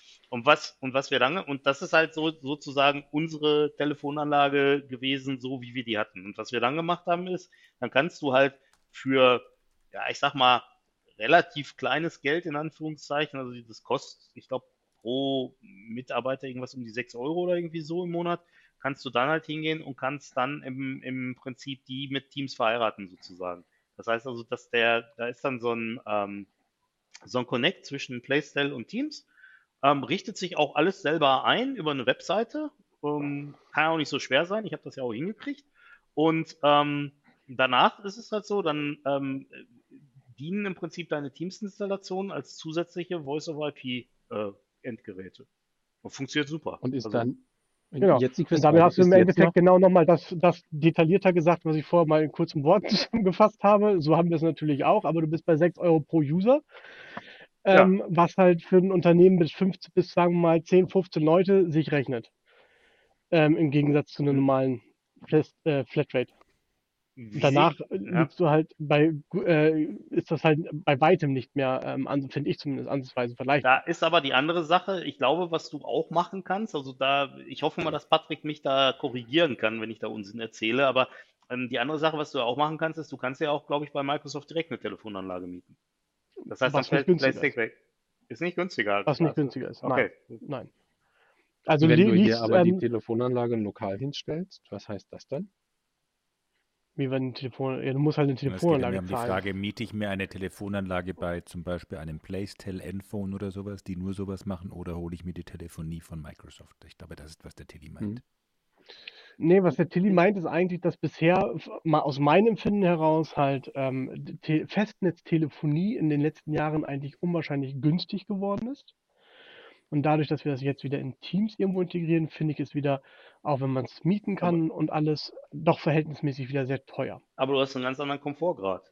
Und das ist halt so sozusagen unsere Telefonanlage gewesen, so wie wir die hatten. Und was wir dann gemacht haben ist, dann kannst du halt für, ja, ich sag mal, relativ kleines Geld in Anführungszeichen, also das kostet, ich glaube, pro Mitarbeiter irgendwas um die 6 Euro oder irgendwie so im Monat, kannst du dann halt hingehen und kannst dann im Prinzip die mit Teams verheiraten sozusagen. Das heißt also, da ist dann so ein Connect zwischen Playstyle und Teams, richtet sich auch alles selber ein über eine Webseite. Kann auch nicht so schwer sein. Ich habe das ja auch hingekriegt. Und danach ist es halt so, dann dienen im Prinzip deine Teams-Installationen als zusätzliche Voice-over-IP-Endgeräte. Und funktioniert super. Und ist Also, dann, Genau. jetzt die Und damit Quizfrage, hast du im ist jetzt noch, Endeffekt genau nochmal das detaillierter gesagt, was ich vorher mal in kurzen Worten zusammengefasst habe. So haben wir es natürlich auch, aber du bist bei 6 Euro pro User, ja, was halt für ein Unternehmen bis 15 bis sagen wir mal 10, 15 Leute sich rechnet. Im Gegensatz zu einer normalen Flatrate. Danach ja. liegst du halt ist das halt bei weitem nicht mehr, finde ich zumindest ansatzweise Da vergleichbar. ist aber die andere Sache, ich glaube, was du auch machen kannst, also ich hoffe mal, dass Patrick mich da korrigieren kann, wenn ich da Unsinn erzähle, aber die andere Sache, was du auch machen kannst, ist, du kannst ja auch, glaube ich, bei Microsoft direkt eine Telefonanlage mieten. Das heißt, dann Was nicht fällt günstiger ist. PlayStation weg. Ist nicht günstiger als Was nicht das. günstiger ist. Nein. Okay. Nein. Also wenn du hier liegst, aber die Telefonanlage lokal hinstellst, was heißt das dann? wie wenn ja, du musst halt eine Es geht ja mehr Telefonanlage um die zahlen. Frage, miete ich mir eine Telefonanlage bei zum Beispiel einem Playstel Enphone oder sowas, die nur sowas machen, oder hole ich mir die Telefonie von Microsoft? Ich glaube, das ist, was der Tilly meint. Nee, was der Tilly meint, ist eigentlich, dass bisher mal aus meinem Empfinden heraus halt Festnetztelefonie in den letzten Jahren eigentlich unwahrscheinlich günstig geworden ist. Und dadurch, dass wir das jetzt wieder in Teams irgendwo integrieren, finde ich es wieder, auch wenn man es mieten Aber, kann und alles, doch verhältnismäßig wieder sehr teuer. aber du hast einen ganz anderen Komfortgrad.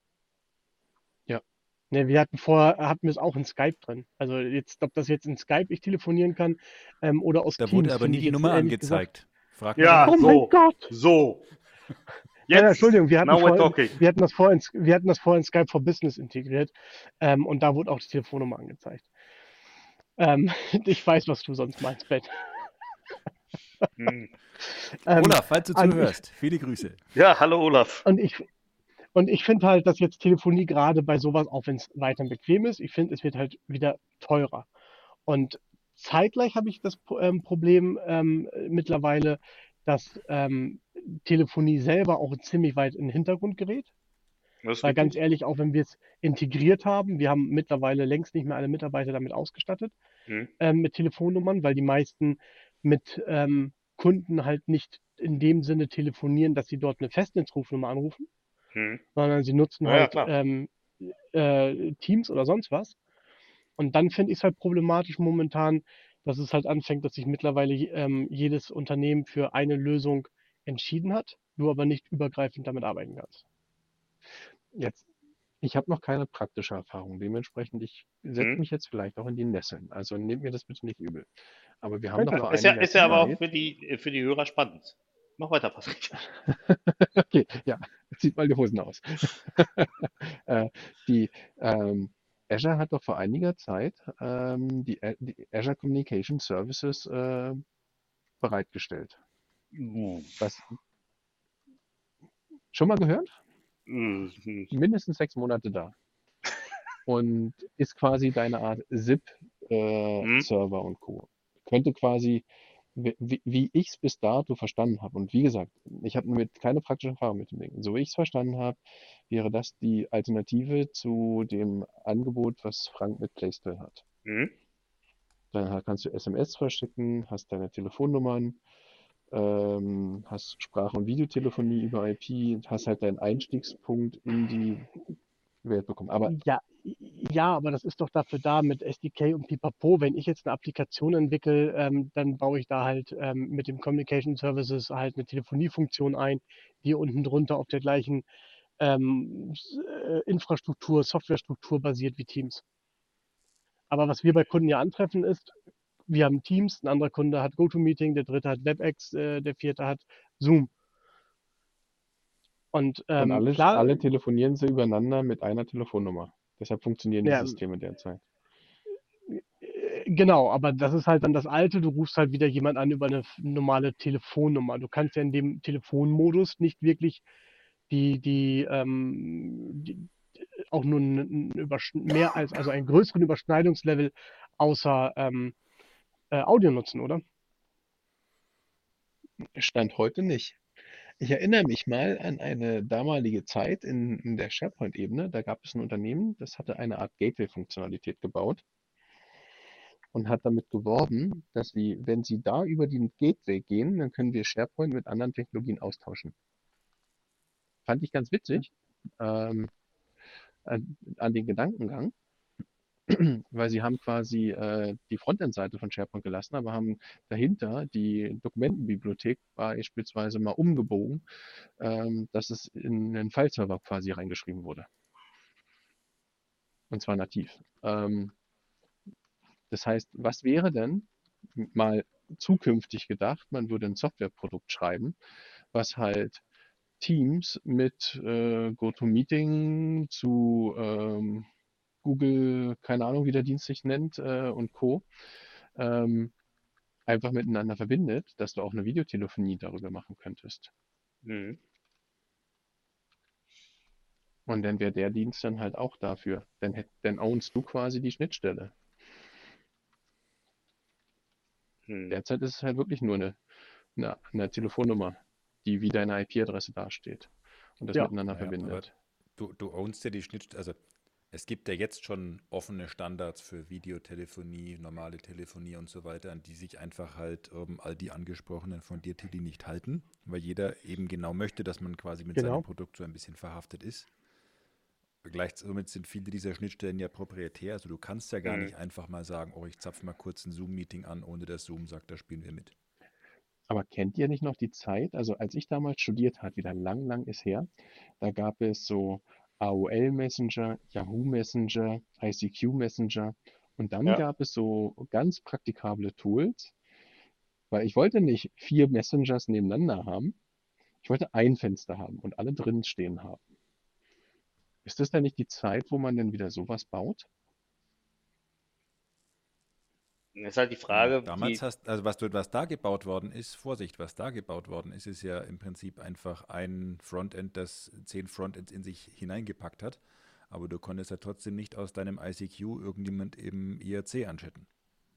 Ja. Ne, hatten wir es auch in Skype drin. Also jetzt, ob das jetzt in Skype ich telefonieren kann oder aus Da wurde Teams, aber finde nicht ich die jetzt Nummer ehrlich gesagt. angezeigt. Frag mal Ja, Oh danach. mein Gott! so. Ja, Jetzt, Entschuldigung, wir now we're talking. hatten das vorher in Skype for Business integriert und da wurde auch die Telefonnummer angezeigt. Ich weiß, was du sonst meinst, Ben. Hm. Olaf, falls du also zuhörst, viele Grüße. Ja, hallo Olaf. Und ich finde halt, dass jetzt Telefonie gerade bei sowas, auch wenn es weiterhin bequem ist, ich finde, es wird halt wieder teurer. Und zeitgleich habe ich das Problem mittlerweile, dass Telefonie selber auch ziemlich weit in den Hintergrund gerät. Das ist Weil ganz richtig. ehrlich, auch wenn wir es integriert haben, wir haben mittlerweile längst nicht mehr alle Mitarbeiter damit ausgestattet, Hm. mit Telefonnummern, weil die meisten mit Kunden halt nicht in dem Sinne telefonieren, dass sie dort eine Festnetzrufnummer anrufen, Hm. sondern sie nutzen Ja, ja, halt klar. Teams oder sonst was. Und dann finde ich es halt problematisch momentan, dass es halt anfängt, dass sich mittlerweile jedes Unternehmen für eine Lösung entschieden hat, du aber nicht übergreifend damit arbeiten kannst. Jetzt, ich habe noch keine praktische Erfahrung. Dementsprechend, ich setze Hm. mich jetzt vielleicht auch in die Nesseln. Also nehmt mir das bitte nicht übel. Aber wir haben Kein doch Thema. vor Ist ja, einiger ist ja aber auch Zeit. für die Hörer spannend. Mach weiter, Patrick. Okay, ja, zieht mal die Hosen aus. Die Azure hat doch vor einiger Zeit die Azure Communication Services bereitgestellt. Was schon mal gehört? Hm. Mindestens 6 Monate da. Und ist quasi deine Art Hm. SIP-Server und Co. Könnte quasi, wie ich es bis dato verstanden habe, und wie gesagt, ich habe damit keine praktische Erfahrung mit dem Ding. So wie ich es verstanden habe, wäre das die Alternative zu dem Angebot, was Frank mit Playstyle hat. Hm. Dann kannst du SMS verschicken, hast deine Telefonnummern hast Sprach- und Videotelefonie über IP, hast halt deinen Einstiegspunkt in die Welt bekommen. Aber Ja, ja, aber das ist doch dafür da mit SDK und Pipapo. Wenn ich jetzt eine Applikation entwickle, dann baue ich da halt mit dem Communication Services halt eine Telefoniefunktion ein, die unten drunter auf der gleichen Infrastruktur, Softwarestruktur basiert wie Teams. Aber was wir bei Kunden ja antreffen ist, wir haben Teams, ein anderer Kunde hat GoToMeeting, der dritte hat WebEx, der vierte hat Zoom. Und und klar, alle telefonieren sie übereinander mit einer Telefonnummer. Deshalb funktionieren die ja, Systeme derzeit. genau, aber das ist halt dann das Alte, du rufst halt wieder jemand an über eine normale Telefonnummer. Du kannst ja in dem Telefonmodus nicht wirklich die auch nur mehr als, also einen größeren Überschneidungslevel außer Audio nutzen, oder? Stand heute nicht. Ich erinnere mich mal an eine damalige Zeit in der SharePoint-Ebene. Da gab es ein Unternehmen, das hatte eine Art Gateway-Funktionalität gebaut und hat damit geworben, dass sie, wenn sie da über den Gateway gehen, dann können wir SharePoint mit anderen Technologien austauschen. Fand ich ganz witzig, ähm, an den Gedankengang, weil sie haben quasi die Frontend-Seite von SharePoint gelassen, aber haben dahinter die Dokumentenbibliothek beispielsweise mal umgebogen, dass es in den File-Server quasi reingeschrieben wurde. Und zwar nativ. Das heißt, was wäre denn mal zukünftig gedacht, man würde ein Softwareprodukt schreiben, was halt Teams mit GoToMeeting zu Google, keine Ahnung, wie der Dienst sich nennt, und Co. Ähm, einfach miteinander verbindet, dass du auch eine Videotelefonie darüber machen könntest. Mhm. Und dann wäre der Dienst dann halt auch dafür. Dann ownst du quasi die Schnittstelle. Mhm. Derzeit ist es halt wirklich nur eine Telefonnummer, die wie deine IP-Adresse dasteht und das Ja. miteinander Ja, aber verbindet. du ownst ja die Schnittstelle, also es gibt ja jetzt schon offene Standards für Videotelefonie, normale Telefonie und so weiter, an die sich einfach halt all die angesprochenen von dir, Tilly, nicht halten, weil jeder eben genau möchte, dass man quasi mit seinem Genau. Produkt so ein bisschen verhaftet ist. Somit sind viele dieser Schnittstellen ja proprietär, also du kannst ja gar Mhm. nicht einfach mal sagen, oh, ich zapfe mal kurz ein Zoom-Meeting an, ohne dass Zoom sagt, da spielen wir mit. Aber kennt ihr nicht noch die Zeit? Also als ich damals studiert habe, wieder lang ist her, da gab es so AOL Messenger, Yahoo Messenger, ICQ Messenger und dann Ja. gab es so ganz praktikable Tools, weil ich wollte nicht 4 Messengers nebeneinander haben. Ich wollte ein Fenster haben und alle drin stehen haben. Ist das denn nicht die Zeit, wo man denn wieder sowas baut? Ist halt die Frage, Damals also was da gebaut worden ist, Vorsicht, was da gebaut worden ist, ist ja im Prinzip einfach ein Frontend, das 10 Frontends in sich hineingepackt hat. Aber du konntest ja trotzdem nicht aus deinem ICQ irgendjemand im IRC anchatten.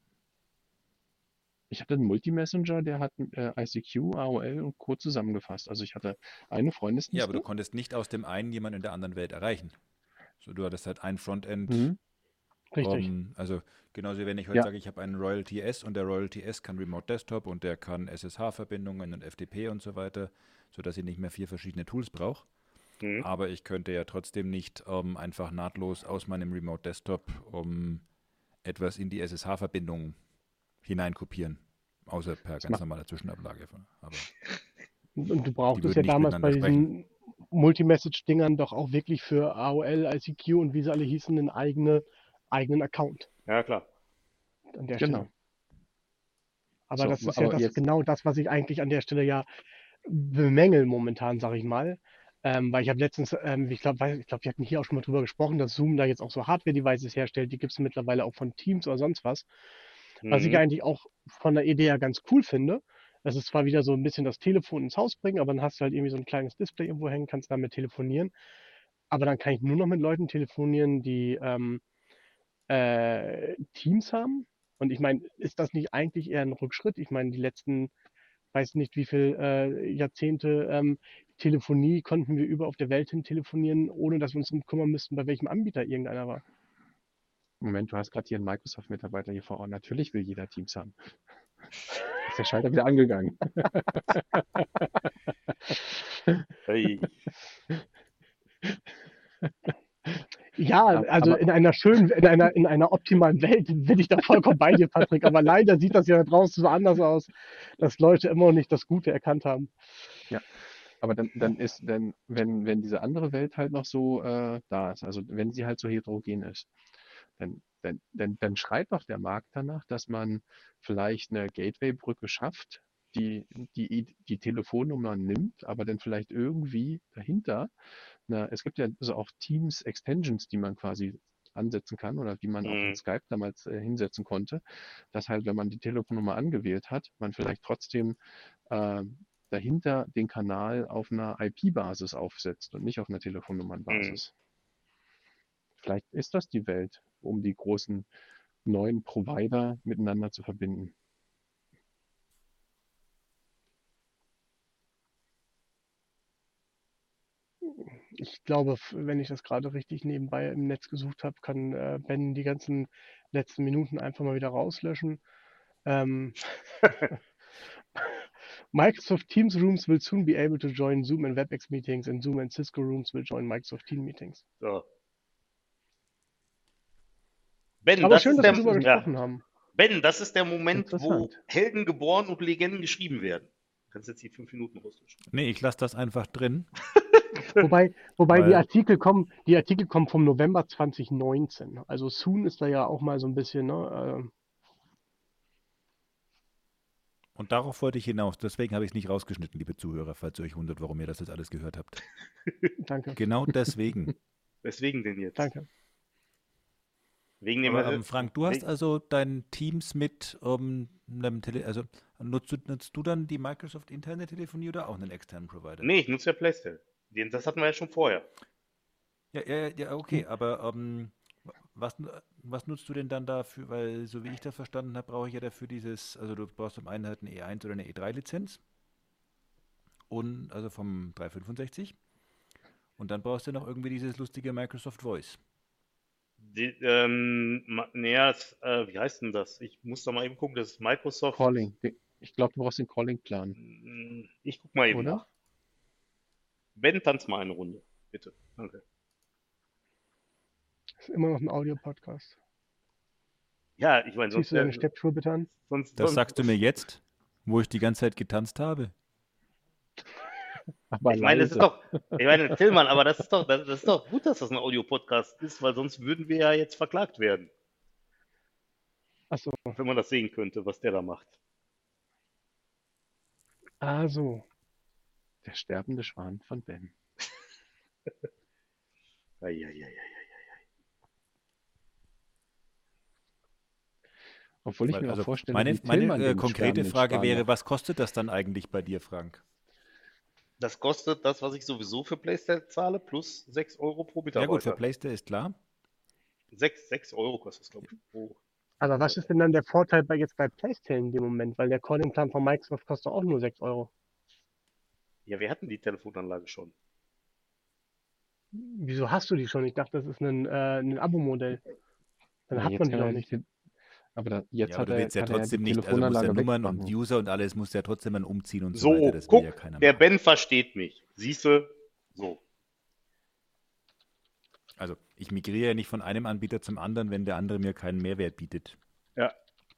Ich hatte einen Multi-Messenger, der hat ICQ, AOL und Co. zusammengefasst. Also ich hatte eine Ja, aber du Freundesliste. konntest nicht aus dem einen jemanden in der anderen Welt erreichen. So, du hattest halt ein Frontend. Mhm. Richtig. Also genauso wie wenn ich heute Ja, sage, ich habe einen Royalty S und der Royalty S kann Remote Desktop und der kann SSH-Verbindungen und FTP und so weiter, sodass ich nicht mehr 4 verschiedene Tools brauche. Mhm. Aber ich könnte ja trotzdem nicht einfach nahtlos aus meinem Remote Desktop etwas in die SSH-Verbindung hineinkopieren. Außer per das ganz macht, normaler Zwischenablage. Aber Und du die brauchtest würden ja nicht damals miteinander bei sprechen. diesen Multimessage-Dingern doch auch wirklich für AOL, ICQ und wie sie alle hießen, einen eigenen Account Ja, klar. an der Stelle. genau. Aber So, das ist ja aber jetzt, genau das, was ich eigentlich an der Stelle ja bemängel momentan, sage ich mal. Weil ich habe letztens, ich glaube, wir hatten hier auch schon mal drüber gesprochen, dass Zoom da jetzt auch so Hardware-Devices herstellt. Die gibt es mittlerweile auch von Teams oder sonst was. Was ich Mhm. eigentlich auch von der Idee her ganz cool finde. Das ist zwar wieder so ein bisschen das Telefon ins Haus bringen, aber dann hast du halt irgendwie so ein kleines Display irgendwo hängen, kannst damit telefonieren. Aber dann kann ich nur noch mit Leuten telefonieren, die Teams haben. Und ich meine, ist das nicht eigentlich eher ein Rückschritt? Ich meine, die letzten, weiß nicht wie viel Jahrzehnte Telefonie konnten wir über auf der Welt hin telefonieren, ohne dass wir uns darum kümmern müssten, bei welchem Anbieter irgendeiner war. Moment, du hast gerade hier einen Microsoft-Mitarbeiter hier vor Ort. Natürlich will jeder Teams haben. der Schalter wieder angegangen. Hey. Ja, also Aber in einer schönen, in einer optimalen Welt bin ich da vollkommen bei dir, Patrick. Aber leider sieht das ja da draußen so anders aus, dass Leute immer noch nicht das Gute erkannt haben. Aber wenn diese andere Welt halt noch so da ist, also wenn sie halt so heterogen ist, dann schreit doch der Markt danach, dass man vielleicht eine Gateway-Brücke schafft, die Telefonnummern nimmt, aber dann vielleicht irgendwie dahinter, es gibt ja also auch Teams-Extensions, die man quasi ansetzen kann oder die man auch in Skype damals hinsetzen konnte, dass halt, wenn man die Telefonnummer angewählt hat, man vielleicht trotzdem äh, dahinter den Kanal auf einer IP-Basis aufsetzt und nicht auf einer Telefonnummernbasis. Vielleicht ist das die Welt, um die großen neuen Provider miteinander zu verbinden. Ich glaube, wenn ich das gerade richtig nebenbei im Netz gesucht habe, kann Ben die ganzen letzten Minuten einfach mal wieder rauslöschen. Microsoft Teams rooms will soon be able to join Zoom and WebEx meetings, and Zoom and Cisco rooms will join Microsoft Team meetings. So. Ben, Aber das schön, ist dass wir der, darüber gesprochen haben. Ben, das ist der Moment, wo Interessant. Helden geboren und Legenden geschrieben werden. Du kannst jetzt die 5 Minuten rauslöschen. Nee, ich lasse das einfach drin. Wobei Weil- die Artikel kommen vom November 2019. Also soon ist da ja auch mal so ein bisschen, ne? Und darauf wollte ich hinaus. Deswegen habe ich es nicht rausgeschnitten, liebe Zuhörer, falls ihr euch wundert, warum ihr das jetzt alles gehört habt. Danke, Genau deswegen. Weswegen denn jetzt? danke. Wegen dem Aber Frank, du hast also dein Teams mit einem also nutzt du dann die Microsoft interne Telefonie oder auch einen externen Provider? Nee, ich nutze ja Playstyle. Das hatten wir ja schon vorher. Ja, okay, aber was nutzt du denn dann dafür? Weil, so wie ich das verstanden habe, brauche ich ja dafür also du brauchst zum einen halt eine E1 oder eine E3-Lizenz. Und also vom 365. Und dann brauchst du noch irgendwie dieses lustige Microsoft Voice. Wie heißt denn das? Ich muss da mal eben gucken, das ist Microsoft. Calling. Ich glaube, du brauchst den Calling-Plan, Ich guck mal eben oder? nach. Ben, tanz mal eine Runde, bitte. Danke. Das ist immer noch ein Audio-Podcast. Ja, ich meine, Ziehst du deine Steppschuhe bitte an? Das sagst du mir jetzt, wo ich die ganze Zeit getanzt habe? Aber Ich meine, leise. Tillmann, aber das ist doch gut, dass das ein Audio-Podcast ist, weil sonst würden wir ja jetzt verklagt werden, Achso, wenn man das sehen könnte, was der da macht. so. Der sterbende Schwan von Ben. Eieieiei. Obwohl ich Weil, mir auch also vorstelle, meine wie Tillmann den konkrete sterbenden Frage Schwan wäre, macht. was kostet das dann eigentlich bei dir, Frank? Das kostet das, was ich sowieso für Playstyle zahle, plus 6 Euro pro Ja gut, für Mitarbeiter. PlayStation ist klar. 6 Euro kostet es, glaube ich, pro. Aber was ist denn dann der Vorteil jetzt bei PlayStation in dem Moment? Weil der Calling-Plan von Microsoft kostet auch nur 6 Euro. Ja, wir hatten die Telefonanlage schon. Wieso hast du die schon? Ich dachte, das ist ein Abo-Modell. Dann Ja, hat jetzt man die kann doch er nicht. Aber jetzt Ja, hat aber du willst ja kann er trotzdem die nicht, also musst ja Telefonanlage Nummern und wegmachen. User und alles musst ja trotzdem dann umziehen und so So, weiter. Das will guck, ja keiner der machen. Ben versteht mich. Siehste, so. Also ich migriere ja nicht von einem Anbieter zum anderen, wenn der andere mir keinen Mehrwert bietet. Ja.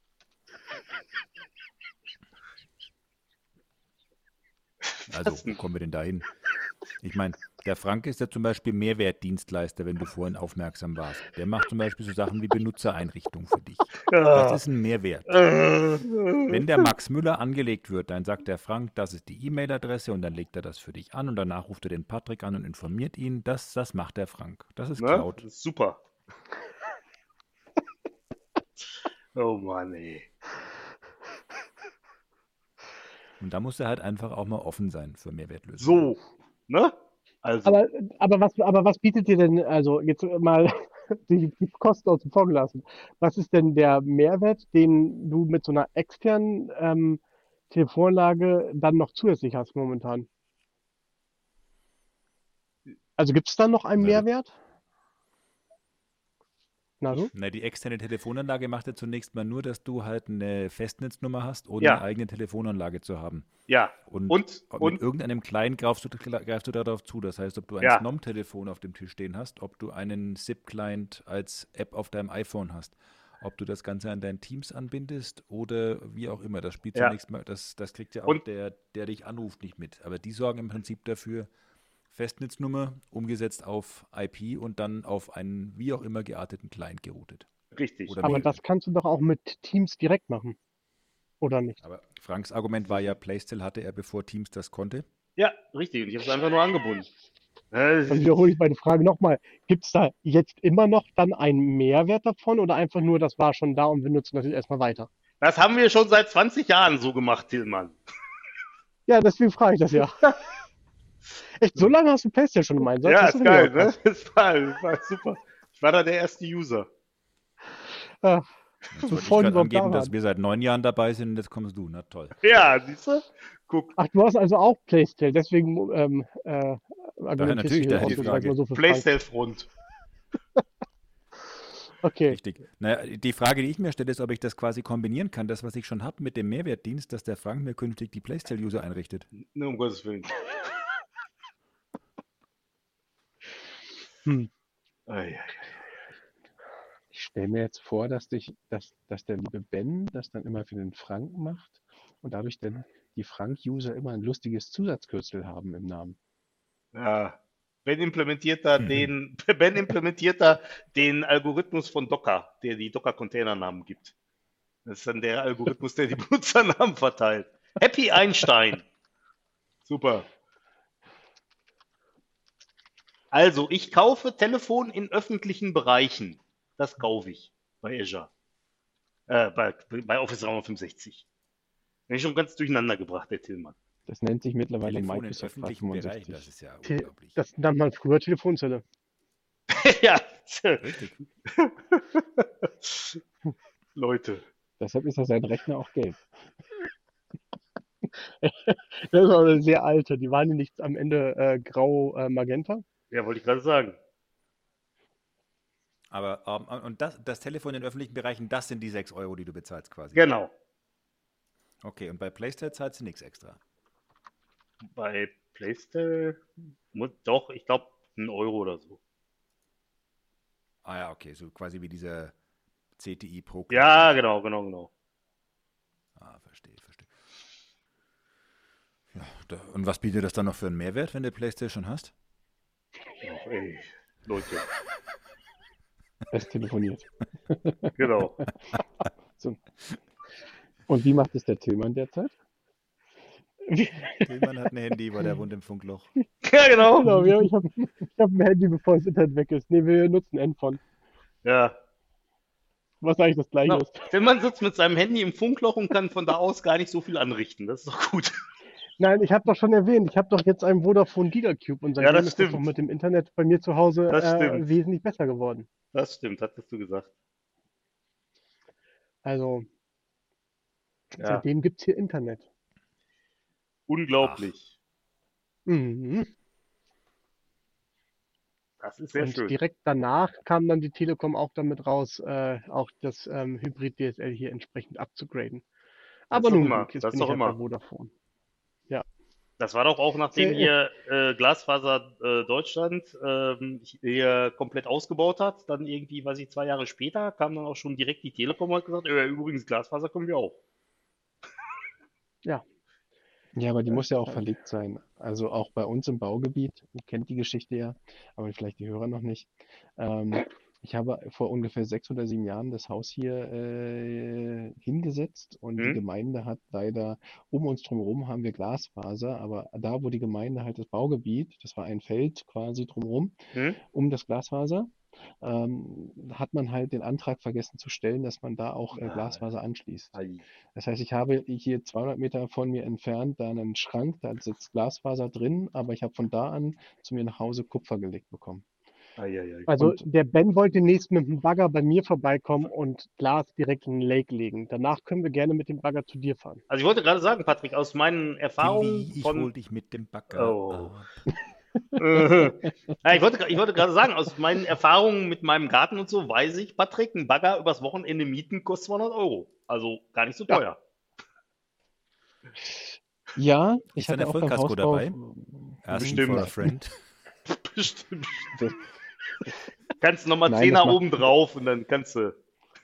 Also wo kommen wir denn da hin? Ich meine, der Frank ist ja zum Beispiel Mehrwertdienstleister, wenn du vorhin aufmerksam warst. Der macht zum Beispiel so Sachen wie Benutzereinrichtung für dich. Das ist ein Mehrwert. Wenn der Max Müller angelegt wird, dann sagt der Frank, das ist die E-Mail-Adresse und dann legt er das für dich an und danach ruft er den Patrick an und informiert ihn. Das macht der Frank. Das ist Ne? Cloud. Das ist super. Oh Mann, ey. Und da muss er halt einfach auch mal offen sein für Mehrwertlösungen. So, ne? Also, Aber was bietet dir denn, also jetzt mal die Kosten außen vor gelassen, was ist denn der Mehrwert, den du mit so einer externen Telefonanlage dann noch zusätzlich hast momentan? Also gibt es da noch einen Also- Mehrwert? Na du? Na, die externe Telefonanlage macht ja zunächst mal nur, dass du halt eine Festnetznummer hast, ohne Ja. eine eigene Telefonanlage zu haben. Ja. Und Und mit irgendeinem Client greifst du darauf zu. Das heißt, ob du ein Ja. SNOM-Telefon auf dem Tisch stehen hast, ob du einen SIP-Client als App auf deinem iPhone hast, ob du das Ganze an dein Teams anbindest oder wie auch immer. Das spielt Ja. zunächst mal, das kriegt ja auch Und- der dich anruft, nicht mit. Aber die sorgen im Prinzip dafür, Festnetznummer umgesetzt auf IP und dann auf einen wie auch immer gearteten Client geroutet. richtig. Oder Aber mehrere. das kannst du doch auch mit Teams direkt machen. Oder nicht? Aber Franks Argument war ja, Playstyle hatte er, bevor Teams das konnte. Ja, richtig. Und ich habe es einfach nur angebunden. Dann wiederhole ich meine Frage nochmal. Gibt es da jetzt immer noch dann einen Mehrwert davon oder einfach nur, das war schon da und wir nutzen das jetzt erstmal weiter? Das haben wir schon seit 20 Jahren so gemacht, Tillmann. Ja, deswegen frage ich das ja. Echt, so lange hast du PlayStation schon im Einsatz? Ja, Das ist mir geil, auch ne? krass. Das war super. Ich war da der erste User. Ja, Jetzt wollte ich Bevor die gerade überhaupt da angeben, dass waren. wir seit 9 Jahren dabei sind und jetzt kommst du. Na toll. Ja, siehst du? Guck, Ach, du hast also auch PlayStation, deswegen argumentierst natürlich, du daher hier die auch so, Frage. sag mal so für Frank. Playstyle-Front. Okay, Richtig. Naja, die Frage, die ich mir stelle, ist, ob ich das quasi kombinieren kann, das, was ich schon habe, mit dem Mehrwertdienst, dass der Frank mir künftig die Playstyle-User einrichtet. Ne, um Gottes Willen. Hm. Ei, ei. Ich stelle mir jetzt vor, dass der liebe Ben das dann immer für den Frank macht und dadurch dann die Frank-User immer ein lustiges Zusatzkürzel haben im Namen. Ja. Ben implementiert da den Algorithmus von Docker, der die Docker-Containernamen gibt. Das ist dann der Algorithmus, der die Benutzernamen verteilt. Happy Einstein. Super. Also, ich kaufe Telefon in öffentlichen Bereichen. Das kaufe ich bei Azure. Bei Office 365. Den ich schon ganz durcheinander gebracht, der Tillmann. Das nennt sich mittlerweile Telefon im Microsoft öffentlichen Bereich, 365. das ist ja Te- unglaublich. das nannte man früher Telefonzelle. Ja. Richtig. Leute. Deshalb ist ja sein Rechner auch gelb. Das ist aber eine sehr alte. Die waren ja nicht am Ende grau-magenta. Ja, wollte ich gerade sagen. Aber und das Telefon in öffentlichen Bereichen, das sind die 6 Euro, die du bezahlst quasi. Genau. Okay, und bei Playstyle zahlst du nichts extra. Bei Playstyle, doch, ich glaube, 1 Euro oder so. Ah ja, okay, so quasi wie dieser CTI Pro. Ja, genau. Ah, verstehe. Ja, und was bietet das dann noch für einen Mehrwert, wenn du PlayStation hast? Ach, ey, Leute, Es telefoniert. genau. So. Und wie macht es der Tillmann derzeit? Tillmann hat ein Handy, weil der wohnt im Funkloch. Ja, genau. Genau, ich hab ein Handy, bevor das Internet weg ist. Nee, wir nutzen Endphone. Ja. Was eigentlich das gleiche Genau. ist. Tillmann sitzt mit seinem Handy im Funkloch und kann von da aus gar nicht so viel anrichten. Das ist doch gut. Nein, ich habe doch schon erwähnt, ich habe doch jetzt einen Vodafone Gigacube und Ja, seitdem das ist das stimmt. doch mit dem Internet bei mir zu Hause Das stimmt. wesentlich besser geworden. Das stimmt, hattest du gesagt. Also, Ja, seitdem gibt es hier Internet. unglaublich. Mhm. Das ist sehr Und schön. direkt danach kam dann die Telekom auch damit raus, auch das Hybrid-DSL hier entsprechend abzugraden. Aber doch nun immer. gut, jetzt Das bin ist ich doch halt bei immer. Vodafone. Das war doch auch, nachdem Sehr- hier Glasfaser Deutschland hier komplett ausgebaut hat, dann irgendwie, weiß ich, 2 Jahre später kam dann auch schon direkt die Telekom und hat gesagt, übrigens, Glasfaser können wir auch. Ja, Ja, aber die muss ja auch Ja. verlegt sein. Also auch bei uns im Baugebiet, ihr kennt die Geschichte ja, aber vielleicht die Hörer noch nicht. Ich habe vor ungefähr 6 oder 7 Jahren das Haus hier hingesetzt und die Hm? Gemeinde hat leider, um uns drumherum haben wir Glasfaser, aber da, wo die Gemeinde halt das Baugebiet, das war ein Feld quasi drumherum, Hm? um das Glasfaser, hat man halt den Antrag vergessen zu stellen, dass man da auch Nein. Glasfaser anschließt. Ei. Das heißt, ich habe hier 200 Meter von mir entfernt da einen Schrank, da sitzt Glasfaser drin, aber ich habe von da an zu mir nach Hause Kupfer gelegt bekommen. Ei, ei, ei. also Und der Ben wollte demnächst mit dem Bagger bei mir vorbeikommen und Glas direkt in den Lake legen. Danach können wir gerne mit dem Bagger zu dir fahren. Also ich wollte gerade sagen, Patrick, aus meinen Erfahrungen Tilly, ich von... hol dich mit dem Bagger Oh. ab. Ja, ich wollte gerade sagen, aus meinen Erfahrungen mit meinem Garten und so weiß ich, Patrick, ein Bagger übers Wochenende mieten kostet 200 Euro. Also gar nicht so Ja. teuer. Ja, ich Ist da hatte eine auch beim Vollkasko Hausbau dabei? Asking Bestimmt. for a friend. Bestimmt. das, Kannst nochmal nein, 10er das macht, oben drauf und dann kannst du.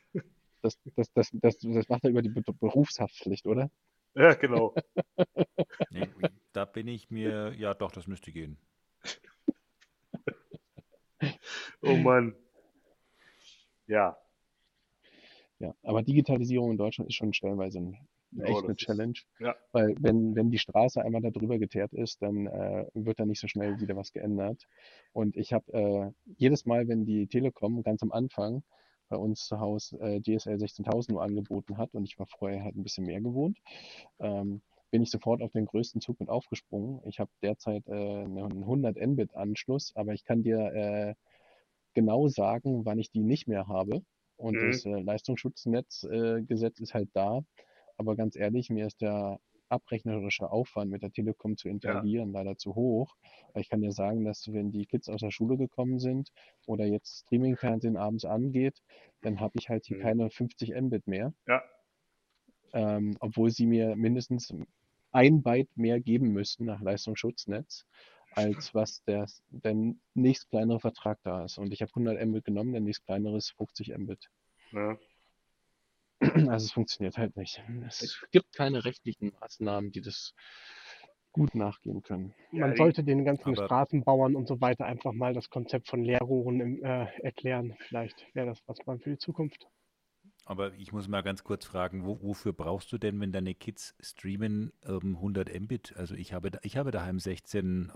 das macht er über die Berufshaftpflicht, oder? Ja, genau. Nee, da bin ich mir, ja doch, das müsste gehen. Oh Mann. Ja. Ja, aber Digitalisierung in Deutschland ist schon stellenweise Ja, echt eine das ist. Challenge, Ja. weil wenn die Straße einmal da drüber geteert ist, dann wird da nicht so schnell wieder was geändert. Und ich habe jedes Mal, wenn die Telekom ganz am Anfang bei uns zu Hause DSL 16.000 nur angeboten hat und ich war vorher halt ein bisschen mehr gewohnt, bin ich sofort auf den größten Zug mit aufgesprungen. Ich habe derzeit einen 100 Mbit Anschluss, aber ich kann dir genau sagen, wann ich die nicht mehr habe. Und Mhm. das Leistungsschutznetzgesetz ist halt da. Aber ganz ehrlich, mir ist der abrechnerische Aufwand mit der Telekom zu Ja. interagieren leider zu hoch. Weil ich kann dir sagen, dass wenn die Kids aus der Schule gekommen sind oder jetzt Streaming-Fernsehen abends angeht, dann habe ich halt hier Mhm. keine 50 Mbit mehr, Ja. obwohl sie mir mindestens 1 Byte mehr geben müssen nach Leistungsschutznetz, als was der nächst kleinere Vertrag da ist. Und ich habe 100 Mbit genommen, der nächst kleinere ist 50 Mbit. Ja. Also es funktioniert halt nicht. Es gibt keine rechtlichen Maßnahmen, die das gut nachgehen können. Man Ja, sollte den ganzen Aber- Straßenbauern und so weiter einfach mal das Konzept von Leerrohren erklären. Vielleicht wäre das was mal für die Zukunft. Aber ich muss mal ganz kurz fragen, wofür brauchst du denn, wenn deine Kids streamen, 100 Mbit? Also ich habe daheim 16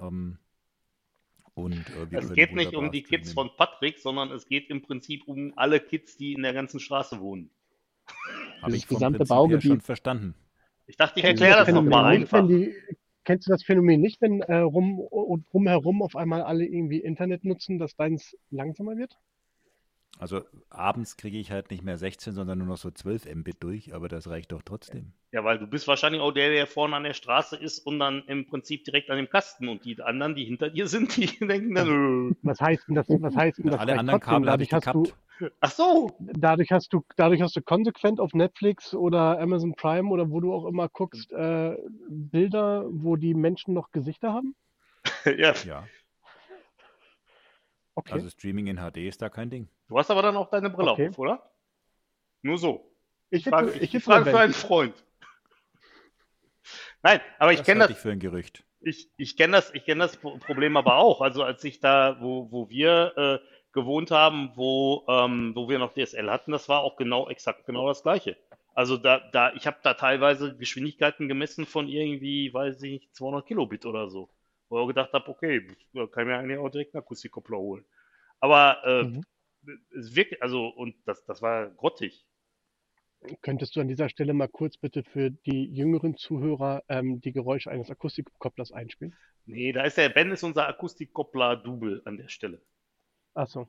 und wir Es können geht nicht wunderbar um die Kids streamen. von Patrick, sondern es geht im Prinzip um alle Kids, die in der ganzen Straße wohnen. Habe Dieses ich vom gesamte Prinzip her Baugebiet- schon verstanden. Ich dachte, ich Dieses erkläre das Phänomen nochmal nicht, einfach. kennst du das Phänomen nicht, wenn rumherum auf einmal alle irgendwie Internet nutzen, dass deins langsamer wird? Also abends kriege ich halt nicht mehr 16, sondern nur noch so 12 Mbit durch, aber das reicht doch trotzdem. Ja, weil du bist wahrscheinlich auch der vorne an der Straße ist und dann im Prinzip direkt an dem Kasten und die anderen, die hinter dir sind, die denken dann, Was heißt denn das? Was heißt denn das? Alle reicht anderen trotzdem? Kabel habe ich gekappt. ach so, Dadurch hast du konsequent auf Netflix oder Amazon Prime oder wo du auch immer guckst, Bilder, wo die Menschen noch Gesichter haben? ja. Ja, Okay. also Streaming in HD ist da kein Ding. Du hast aber dann auch deine Brille Okay. auf, oder? Nur so. Ich Frage, hitze- ich hitze frage den für Welt. einen Freund. Nein, aber ich Das kenne halte das, ich für ein Gerücht. ich kenne das Problem aber auch. Also als ich da, wo wir gewohnt haben, wo wir noch DSL hatten, das war auch exakt genau das Gleiche. Also ich habe da teilweise Geschwindigkeiten gemessen von irgendwie, weiß ich nicht, 200 Kilobit oder so. Wo ich auch gedacht habe, okay, da kann ich mir eigentlich auch direkt einen Akustikkoppler holen. Aber Mhm. es wirklich, also, und das war grottig. Könntest du an dieser Stelle mal kurz bitte für die jüngeren Zuhörer die Geräusche eines Akustikkopplers einspielen? Nee, da ist der Ben ist unser Akustikkoppler-Double an der Stelle. Achso.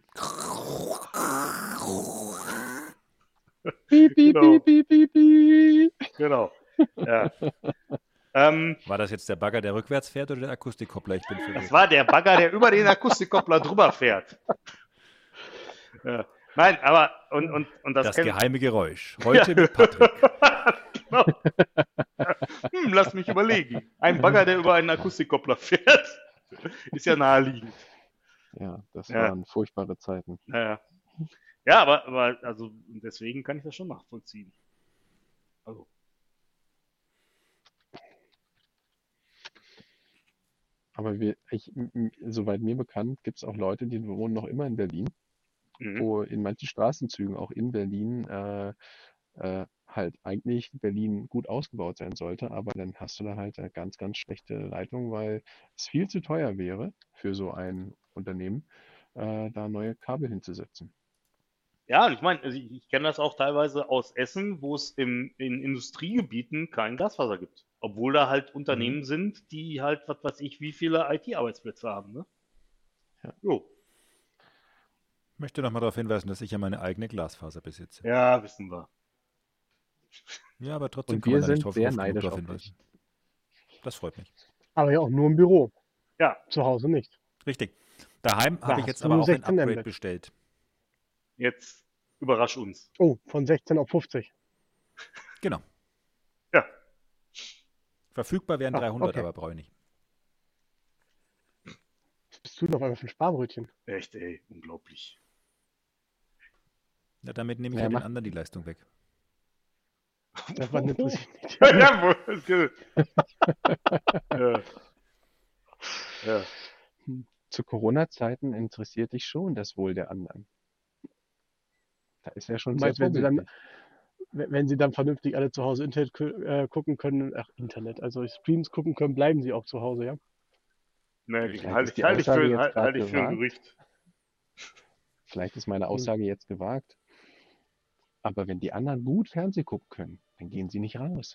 Piep, piep, Genau. piep, piep, piep, piep. Genau. Ja. War das jetzt der Bagger, der rückwärts fährt oder der Akustikkoppler? Ich bin Das verwirrt. war der Bagger, der über den Akustikkoppler drüber fährt. Ja. Nein, aber und das, Das kennt- geheime Geräusch. Heute mit Patrick. Genau. Lass mich überlegen. Ein Bagger, der über einen Akustikkoppler fährt, ist ja naheliegend. Ja, das Ja. waren furchtbare Zeiten. Naja. Ja, aber also deswegen kann ich das schon nachvollziehen. Also, Aber soweit mir bekannt, gibt es auch Leute, die wohnen noch immer in Berlin, wo in manchen Straßenzügen auch in Berlin halt eigentlich Berlin gut ausgebaut sein sollte, aber dann hast du da halt eine ganz, ganz schlechte Leitung, weil es viel zu teuer wäre für so ein Unternehmen, da neue Kabel hinzusetzen. ja, und ich meine, also ich kenne das auch teilweise aus Essen, wo es in Industriegebieten kein Glasfaser gibt. Obwohl da halt Unternehmen sind, die halt, was weiß ich, wie viele IT-Arbeitsplätze haben, ne? Ja. Jo. Ich möchte noch mal darauf hinweisen, dass ich ja meine eigene Glasfaser besitze. Ja, wissen wir. Ja, aber trotzdem Und kann wir man da nicht sind drauf sehr oft genug neidisch drauf auf hinweisen. Das freut mich. Aber ja auch nur im Büro. Ja, Zu Hause nicht. Richtig. Daheim Da habe ich hast jetzt du aber nur auch ein 16 Upgrade Mbit. bestellt. jetzt überrasch uns. Oh, von 16 auf 50. Genau. Ja, Verfügbar wären Ah, 300, okay. aber brauche ich nicht. Was bist du noch einmal für ein Sparbrötchen? echt, ey, unglaublich. Ja, damit nehme ich Ja, ja den mach- anderen die Leistung weg. Das war interessiert nicht. Ja, ja, ja. Zu Corona-Zeiten interessiert dich schon das Wohl der anderen. Da ist ja schon Du sehr meinst, wenn sie vorbildlich. dann vernünftig alle zu Hause Internet gucken können, Internet, also Streams gucken können, bleiben sie auch zu Hause, ja? Nee, Vielleicht halte ist die ich, halt ich Aussage für, jetzt halt, gerade halt ich für ein gewagt. Gerücht. Vielleicht ist meine Aussage jetzt gewagt. Aber wenn die anderen gut Fernsehen gucken können, dann gehen sie nicht raus.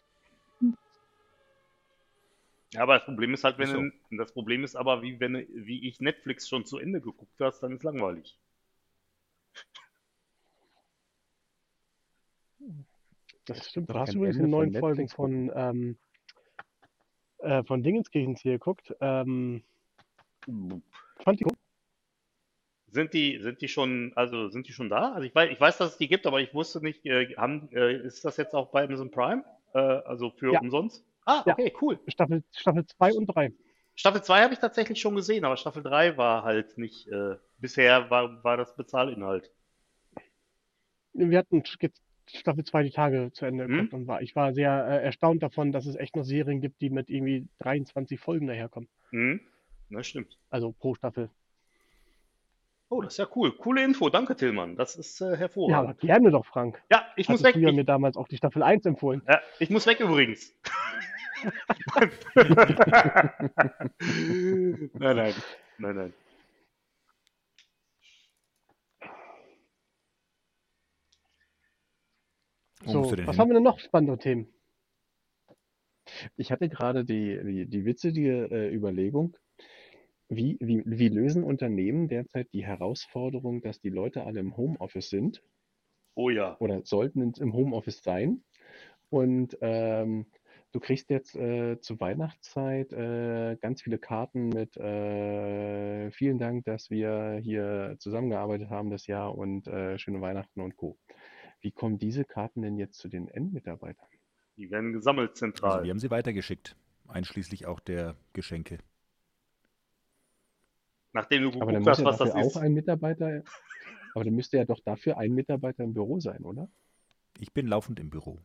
Ja, aber das Problem ist halt, Ist so. das Problem ist aber, wie ich Netflix schon zu Ende geguckt hast, dann ist langweilig. Das stimmt. Doch Hast du kein übrigens Ende die von neuen Folgen Netflix von Dingenskirchens hier geguckt? Fand die gut? Sind die schon da? Also ich weiß, dass es die gibt, aber ich wusste nicht, ist das jetzt auch bei Amazon Prime? Also für Ja. umsonst? Ah, Ja. okay, cool. Staffel 2 und 3. Staffel 2 habe ich tatsächlich schon gesehen, aber Staffel 3 war halt nicht, bisher war das Bezahlinhalt. Wir hatten jetzt Staffel 2 die Tage zu Ende geguckt und ich war sehr erstaunt davon, dass es echt noch Serien gibt, die mit irgendwie 23 Folgen daherkommen. Das stimmt. Also pro Staffel. Oh, das ist ja cool. Coole Info. Danke, Tillmann. Das ist Ja, aber hervorragend. gerne doch, Frank. Ja, ich muss Hattest weg. du ja mir damals auch die Staffel 1 empfohlen. Ja, ich muss weg übrigens. Nein. Wo So, musst du denn was hin? haben wir denn noch spannende Themen? Ich hatte gerade die witzige Überlegung, wie lösen Unternehmen derzeit die Herausforderung, dass die Leute alle im Homeoffice sind Oh ja. oder sollten im Homeoffice sein? Und du kriegst jetzt zur Weihnachtszeit ganz viele Karten mit vielen Dank, dass wir hier zusammengearbeitet haben das Jahr und schöne Weihnachten und Co. Wie kommen diese Karten denn jetzt zu den Endmitarbeitern? Die werden gesammelt Also zentral. wir haben sie weitergeschickt, einschließlich auch der Geschenke. Nachdem du Aber dann geguckt muss hast, ja was das dafür auch ist. ein Mitarbeiter, aber dann müsste ja doch dafür ein Mitarbeiter im Büro sein, oder? Ich bin laufend im Büro.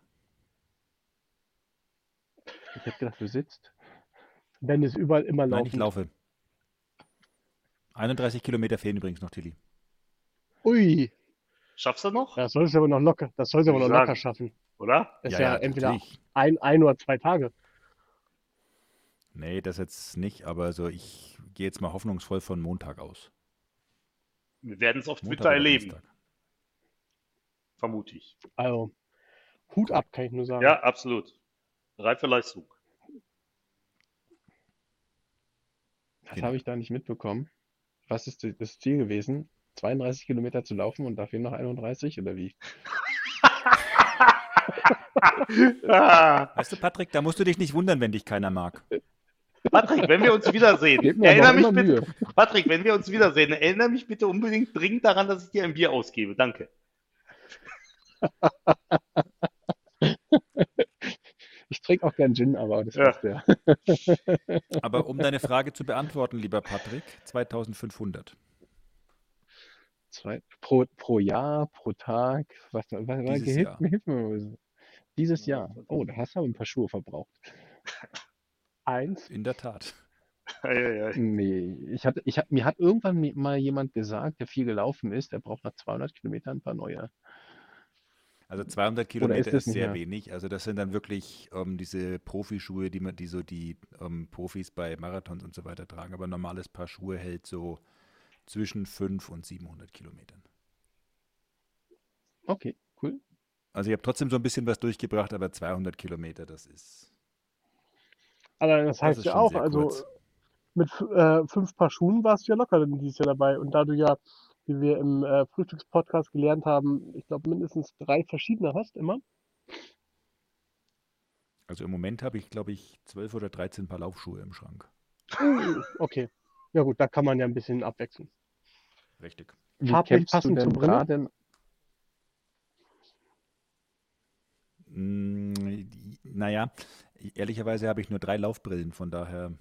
Ich hätte gedacht, du sitzt. Wenn es überall immer Nein, ich laufen. laufe. 31 Kilometer fehlen übrigens noch, Tilly. Ui, Schaffst du noch? das soll es aber noch locker, Würde ich sagen. schaffen. Oder? Das ist ja entweder natürlich. ein oder 2 Tage. Nee, das jetzt nicht, aber so ich gehe jetzt mal hoffnungsvoll von Montag aus. Wir werden es auf Montag Twitter oder erleben. Dienstag. Vermute ich. Also, Hut ab, kann ich nur sagen. Ja, absolut. Reife Leistung. Das Genau. habe ich da nicht mitbekommen. Was ist das Ziel gewesen? 32 Kilometer zu laufen und dafür noch 31 oder wie? Weißt du, Patrick, da musst du dich nicht wundern, wenn dich keiner mag. Patrick, wenn wir uns wiedersehen, Gebt mir aber erinnere auch mich immer bitte. Patrick, wenn wir uns wiedersehen, erinnere mich bitte unbedingt dringend daran, dass ich dir ein Bier ausgebe. Danke. Ich trinke auch gern Gin, aber das Ja. passt ja. Aber um deine Frage zu beantworten, lieber Patrick, 2500. Pro Jahr, pro Tag, Dieses Jahr. hilf mir mal. Dieses Jahr. Oh, da hast du aber ein paar Schuhe verbraucht. 1. In der Tat. Nee, mir hat irgendwann mal jemand gesagt, der viel gelaufen ist, der braucht nach 200 Kilometern ein paar neue. Also 200 Oder Kilometer ist das ist nicht sehr mehr? wenig. Also das sind dann wirklich diese Profischuhe, die Profis bei Marathons und so weiter tragen. Aber ein normales Paar Schuhe hält so zwischen 500 und 700 Kilometern. Okay, cool. Also ich habe trotzdem so ein bisschen was durchgebracht, aber 200 Kilometer, das ist Aber das heißt ist ja schon auch, sehr also kurz. mit 5 Paar Schuhen warst du ja locker dieses Jahr dabei. Und da du ja, wie wir im Frühstückspodcast gelernt haben, ich glaube mindestens 3 verschiedene hast immer. Also im Moment habe ich, glaube ich, 12 oder 13 Paar Laufschuhe im Schrank. Okay. Ja gut, da kann man ja ein bisschen abwechseln. Richtig. Wie Farblich kämpfst du passend denn zur Brille? gerade? Naja, ehrlicherweise habe ich nur 3 Laufbrillen, von daher.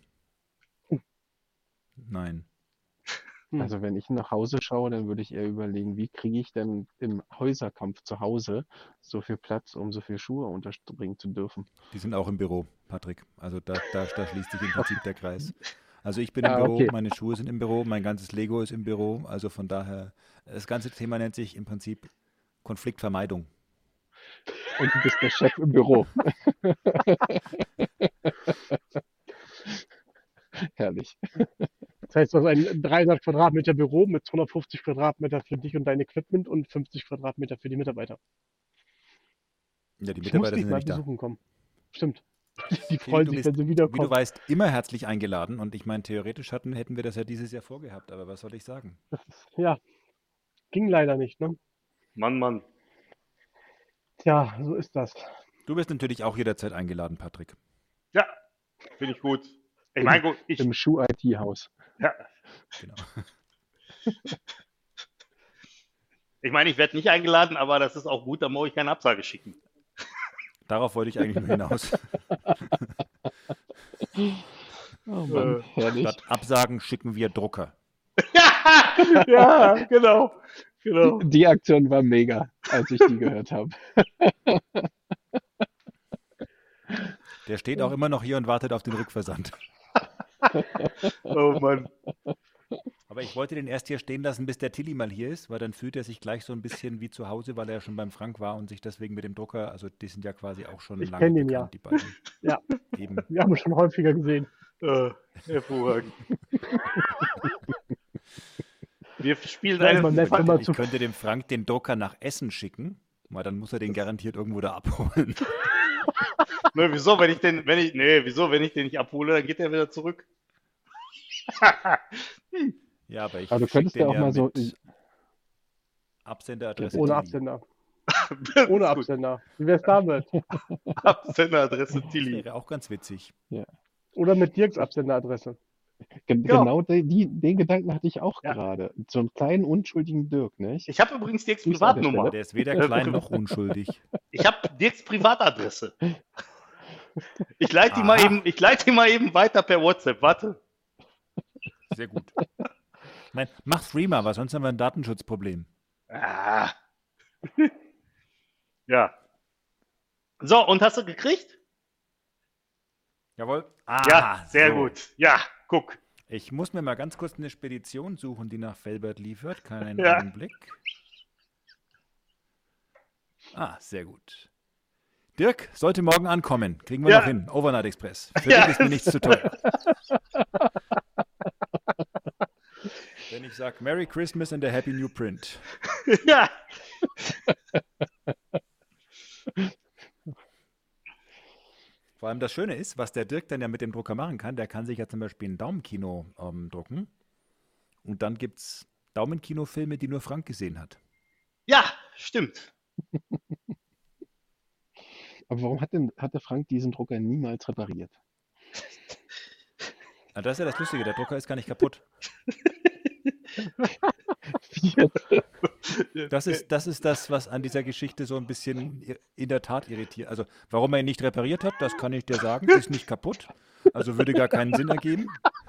Nein. Also wenn ich nach Hause schaue, dann würde ich eher überlegen, wie kriege ich denn im Häuserkampf zu Hause so viel Platz, um so viele Schuhe unterbringen zu dürfen. Die sind auch im Büro, Patrick. Also da schließt sich im Prinzip der Kreis. Also ich bin im Ah, Büro, okay. meine Schuhe sind im Büro, mein ganzes Lego ist im Büro. Also von daher, das ganze Thema nennt sich im Prinzip Konfliktvermeidung. Und du bist der Chef im Büro. Herrlich. Das heißt, du hast ein 300 Quadratmeter Büro mit 250 Quadratmeter für dich und dein Equipment und 50 Quadratmeter für die Mitarbeiter. Ja, die Ich muss Mitarbeiter dich sind ja mal nicht da. besuchen kommen. Stimmt. Die Philipp, freuen du sich, bist, wenn sie wie du wiederkommen. weißt, immer herzlich eingeladen. Und ich meine, theoretisch hätten wir das ja dieses Jahr vorgehabt. Aber was soll ich sagen? Ja, ging leider nicht, ne? Mann. Tja, so ist das. Du bist natürlich auch jederzeit eingeladen, Patrick. Ja, finde ich gut. Ich meine, gut, Im Schuh-IT-Haus. ja, Genau. ich meine, ich werde nicht eingeladen, aber das ist auch gut, da muss ich keine Absage schicken. Darauf wollte ich eigentlich nur hinaus. Oh Mann, herrlich. Statt Absagen schicken wir Drucker. Ja, genau. Die Aktion war mega, als ich die gehört habe. Der steht auch immer noch hier und wartet auf den Rückversand. Oh Mann. Aber ich wollte den erst hier stehen lassen, bis der Tilly mal hier ist, weil dann fühlt er sich gleich so ein bisschen wie zu Hause, weil er ja schon beim Frank war und sich deswegen mit dem Drucker, also die sind ja quasi auch schon Ich lange kenn ihn bekannt, ja. die beiden. Ja, Eben. wir haben es schon häufiger gesehen. Hervorragend. Wir spielen Ja, eine. man merkt immer- Ich könnte dem Frank den Drucker nach Essen schicken, weil dann muss er den garantiert irgendwo da abholen. Ne, wieso, wenn ich den nicht abhole, dann geht er wieder zurück. Ja, aber ich Aber du schick könntest den ja auch mal so- mit Absenderadresse. Ohne Tilly. Absender. Das Ohne ist gut. Absender. Wie wär's damit? Absenderadresse Das Tilly. wäre auch ganz witzig. Oder mit Dirks Absenderadresse. Genau den Gedanken hatte ich auch Ja. gerade. So einen kleinen, unschuldigen Dirk, nicht? Ich habe übrigens Dirks Grüße an der Privatnummer. Der ist weder klein noch unschuldig. Ich habe Dirks Privatadresse. Ich leite die Aha. mal eben weiter per WhatsApp. Warte. Sehr gut. Nein, mach Streamer, weil sonst haben wir ein Datenschutzproblem. Ah. Ja. So, und hast du gekriegt? Jawohl. Ja, sehr so. gut. Ja, guck. Ich muss mir mal ganz kurz eine Spedition suchen, die nach Velbert liefert. Keinen Ja. Augenblick. Sehr gut. Dirk, sollte morgen ankommen. Kriegen wir Ja. noch hin. Overnight Express. Für Ja. dich ist mir nichts zu teuer. Wenn ich sage Merry Christmas and a Happy New Print. Ja. Vor allem das Schöne ist, was der Dirk dann ja mit dem Drucker machen kann, der kann sich ja zum Beispiel ein Daumenkino drucken. Und dann gibt es Daumenkinofilme, die nur Frank gesehen hat. Ja, stimmt. Aber warum hat der Frank diesen Drucker niemals repariert? Das ist ja das Lustige, der Drucker ist gar nicht kaputt. Das ist das, was an dieser Geschichte so ein bisschen in der Tat irritiert. Also, warum er ihn nicht repariert hat, das kann ich dir sagen. Ist nicht kaputt. Also würde gar keinen Sinn ergeben.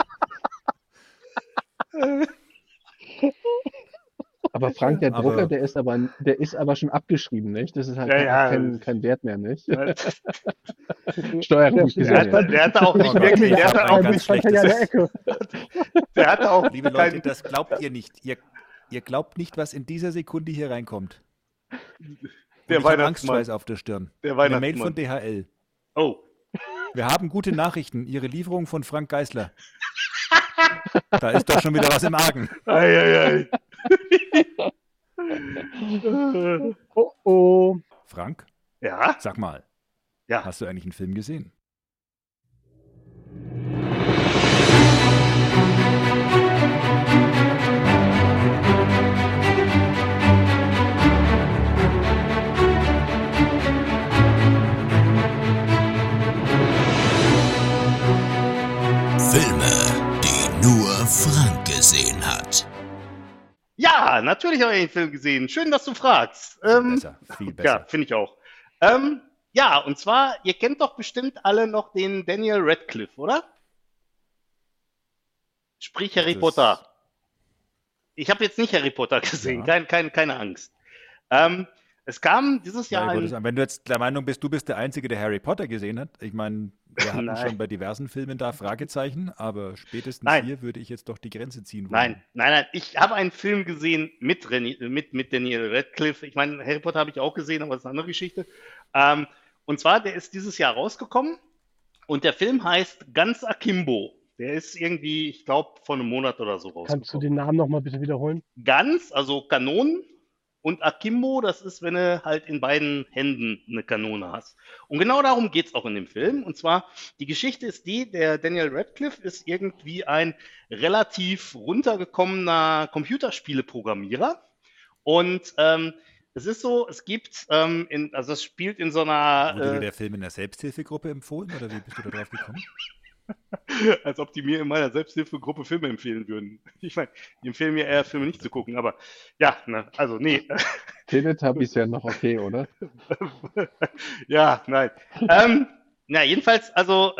Aber Frank, der Aber- Drucker, der ist aber schon abgeschrieben, nicht? Das ist halt Ja, ja. kein Wert mehr, nicht? Der, Steuerrechtlich gesehen. Ja. der hatte auch nicht Oh Gott, wirklich, ich der hab hatte ein auch ganz nicht, Stand ja in der Ecke. der hatte auch Liebe Leute, kein, das glaubt ihr nicht. Ihr glaubt nicht, was in dieser Sekunde hier reinkommt. Und der ich hab Angstschweiß Weihnachtsmann. auf der Stirn. Der Eine Mail von Weihnachtsmann. DHL. Oh. Wir haben gute Nachrichten. Ihre Lieferung von Frank Geisler. Da ist doch schon wieder was im Argen. Ei. Oh oh. Frank, Ja? sag mal, Ja. hast du eigentlich einen Film gesehen? Filme Ja, natürlich habe ich den Film gesehen. Schön, dass du fragst. Besser, viel Ja, besser. finde ich auch. Ja, und zwar, ihr kennt doch bestimmt alle noch den Daniel Radcliffe, oder? Sprich Harry Das, Potter. Ich habe jetzt nicht Harry Potter gesehen, ja. keine Angst. Ähm, Es kam dieses Weil Jahr ich wollte ein. sagen, wenn du jetzt der Meinung bist, du bist der Einzige, der Harry Potter gesehen hat, ich meine, wir hatten Nein, schon bei diversen Filmen da Fragezeichen, aber spätestens nein, hier würde ich jetzt doch die Grenze ziehen nein, wollen. nein. Ich habe einen Film gesehen mit Daniel Radcliffe. Ich meine, Harry Potter habe ich auch gesehen, aber das ist eine andere Geschichte. Ähm, und zwar, der ist dieses Jahr rausgekommen und der Film heißt Ganz Akimbo. Der ist irgendwie, ich glaube, vor einem Monat oder so Kannst du rausgekommen. den Namen nochmal bitte wiederholen? Ganz, also Kanonen, und Akimbo, das ist, wenn du halt in beiden Händen eine Kanone hast. Und genau darum geht's auch in dem Film. Und zwar, die Geschichte ist die, der Daniel Radcliffe ist irgendwie ein relativ runtergekommener Computerspieleprogrammierer. Und es ist so, es gibt, also es spielt in so Wurde dir einer, der Film in der Selbsthilfegruppe empfohlen oder wie bist du da drauf gekommen? als ob die mir in meiner Selbsthilfegruppe Filme empfehlen würden. Ich meine, die empfehlen mir eher, Filme nicht zu gucken, aber ja, ne, also nee. Teletubbies ja noch okay, oder? Ja, nein. Na, jedenfalls, also,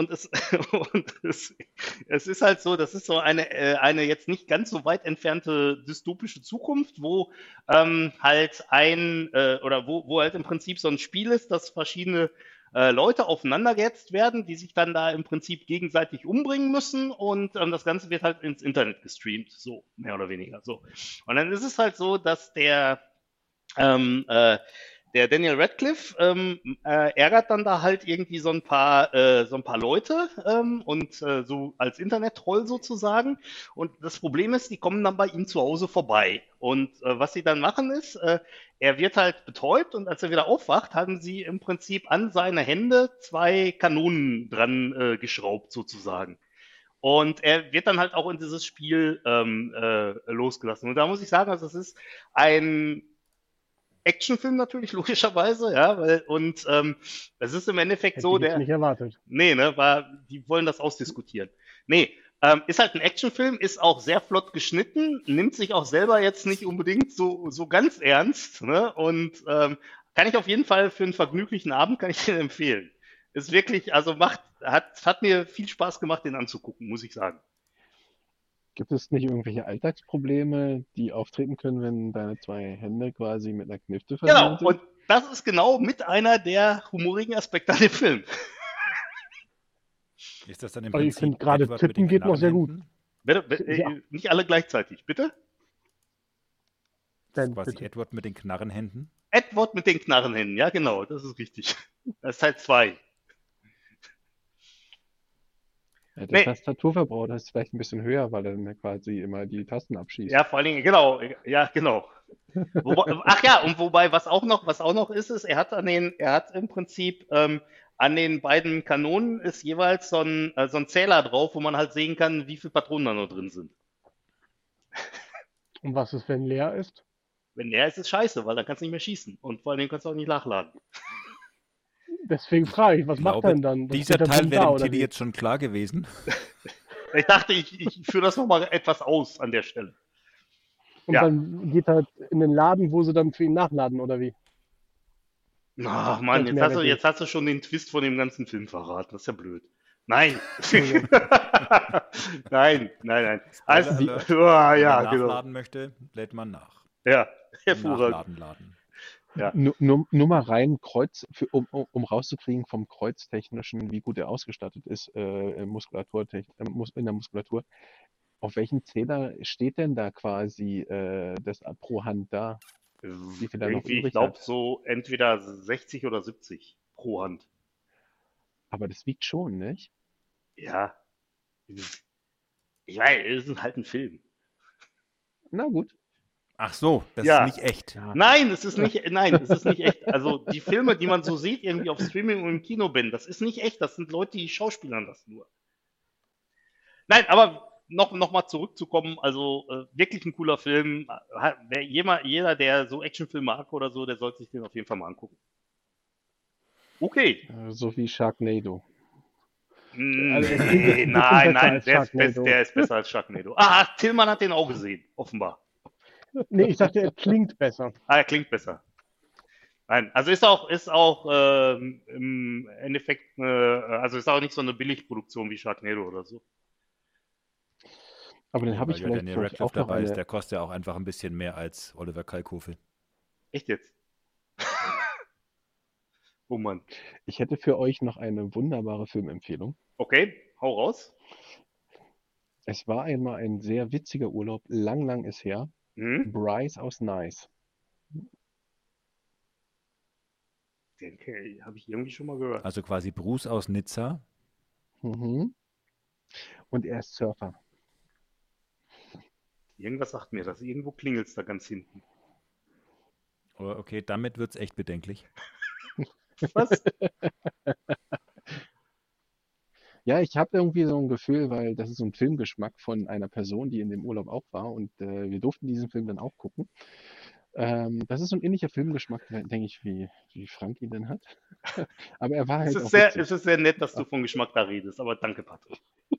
es ist halt so, das ist so eine jetzt nicht ganz so weit entfernte dystopische Zukunft, wo halt wo halt im Prinzip so ein Spiel ist, dass verschiedene Leute aufeinandergehetzt werden, die sich dann da im Prinzip gegenseitig umbringen müssen und das Ganze wird halt ins Internet gestreamt, so, mehr oder weniger, so. Und dann ist es halt so, dass ähm, äh, der Daniel Radcliffe ärgert dann da halt irgendwie so ein paar Leute und so als Internet-Troll sozusagen. Und das Problem ist, die kommen dann bei ihm zu Hause vorbei. Und was sie dann machen ist, er wird halt betäubt und als er wieder aufwacht, haben sie im Prinzip an seine Hände 2 Kanonen dran geschraubt sozusagen. Und er wird dann halt auch in dieses Spiel losgelassen. Und da muss ich sagen, also es ist ein Actionfilm natürlich, logischerweise, ja, es ist im Endeffekt Hätte so, ich jetzt nicht erwartet. nee, ne, die wollen das ausdiskutieren. Nee, ist halt ein Actionfilm, ist auch sehr flott geschnitten, nimmt sich auch selber jetzt nicht unbedingt so ganz ernst, ne, und kann ich auf jeden Fall für einen vergnüglichen Abend, kann ich den empfehlen. Ist wirklich, also hat mir viel Spaß gemacht, den anzugucken, muss ich sagen. Gibt es nicht irgendwelche Alltagsprobleme, die auftreten können, wenn deine 2 Hände quasi mit einer Knifte Genau, versehen sind? und das ist genau mit einer der humorigen Aspekte an dem Film. Ist das dann im Aber ich Prinzip finde gerade Edward mit den Tippen geht noch sehr gut. Knarrenhänden? Ja, Nicht alle gleichzeitig, bitte? Das ist dann quasi bitte. Edward mit den Knarrenhänden? Edward mit den Knarrenhänden, ja genau, das ist richtig. Das ist Teil 2. Der Nee, Tastaturverbrauch ist vielleicht ein bisschen höher, weil er dann quasi immer die Tasten abschießt. ja, vor allen Dingen, genau, ja, genau. Ach ja, und wobei, was auch noch ist, er hat im Prinzip an den beiden Kanonen ist jeweils so ein Zähler drauf, wo man halt sehen kann, wie viele Patronen da noch drin sind. Und was ist, wenn leer ist? Wenn leer ist, ist scheiße, weil dann kannst du nicht mehr schießen. Und vor allen Dingen kannst du auch nicht nachladen. Deswegen frage ich, was Ich macht er glaube, denn dann? Das dieser steht da Teil drin wäre da, dem oder Tilly wie? jetzt schon klar gewesen. Ich dachte, ich führe das nochmal etwas aus an der Stelle. Und Ja. dann geht er in den Laden, wo sie dann für ihn nachladen, oder wie? Ach Mann, Ganz mehrwertig. jetzt hast du schon den Twist von dem ganzen Film verraten. Das ist ja blöd. Nein. Entschuldigung. Nein. Also die, Alert. oh, Wenn ja, man genau. nachladen möchte, lädt man nach. Ja, Im hervorragend. Nachladen laden. Ja. Nur mal rein, um rauszukriegen vom Kreuztechnischen, wie gut er ausgestattet ist in der Muskulatur. Auf welchem Zähler steht denn da quasi das pro Hand da? Wie viel er noch Irgendwie, ich übrig glaube, hat? so entweder 60 oder 70 pro Hand. Aber das wiegt schon, nicht? Ja. Ich meine, es ist halt ein Film. Na gut. Ach so, das Ja. ist nicht echt. Ja. Nein, es ist nicht echt. Also die Filme, die man so sieht, irgendwie auf Streaming und im Kino bin, das ist nicht echt. Das sind Leute, die schauspielern das nur. Nein, aber noch mal zurückzukommen, also wirklich ein cooler Film. Jeder, der so Actionfilme mag oder so, der sollte sich den auf jeden Fall mal angucken. Okay. So wie Sharknado. Also, es klingt Nee, bestimmt nein, besser als der Sharknado. ist besser als Sharknado. Ah, Tillmann hat den auch gesehen, offenbar. Nee, ich sagte, er klingt besser. Ah, er klingt besser. Nein, also ist auch im Endeffekt also ist auch nicht so eine Billigproduktion wie Sharknado oder so. Aber den Nee, habe weil ich ja vielleicht Daniel für euch Radcliffe auch noch dabei ist, eine. der kostet ja auch einfach ein bisschen mehr als Oliver Kalkofe. Echt jetzt? Oh Mann. Ich hätte für euch noch eine wunderbare Filmempfehlung. Okay, hau raus. Es war einmal ein sehr witziger Urlaub, lang ist her. Hm? Bryce aus Nice. Den habe ich irgendwie schon mal gehört. Also quasi Bruce aus Nizza. Mhm. Und er ist Surfer. Irgendwas sagt mir das. Irgendwo klingelt es da ganz hinten. Oh, okay, damit wird es echt bedenklich. Was? Ja, ich habe irgendwie so ein Gefühl, weil das ist so ein Filmgeschmack von einer Person, die in dem Urlaub auch war und wir durften diesen Film dann auch gucken. Das ist so ein ähnlicher Filmgeschmack, denke ich, wie Frankie den hat. Aber er war Es halt ist auch sehr, witzig. es ist sehr nett, dass du von Geschmack da redest, aber danke, Patrick.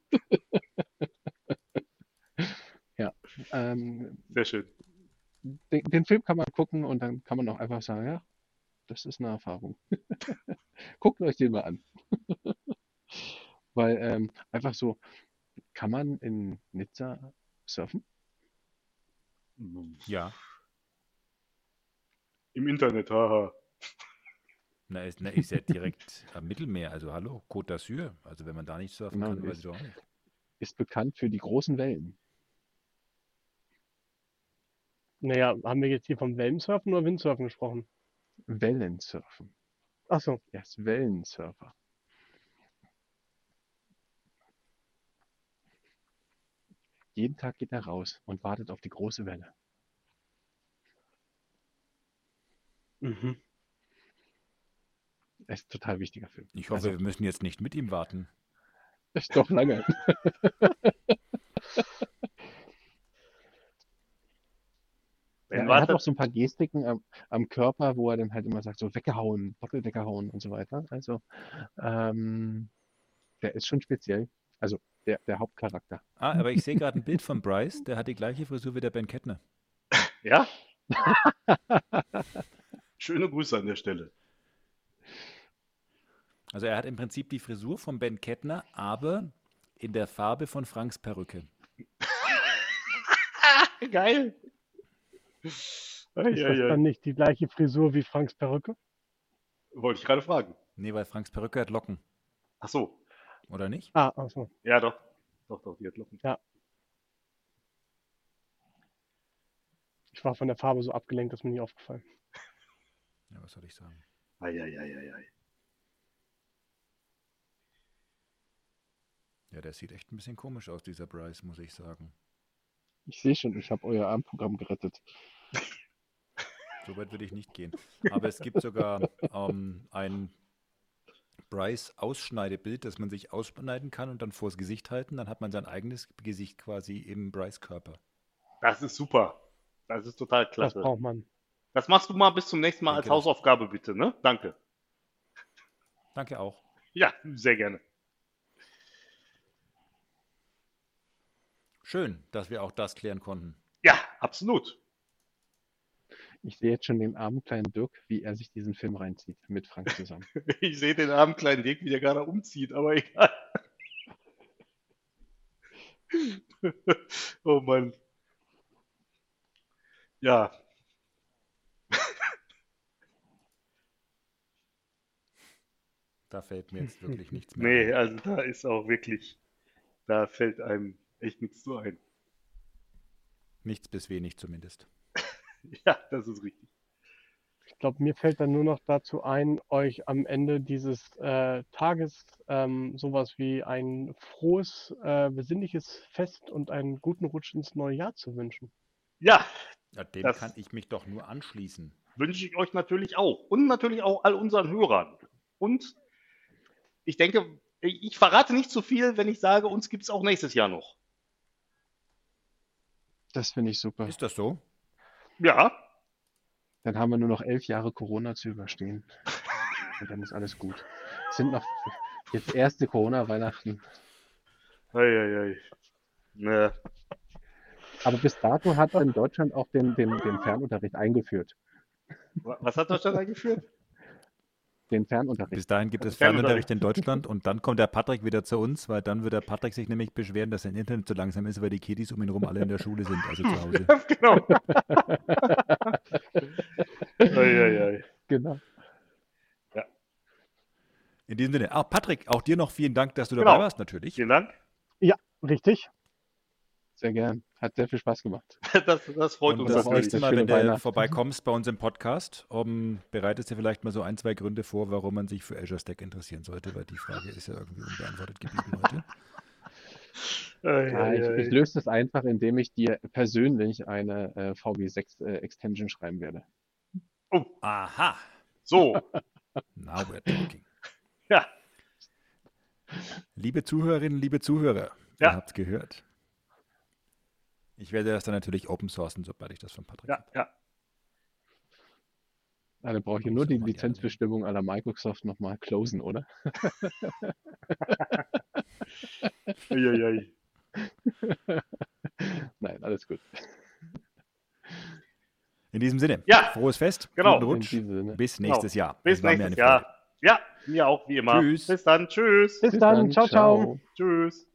Ja, ähm, Sehr schön. den Film kann man gucken und dann kann man auch einfach sagen, ja, das ist eine Erfahrung. Guckt euch den mal an. Weil einfach so, kann man in Nizza surfen? Ja, Im Internet, haha. na, ist ja direkt am Mittelmeer. Also hallo, Côte d'Azur. Also wenn man da nicht surfen Genau, kann, weiß ich doch auch nicht. ist bekannt für die großen Wellen. Naja, haben wir jetzt hier vom Wellensurfen oder Windsurfen gesprochen? Wellensurfen. Ach so. Er ist Wellensurfer. Jeden Tag geht er raus und wartet auf die große Welle. Mhm. Es ist ein total wichtiger Film. Ich hoffe, Also, wir müssen jetzt nicht mit ihm warten. ist doch lange. Ja, Wenn er hat auch wartet, so ein paar Gestiken am Körper, wo er dann halt immer sagt, so weggehauen, weggehauen und so weiter. Also, der ist schon speziell. Also, der Hauptcharakter. Ah, aber ich sehe gerade ein Bild von Bryce, der hat die gleiche Frisur wie der Ben Kettner. ja? Schöne Grüße an der Stelle. Also er hat im Prinzip die Frisur von Ben Kettner, aber in der Farbe von Franks Perücke. Geil. Ist das dann nicht die gleiche Frisur wie Franks Perücke? Wollte ich gerade fragen. Nee, weil Franks Perücke hat Locken, Ach so. oder nicht? Ah, ach so. Ja, doch. Doch, die hat Locken. Ich war von der Farbe so abgelenkt, dass mir nicht aufgefallen. Ja, was soll ich sagen? Eieieiei. Ja, der sieht echt ein bisschen komisch aus, dieser Bryce, muss ich sagen. Ich sehe schon, ich habe euer Abendprogramm gerettet. So weit würde ich nicht gehen. Aber es gibt sogar ein Bryce-Ausschneidebild, das man sich ausschneiden kann und dann vors Gesicht halten. Dann hat man sein eigenes Gesicht quasi im Bryce-Körper. Das ist super. Das ist total Das klasse. braucht man. Das machst du mal bis zum nächsten Mal Danke, als das- Hausaufgabe, bitte, ne? Danke. Danke auch. Ja, sehr gerne. Schön, dass wir auch das klären konnten. Ja, absolut. Ich sehe jetzt schon den armen kleinen Dirk, wie er sich diesen Film reinzieht, mit Frank zusammen. Ich sehe den armen kleinen Dirk, wie der gerade umzieht, aber egal. Oh Mann. Ja, Da fällt mir jetzt wirklich nichts mehr nee, ein. also da ist auch wirklich, da fällt einem echt nichts zu ein. Nichts bis wenig zumindest. Ja, das ist richtig. Ich glaube, mir fällt dann nur noch dazu ein, euch am Ende dieses Tages sowas wie ein frohes, besinnliches Fest und einen guten Rutsch ins neue Jahr zu wünschen. Ja, Ja, dem Das- kann ich mich doch nur anschließen. wünsche ich euch natürlich auch. Und natürlich auch all unseren Hörern. Und ich denke, ich verrate nicht zu viel, wenn ich sage, uns gibt es auch nächstes Jahr noch. Das finde ich super. Ist das so? Ja, Dann haben wir nur noch 11 Jahre Corona zu überstehen. Und dann ist alles gut. Es sind noch jetzt erste Corona-Weihnachten. Eieiei. Ne. Aber bis dato hat in Deutschland auch den Fernunterricht eingeführt. Was hat Deutschland eingeführt? Den Fernunterricht. Bis dahin gibt es Fernunterricht. Fernunterricht in Deutschland und dann kommt der Patrick wieder zu uns, weil dann wird der Patrick sich nämlich beschweren, dass sein Internet zu langsam ist, weil die Kiddies um ihn herum alle in der Schule sind, also zu Hause. Genau. Ei. Genau. In diesem Sinne. Patrick, auch dir noch vielen Dank, dass du dabei Genau. warst, natürlich. Vielen Dank. Ja, richtig. Sehr gern. Hat sehr viel Spaß gemacht. Das freut Und uns das auch natürlich. nächste euch Mal, schöne wenn du Weihnachten. vorbeikommst bei uns im Podcast, bereitest du vielleicht mal so 1, 2 Gründe vor, warum man sich für Azure Stack interessieren sollte, weil die Frage ist ja irgendwie unbeantwortet geblieben heute. Ja, ich löse das einfach, indem ich dir persönlich eine VB6 Extension schreiben werde. Aha, So, now we're talking. ja. Liebe Zuhörerinnen, liebe Zuhörer, Ja. ihr habt's gehört. Ich werde das dann natürlich open sourcen, sobald ich das von Patrick habe. Ja. Dann brauche ich nur die So, Mann, ja. Lizenzbestimmung aller Microsoft nochmal closen, oder? Ei. Nein, alles gut. In diesem Sinne, Ja. frohes Fest, Genau. guten In Rutsch, diesem Sinne. bis nächstes Jahr. Bis Es war mir nächstes eine Freude. Jahr. Ja, mir auch, wie immer. Tschüss. Bis dann. Tschüss. Bis dann. Ciao, ciao. Tschüss.